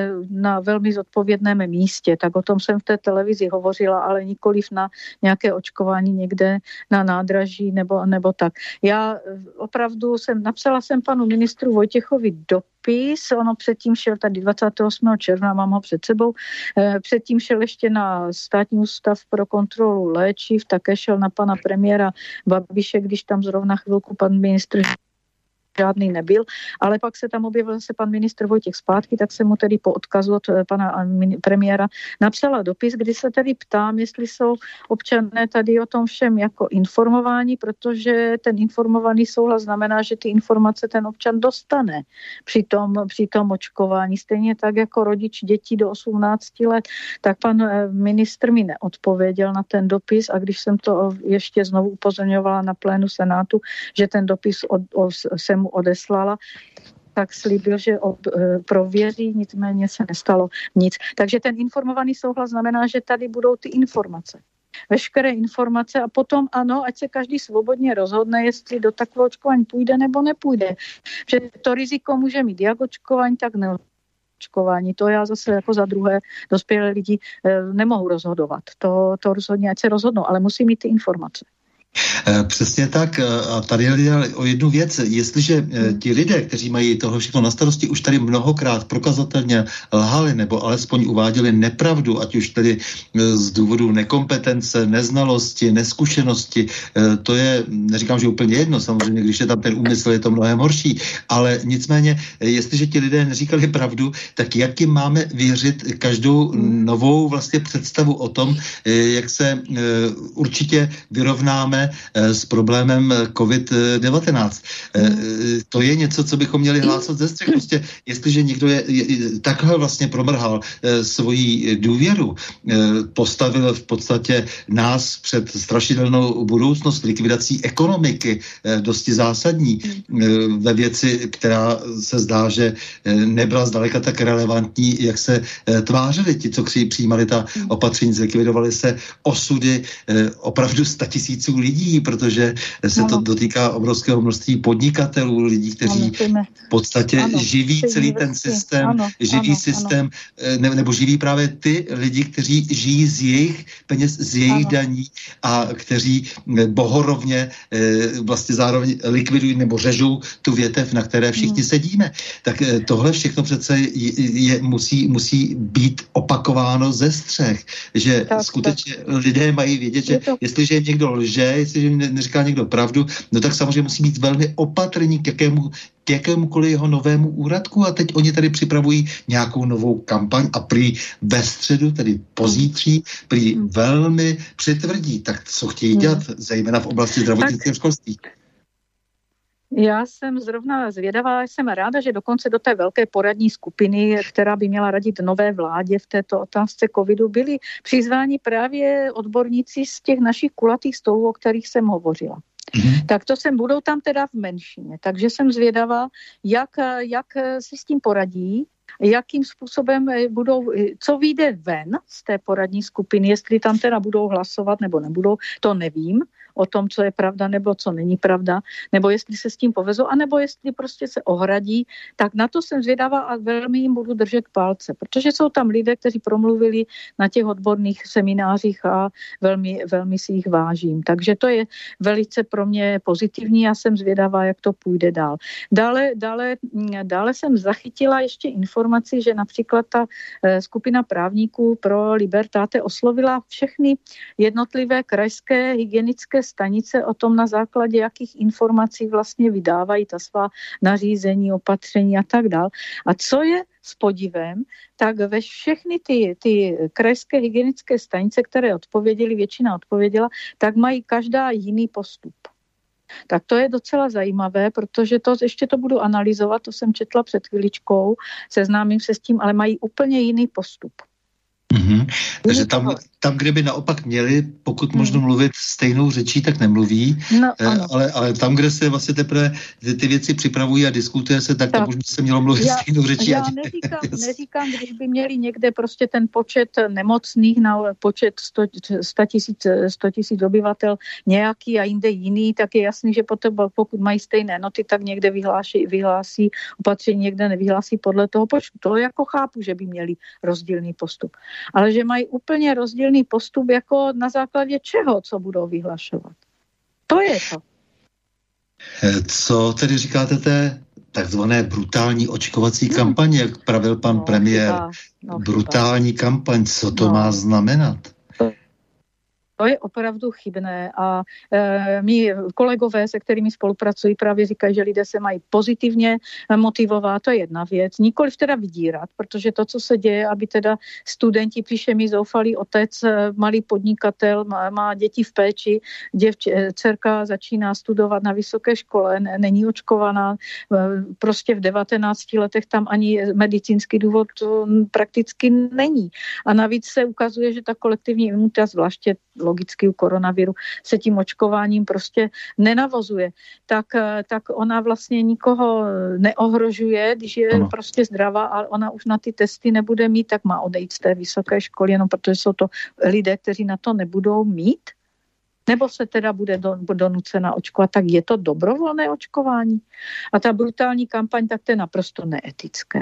Speaker 3: na velmi zodpovědném místě. Tak o tom jsem v té televizi hovořila, ale nikoliv na nějaké očkování někde na nádraží nebo, nebo tak. Já opravdu jsem, napsala jsem panu ministru Vojtěchovi dopis, ono předtím šel tady dvacátého osmého června, mám ho před sebou, předtím šel ještě na Státní ústav pro kontrolu léčiv, také šel na pana premiéra Babiše, když tam zrovna chvilku pan ministr žádný nebyl, ale pak se tam objevil se pan ministr Vojtěch zpátky, tak jsem mu tedy po odkazu od pana premiéra napsala dopis, kdy se tedy ptám, jestli jsou občané tady o tom všem jako informováni, protože ten informovaný souhlas znamená, že ty informace ten občan dostane při tom, při tom očkování. Stejně tak jako rodič dětí do osmnácti let, tak pan ministr mi neodpověděl na ten dopis a když jsem to ještě znovu upozorňovala na plénu Senátu, že ten dopis od, od, jsem mu odeslala, tak slíbil, že ob, e, prověří, nicméně se nestalo nic. Takže ten informovaný souhlas znamená, že tady budou ty informace. Veškeré informace a potom ano, ať se každý svobodně rozhodne, jestli do takového očkování půjde nebo nepůjde. Že to riziko může mít jak očkování, tak neočkování. To já zase jako za druhé dospělé lidi e, nemohu rozhodovat. To, to rozhodně, ať se rozhodnou, ale musí mít ty informace.
Speaker 2: Přesně tak. A tady jde o jednu věc. Jestliže ti lidé, kteří mají tohle všechno na starosti, už tady mnohokrát prokazatelně lhali nebo alespoň uváděli nepravdu, ať už tedy z důvodu nekompetence, neznalosti, neskušenosti, to je, neříkám, že úplně jedno, samozřejmě, když je tam ten úmysl, je to mnohem horší, ale nicméně, jestliže ti lidé neříkali pravdu, tak jak jim máme věřit každou novou vlastně představu o tom, jak se určitě vyrovnáme s problémem covid devatenáct. Hmm. To je něco, co bychom měli hlásat ze střech. Prostě, jestliže někdo je, je takhle vlastně promrhal svoji důvěru, postavil v podstatě nás před strašidelnou budoucnost likvidací ekonomiky, dosti zásadní, ve věci, která se zdá, že nebyla zdaleka tak relevantní, jak se tvářili ti, co přijímali ta opatření, zlikvidovali se osudy opravdu statisíců lidí, protože se ano. to dotýká obrovského množství podnikatelů, lidí, kteří ano, v podstatě ano, živí celý ten systém, ano, živí ano, systém, ano. nebo živí právě ty lidi, kteří žijí z jejich peněz, z jejich ano. daní a kteří bohorovně vlastně zároveň likvidují nebo řežou tu větev, na které všichni hmm. sedíme. Tak tohle všechno přece je, je, musí, musí být opakováno ze střech, že tak, skutečně tak. lidé mají vědět, že to... jestliže jim někdo lže, jestliže jim neříká někdo pravdu, no tak samozřejmě musí být velmi opatrní k jakému k jakémukoliv jeho novému úradku a teď oni tady připravují nějakou novou kampaň a prý ve středu, tedy pozítří, prý velmi přitvrdí. Tak co chtějí dělat, zejména v oblasti zdravotnického školství?
Speaker 3: Já jsem zrovna zvědavá, jsem ráda, že dokonce do té velké poradní skupiny, která by měla radit nové vládě v této otázce covidu, byli přizváni právě odborníci z těch našich kulatých stolů, o kterých jsem hovořila. Mm-hmm. Tak to sem budou tam teda v menšině. Takže jsem zvědavá, jak, jak si s tím poradí, jakým způsobem budou, co vyjde ven z té poradní skupiny, jestli tam teda budou hlasovat nebo nebudou, to nevím, o tom, co je pravda nebo co není pravda, nebo jestli se s tím povezou, anebo jestli prostě se ohradí, tak na to jsem zvědavá a velmi jim budu držet palce, protože jsou tam lidé, kteří promluvili na těch odborných seminářích a velmi, velmi si jich vážím. Takže to je velice pro mě pozitivní, já jsem zvědavá, jak to půjde dál. Dále, dále, dále jsem zachytila ještě informaci, že například ta skupina právníků pro Libertate oslovila všechny jednotlivé krajské hygienické stanice o tom, na základě jakých informací vlastně vydávají ta svá nařízení, opatření a tak dál. A co je s podivem, tak ve všechny ty, ty krajské hygienické stanice, které odpověděly, většina odpověděla, tak mají každá jiný postup. Tak to je docela zajímavé, protože to ještě to budu analyzovat, to jsem četla před chviličkou, seznámím se s tím, ale mají úplně jiný postup.
Speaker 2: Mm-hmm. Hmm. Takže tam, tam, kde by naopak měli, pokud možno mluvit stejnou řečí, tak nemluví,
Speaker 3: no,
Speaker 2: eh, ale, ale tam, kde se vlastně teprve ty, ty věci připravují a diskutuje se, tak, tak. tam už by se mělo mluvit já, stejnou řečí.
Speaker 3: Já neříkám, neříkám, když by měli někde prostě ten počet nemocných na počet sto tisíc obyvatel nějaký a jinde jiný, tak je jasný, že potom, pokud mají stejné noty, tak někde vyhlásí, vyhlásí opatření, někde nevyhlásí podle toho počtu. To jako chápu, že by měli rozdílný postup. Ale že mají úplně rozdílný postup jako na základě čeho, co budou vyhlašovat. To je to.
Speaker 2: Co tedy říkáte té takzvané brutální očkovací kampaně, jak pravil pan no, premiér? Chyba, no, brutální chyba. kampaň, co to no. má znamenat?
Speaker 3: To je opravdu chybné a e, mí kolegové, se kterými spolupracují, právě říkají, že lidé se mají pozitivně motivovat, to je jedna věc. Nikoliv teda vydírat, protože to, co se děje, aby teda studenti, píše mi zoufalý otec, malý podnikatel, má, má děti v péči, děvč, dcerka začíná studovat na vysoké škole, ne, není očkovaná, prostě v devatenácti letech tam ani medicínský důvod prakticky není. A navíc se ukazuje, že ta kolektivní imunita, zvláště logicky u koronaviru, se tím očkováním prostě nenavozuje. Tak, tak ona vlastně nikoho neohrožuje, když je ano. prostě zdravá a ona už na ty testy nebude mít, tak má odejít z té vysoké školy, jenom protože jsou to lidé, kteří na to nebudou mít. Nebo se teda bude do, donucena očkovat, tak je to dobrovolné očkování. A ta brutální kampaň, tak to je naprosto neetické.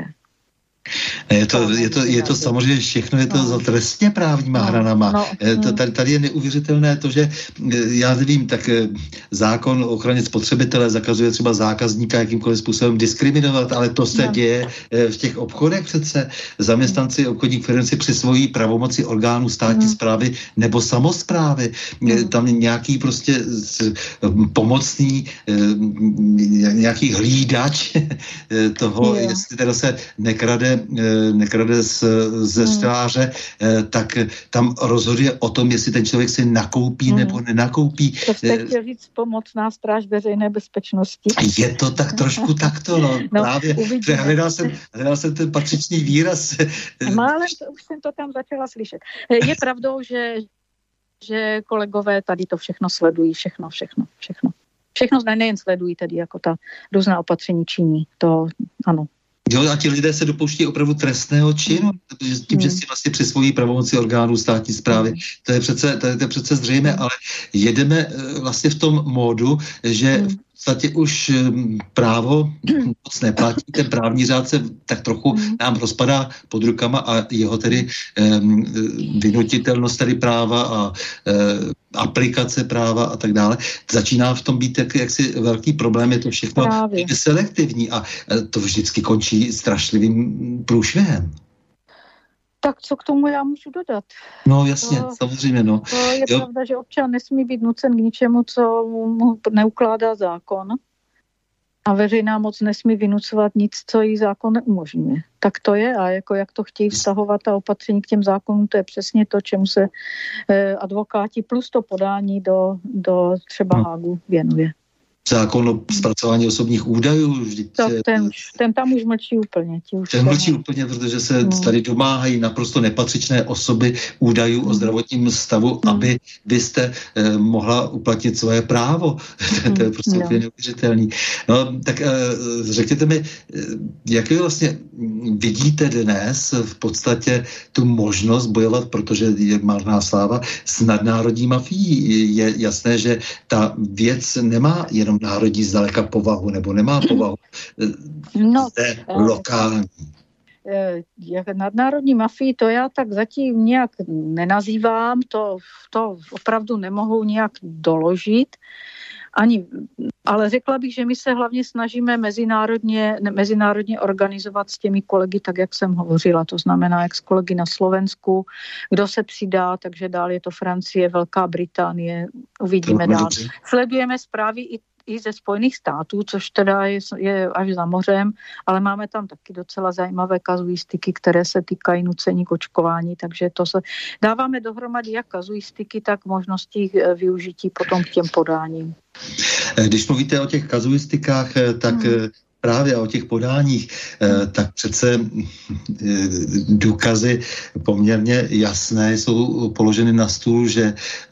Speaker 2: Je to, je, to, je to samozřejmě všechno, je to no. za trestně právníma no. hranama. No. To, tady, tady je neuvěřitelné to, že já nevím, tak zákon o ochraně spotřebitele zakazuje třeba zákazníka jakýmkoliv způsobem diskriminovat, ale to se no. děje v těch obchodech přece. Zaměstnanci obchodních firm si přisvojí pravomoci orgánů státní no. správy nebo samosprávy. No. Tam nějaký prostě pomocný nějaký hlídač toho, no. jestli teda se nekrade nekrade z, ze stráře, hmm. tak tam rozhoduje o tom, jestli ten člověk si nakoupí hmm. nebo nenakoupí.
Speaker 3: To jste chtěl říct pomocná stráž veřejné bezpečnosti.
Speaker 2: Je to tak trošku takto, no. no Právě, hledal jsem, hledal jsem ten patřičný výraz.
Speaker 3: Málem, už jsem to tam začala slyšet. Je pravdou, že, že kolegové tady to všechno sledují, všechno, všechno, všechno. Všechno nejen sledují tedy, jako ta různá opatření činí. To, ano.
Speaker 2: Jo, a ti lidé se dopouští opravdu trestného činu, tím, že si vlastně přisvojí pravomoci orgánů státní správy. To je přece, to je, to je přece zřejmé, ale jedeme vlastně v tom módu, že v podstatě už právo moc neplatí, ten právní řád se tak trochu nám rozpadá pod rukama a jeho tedy um, vynutitelnost tedy práva a um, aplikace práva a tak dále, začíná v tom být jak, jaksi velký problém, je to všechno Právě. selektivní a to vždycky končí strašlivým průšvihem.
Speaker 3: Tak co k tomu já můžu dodat?
Speaker 2: No jasně, to, samozřejmě. No.
Speaker 3: To je jo. pravda, že občan nesmí být nucen k ničemu, co mu neukládá zákon a veřejná moc nesmí vynucovat nic, co jí zákon neumožňuje. Tak to je a jako jak to chtějí vztahovat ta opatření k těm zákonům, to je přesně to, čemu se eh, advokáti plus to podání do, do třeba Hágu věnuje.
Speaker 2: Zákon o zpracování osobních údajů. Vždyť,
Speaker 3: tak ten, ten tam už mlčí úplně. Už
Speaker 2: ten mlčí ne. úplně, protože se no. tady domáhají naprosto nepatřičné osoby údajů mm. o zdravotním stavu, mm. aby byste eh, mohla uplatnit svoje právo. Mm. to je prostě no. neuvěřitelný. No, tak eh, řekněte mi, jak vy vlastně vidíte dnes v podstatě tu možnost bojovat, protože je marná sláva, s nadnárodní mafií. Je jasné, že ta věc nemá jenom národní zdaleka povahu, nebo nemá povahu
Speaker 3: no,
Speaker 2: zde lokální.
Speaker 3: Jak nadnárodní mafii, to já tak zatím nějak nenazývám, to, to opravdu nemohu nějak doložit, ani, ale řekla bych, že my se hlavně snažíme mezinárodně, mezinárodně organizovat s těmi kolegy, tak jak jsem hovořila, to znamená, jak s kolegy na Slovensku, kdo se přidá, takže dál je to Francie, Velká Británie, uvidíme dál. Sledujeme zprávy i i ze Spojených států, což teda je, je až za mořem, ale máme tam taky docela zajímavé kazuistiky, které se týkají nucení k očkování, takže to se dáváme dohromady jak kazuistiky, tak možnosti využití potom k těm podáním.
Speaker 2: Když mluvíte o těch kazuistikách, tak hmm. zprávy a o těch podáních, tak přece důkazy poměrně jasné jsou položeny na stůl, že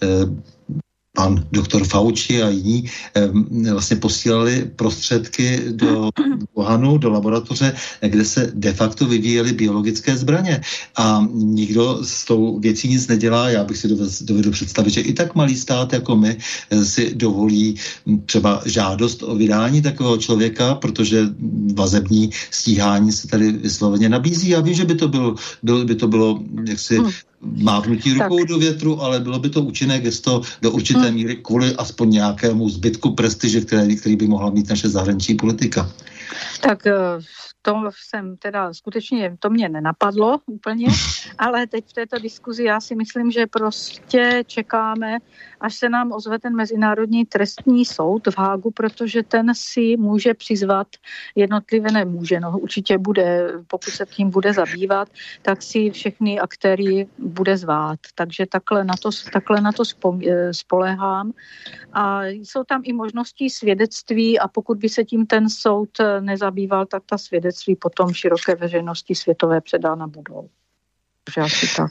Speaker 2: pan doktor Fauci a jiní eh, vlastně posílali prostředky do Wuhanu, do laboratoře, kde se de facto vyvíjely biologické zbraně. A nikdo s tou věcí nic nedělá. Já bych si dovedl představit, že i tak malý stát jako my eh, si dovolí třeba žádost o vydání takového člověka, protože vazební stíhání se tady vysloveně nabízí. Já vím, že by to bylo, bylo, by to bylo jaksi hmm. mávnutí rukou tak do větru, ale bylo by to účinné gesto do určité hmm. míry kvůli aspoň nějakému zbytku prestiže, který, který by mohla mít naše zahraniční politika.
Speaker 3: Tak to jsem teda skutečně, to mě nenapadlo úplně, ale teď v této diskuzi já si myslím, že prostě čekáme, až se nám ozve ten Mezinárodní trestní soud v Hágu, protože ten si může přizvat jednotlivé, nemůže, no určitě bude, pokud se tím bude zabývat, tak si všechny aktéry bude zvát. Takže takhle na to, takhle na to spoléhám. A jsou tam i možnosti svědectví a pokud by se tím ten soud nezabýval, tak ta svědectví potom široké veřejnosti světové předána budou. Takže asi tak.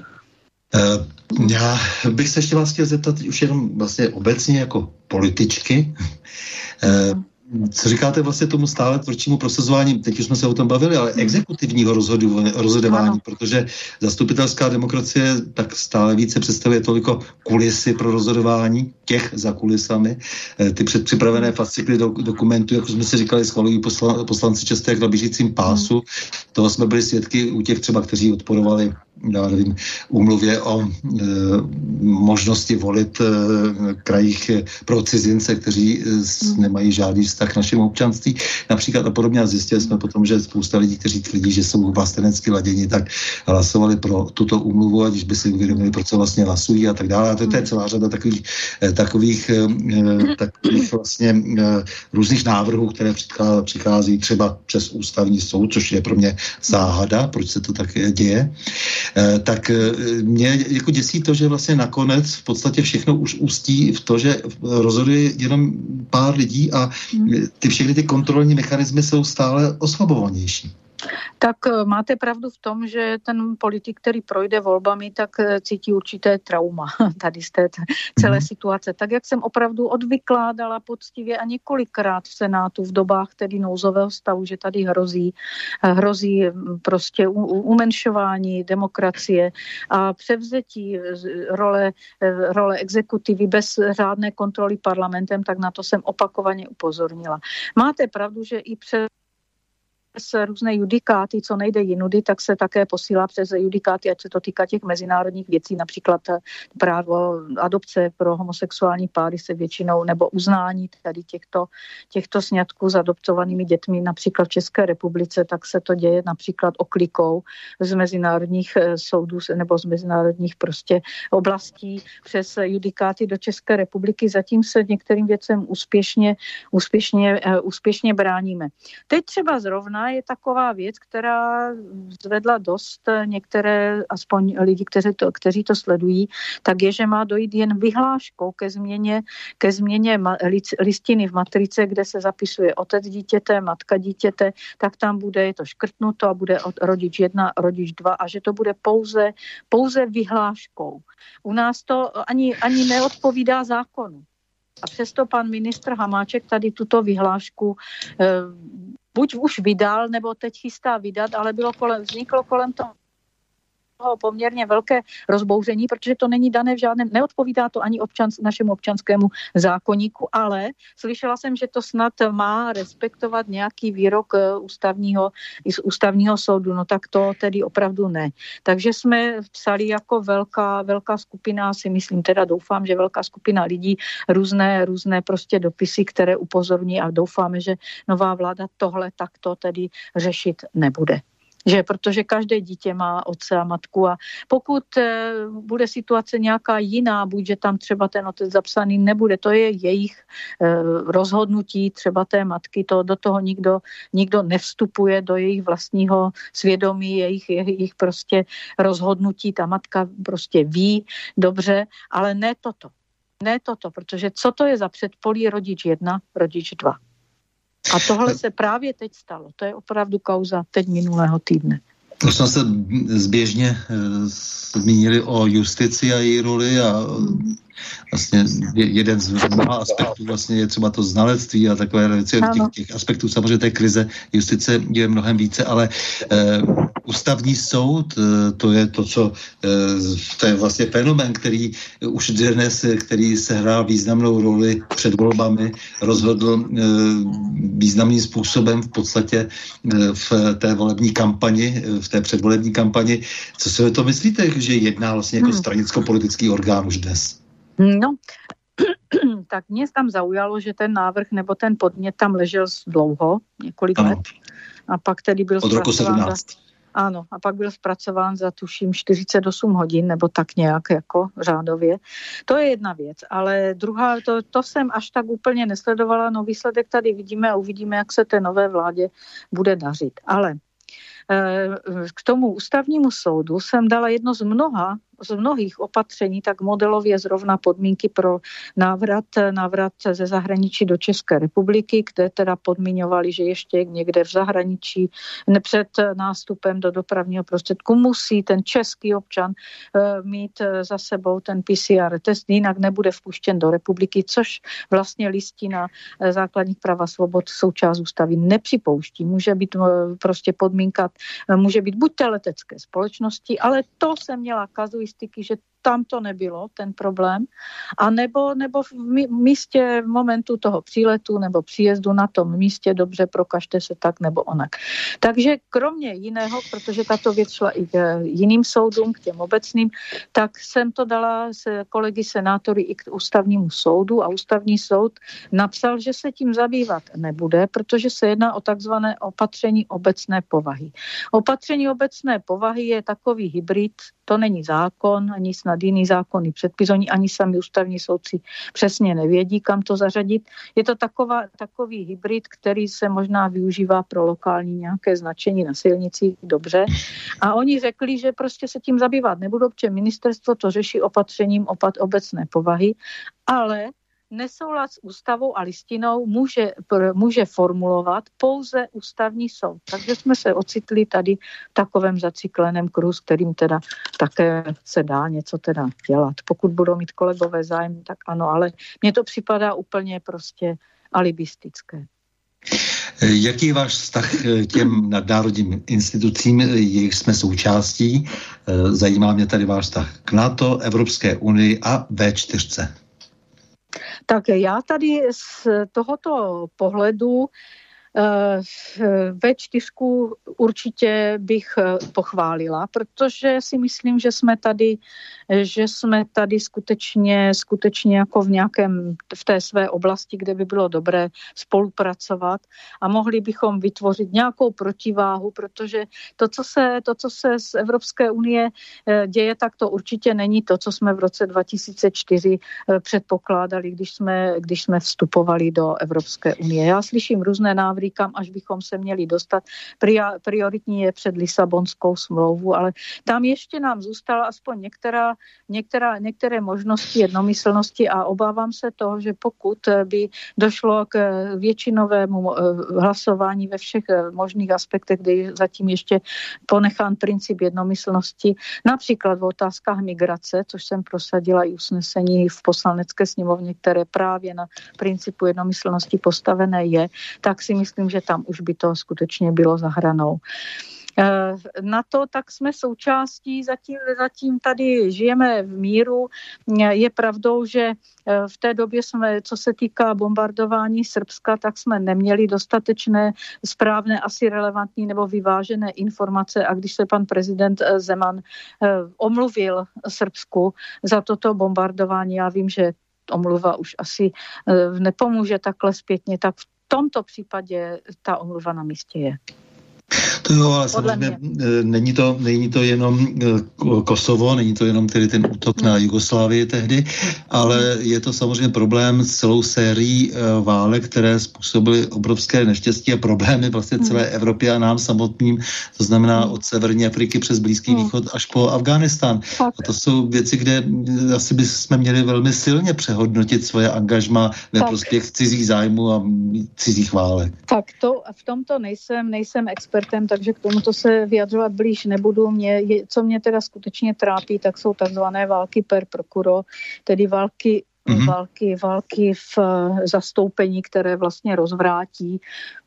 Speaker 2: Uh, já bych se ještě vás chtěl zeptat už jenom vlastně obecně jako političky. Uh, co říkáte vlastně tomu stále tvrdšímu prosazování, teď už jsme se o tom bavili, ale exekutivního rozhodování, ano. Protože zastupitelská demokracie tak stále více představuje toliko kulisy pro rozhodování, těch za kulisami. Ty předpřipravené fascikly do, dokumentů, jako jsme si říkali, schvalují poslan, poslanci často jak na běžícím pásu. Toho jsme byli svědky u těch třeba, kteří odporovali já nevím, úmluvě o e, možnosti volit e, krajích pro cizince, kteří e, nemají žádný vztah k našemu občanství. Například a podobně a zjistili jsme potom, že spousta lidí, kteří tvrdí, že jsou vlastenecky laděni, tak hlasovali pro tuto úmluvu, ať by si uvědomili, pro co vlastně hlasují a tak dále. A to, to je celá řada takových, takových, takových vlastně různých návrhů, které přichází třeba přes ústavní soud, což je pro mě záhada, proč se to tak děje. Tak mě jako děsí to, že vlastně nakonec v podstatě všechno už ústí v to, že rozhoduje jenom pár lidí a ty všechny ty kontrolní mechanismy jsou stále oslabovanější.
Speaker 3: Tak máte pravdu v tom, že ten politik, který projde volbami, tak cítí určité trauma tady z té celé situace. Tak jak jsem opravdu odvykládala poctivě a několikrát v Senátu v dobách tedy nouzového stavu, že tady hrozí, hrozí prostě umenšování demokracie a převzetí role, role exekutivy bez řádné kontroly parlamentem, tak na to jsem opakovaně upozornila. Máte pravdu, že i přes různé judikáty, co nejde jinudy, tak se také posílá přes judikáty, ať se to týká těch mezinárodních věcí, například právo adopce pro homosexuální páry se většinou, nebo uznání tady těchto, těchto sňatků s adoptovanými dětmi, například v České republice, tak se to děje například oklikou z mezinárodních soudů nebo z mezinárodních prostě oblastí přes judikáty do České republiky. Zatím se některým věcem úspěšně, úspěšně, úspěšně bráníme. Teď třeba zrovna je taková věc, která zvedla dost některé, aspoň lidi, kteří to, kteří to sledují, tak je, že má dojít jen vyhláškou ke změně, ke změně listiny v matrice, kde se zapisuje otec dítěte, matka dítěte, tak tam bude, je to škrtnuto a bude rodič jedna, rodič dva a že to bude pouze, pouze vyhláškou. U nás to ani, ani neodpovídá zákonu. A přesto pan ministr Hamáček tady tuto vyhlášku eh, buď už vydal, nebo teď chystá vydat, ale bylo kolem, vzniklo kolem toho poměrně velké rozbouření, protože to není dané v žádném, neodpovídá to ani občan, našemu občanskému zákoníku, ale slyšela jsem, že to snad má respektovat nějaký výrok ústavního, z ústavního soudu, no tak to tedy opravdu ne. Takže jsme psali jako velká, velká skupina, si myslím, teda doufám, že velká skupina lidí, různé, různé prostě dopisy, které upozorní a doufáme, že nová vláda tohle takto tedy řešit nebude. Že protože každé dítě má otce a matku a pokud e, bude situace nějaká jiná, buď že tam třeba ten otec zapsaný nebude, to je jejich e, rozhodnutí, třeba té matky, to do toho nikdo, nikdo nevstupuje do jejich vlastního svědomí, jejich, jejich prostě rozhodnutí, ta matka prostě ví dobře, ale ne toto. Ne toto, protože co to je za předpolí rodič jedna, rodič dva? A tohle se právě teď stalo. To je opravdu kauza teď minulého týdne.
Speaker 2: Už jsme se zběžně e, zmínili o justici a její roli a vlastně jeden z mnoha aspektů vlastně je třeba to znalectví a takové věci. Těch, těch aspektů samozřejmě té krize justice je mnohem více, ale e, ústavní soud, e, to je to, co e, to je vlastně fenomén, který už dnes, který sehrál významnou roli před volbami, rozhodl e, významným způsobem v podstatě e, v té volební kampani, v té předvolební kampani. Co si o to myslíte, že jedná vlastně jako hmm. stranicko-politický orgán už dnes?
Speaker 3: No, tak mě tam zaujalo, že ten návrh nebo ten podnět tam ležel dlouho, několik ano. let. A pak tedy byl
Speaker 2: od roku sedmnáct.
Speaker 3: Za, ano, a pak byl zpracován za tuším čtyřicet osm hodin, nebo tak nějak jako řádově. To je jedna věc, ale druhá, to, to jsem až tak úplně nesledovala, no výsledek tady vidíme a uvidíme, jak se té nové vládě bude dařit. Ale k tomu ústavnímu soudu jsem dala jedno z mnoha, z mnohých opatření, tak modelově zrovna podmínky pro návrat, návrat ze zahraničí do České republiky, kde teda podmiňovali, že ještě někde v zahraničí před nástupem do dopravního prostředku musí ten český občan mít za sebou ten P C R test, jinak nebude vpuštěn do republiky, což vlastně listina základních práv a svobod součást ústavy nepřipouští. Může být prostě podmínka, může být buď té letecké společnosti, ale to jsem měla kazuistiky, že tam to nebylo, ten problém, a nebo, nebo v místě, v momentu toho příletu nebo příjezdu na tom místě dobře prokažte se tak nebo onak. Takže kromě jiného, protože tato věc šla i k jiným soudům, k těm obecným, tak jsem to dala s kolegy senátory i k ústavnímu soudu a ústavní soud napsal, že se tím zabývat nebude, protože se jedná o takzvané opatření obecné povahy. Opatření obecné povahy je takový hybrid, to není zákon, ani snad jiný zákonný předpis, oni ani sami ústavní soudci přesně nevědí, kam to zařadit. Je to taková, takový hybrid, který se možná využívá pro lokální nějaké značení na silnicích, dobře. A oni řekli, že prostě se tím zabývat nebudou, protože ministerstvo to řeší opatřením opat obecné povahy, ale nesouhlas s ústavou a listinou může, může formulovat pouze ústavní soud. Takže jsme se ocitli tady v takovém zacykleném kruhu, s kterým teda také se dá něco teda dělat. Pokud budou mít kolegové zájem, tak ano, ale mně to připadá úplně prostě alibistické.
Speaker 2: Jaký je váš vztah k těm nadnárodním institucím, jejich jsme součástí? Zajímá mě tady váš vztah k NATO, Evropské unii a vé čtyři.
Speaker 3: Tak já tady z tohoto pohledu vé čtyři určitě bych pochválila, protože si myslím, že jsme tady, že jsme tady skutečně, skutečně jako v nějakém, v té své oblasti, kde by bylo dobré spolupracovat a mohli bychom vytvořit nějakou protiváhu, protože to, co se, to, co se z Evropské unie děje, tak to určitě není to, co jsme v roce dva tisíce čtyři předpokládali, když jsme, když jsme vstupovali do Evropské unie. Já slyším různé návrhy, kam až bychom se měli dostat. Prioritní je před Lisabonskou smlouvu, ale tam ještě nám zůstala aspoň některá, některá, některé možnosti jednomyslnosti a obávám se toho, že pokud by došlo k většinovému hlasování ve všech možných aspektech, kde je zatím ještě ponechán princip jednomyslnosti, například v otázkách migrace, což jsem prosadila i usnesení v poslanecké sněmovně, které právě na principu jednomyslnosti postavené je, tak si myslím, že tam už by to skutečně bylo za hranou. Na to tak jsme součástí, zatím, zatím tady žijeme v míru. Je pravdou, že v té době jsme, co se týká bombardování Srbska, tak jsme neměli dostatečné, správné, asi relevantní nebo vyvážené informace a když se pan prezident Zeman omluvil Srbsku za toto bombardování, já vím, že omluva už asi nepomůže takhle zpětně, tak v V tomto případě ta omluva na místě je.
Speaker 2: To jo, ale samozřejmě není to, není to jenom Kosovo, není to jenom tedy ten útok na Jugoslávii tehdy, ale je to samozřejmě problém s celou sérií válek, které způsobily obrovské neštěstí a problémy vlastně celé Evropě a nám samotným, to znamená od Severní Afriky přes Blízký východ až po Afghánistán. A to jsou věci, kde asi bychom měli velmi silně přehodnotit svoje angažma ve prospěch cizích zájmů a cizích válek.
Speaker 3: Tak to v tomto nejsem, nejsem expertem, takže k tomuto se vyjadřovat blíž nebudu. Mě, co mě teda skutečně trápí, tak jsou takzvané války per procuro, tedy války, mm-hmm. války, války v zastoupení, které vlastně rozvrátí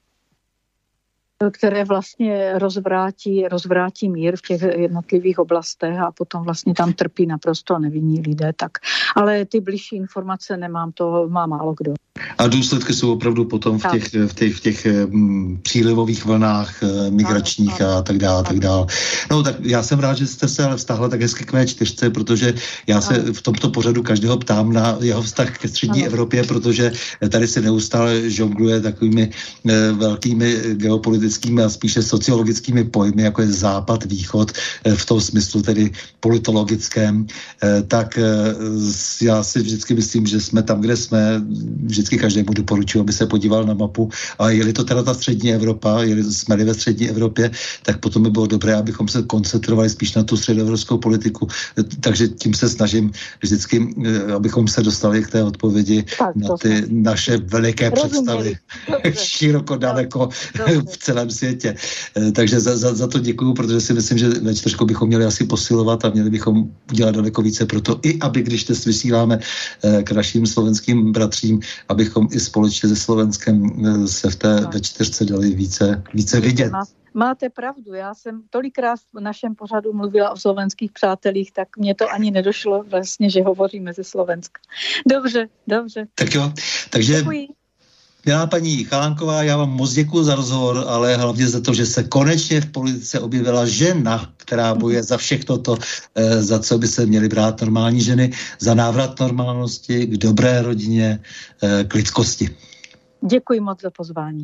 Speaker 3: které vlastně rozvrátí, rozvrátí mír v těch jednotlivých oblastech a potom vlastně tam trpí naprosto nevinní lidé. Tak. Ale ty bližší informace nemám, to má málo kdo.
Speaker 2: A důsledky jsou opravdu potom v těch, v těch, v těch m, přílivových vlnách e, migračních ano, ano. a tak dále, tak dále. No tak já jsem rád, že jste se ale vztahla tak hezky k mé čtyřce, protože já se ano. v tomto pořadu každého ptám na jeho vztah ke střední ano. Evropě, protože tady se neustále žongluje takovými e, velkými geopolitickými a spíše sociologickými pojmy, jako je západ, východ, e, v tom smyslu tedy politologickém. E, tak e, já si vždycky myslím, že jsme tam, kde jsme, vždycky každému doporučuji, aby se podíval na mapu. A je-li to teda ta střední Evropa, je-li jsme-li ve střední Evropě, tak potom by bylo dobré, abychom se koncentrovali spíš na tu středoevropskou politiku. Takže tím se snažím vždycky, abychom se dostali k té odpovědi tak, na ty jsme. naše veliké Rozuměli. představy. Široko, daleko Dobře. v celém světě. Takže za, za, za to děkuju, protože si myslím, že ve čtvrtku bychom měli asi posilovat a měli bychom udělat daleko více pro to, i aby když dnes vysíláme k našim slovenským bratřím, abychom i společně se Slovenskem se v té ve čtyřce dali více, více vidět.
Speaker 3: Máte pravdu, já jsem tolikrát v našem pořadu mluvila o slovenských přátelích, tak mě to ani nedošlo vlastně, že hovoříme ze Slovenska. Dobře, dobře.
Speaker 2: Tak jo, takže...
Speaker 3: Děkuji.
Speaker 2: Milá paní Chalánková, já vám moc děkuji za rozhovor, ale hlavně za to, že se konečně v politice objevila žena, která bojuje za všechno to, za co by se měly brát normální ženy, za návrat normálnosti, k dobré rodině, k lidskosti.
Speaker 3: Děkuji moc za pozvání.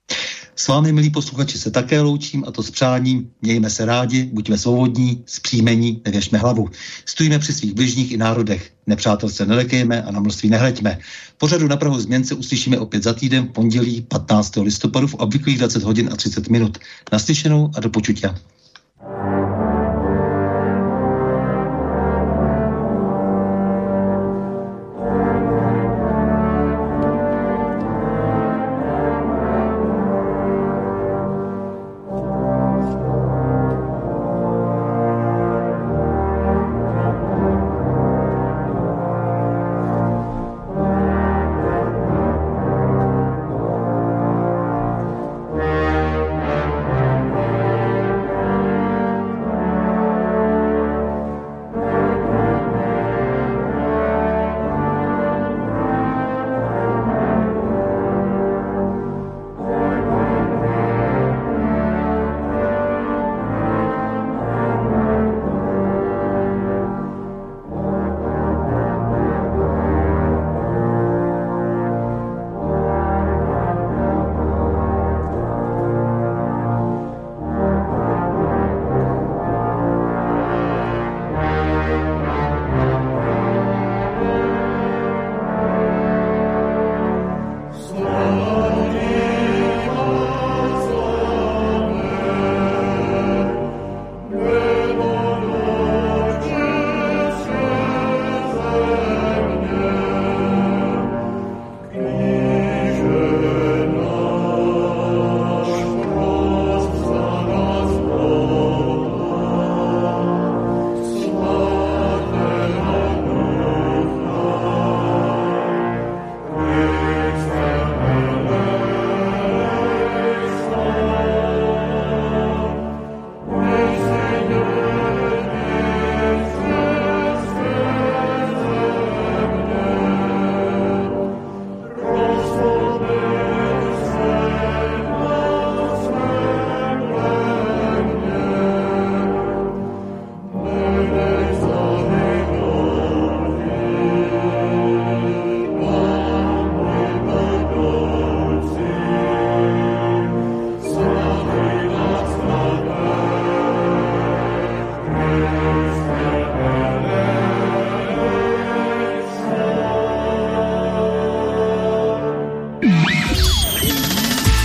Speaker 2: S vámi, milí posluchači, se také loučím, a to s přáním. Mějme se rádi, buďme svobodní, zpříjmení, nevěšme hlavu. Stojíme při svých bližních i národech. Nepřátel se nelekejme a na množství nehleďme. Pořadu Na prahu změn se uslyšíme opět za týden v pondělí patnáctého listopadu v obvyklých dvacet hodin a třicet minut. Naslyšenou a do počutia.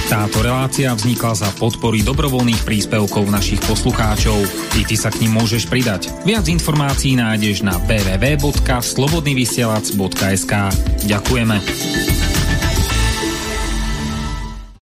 Speaker 5: Táto relácia vznikla za podpory dobrovoľných príspevkov našich poslucháčov. I ty sa k nim môžeš pridať. Viac informácií nájdeš na w w w bodka slobodnyvysielac bodka es ka. Ďakujeme.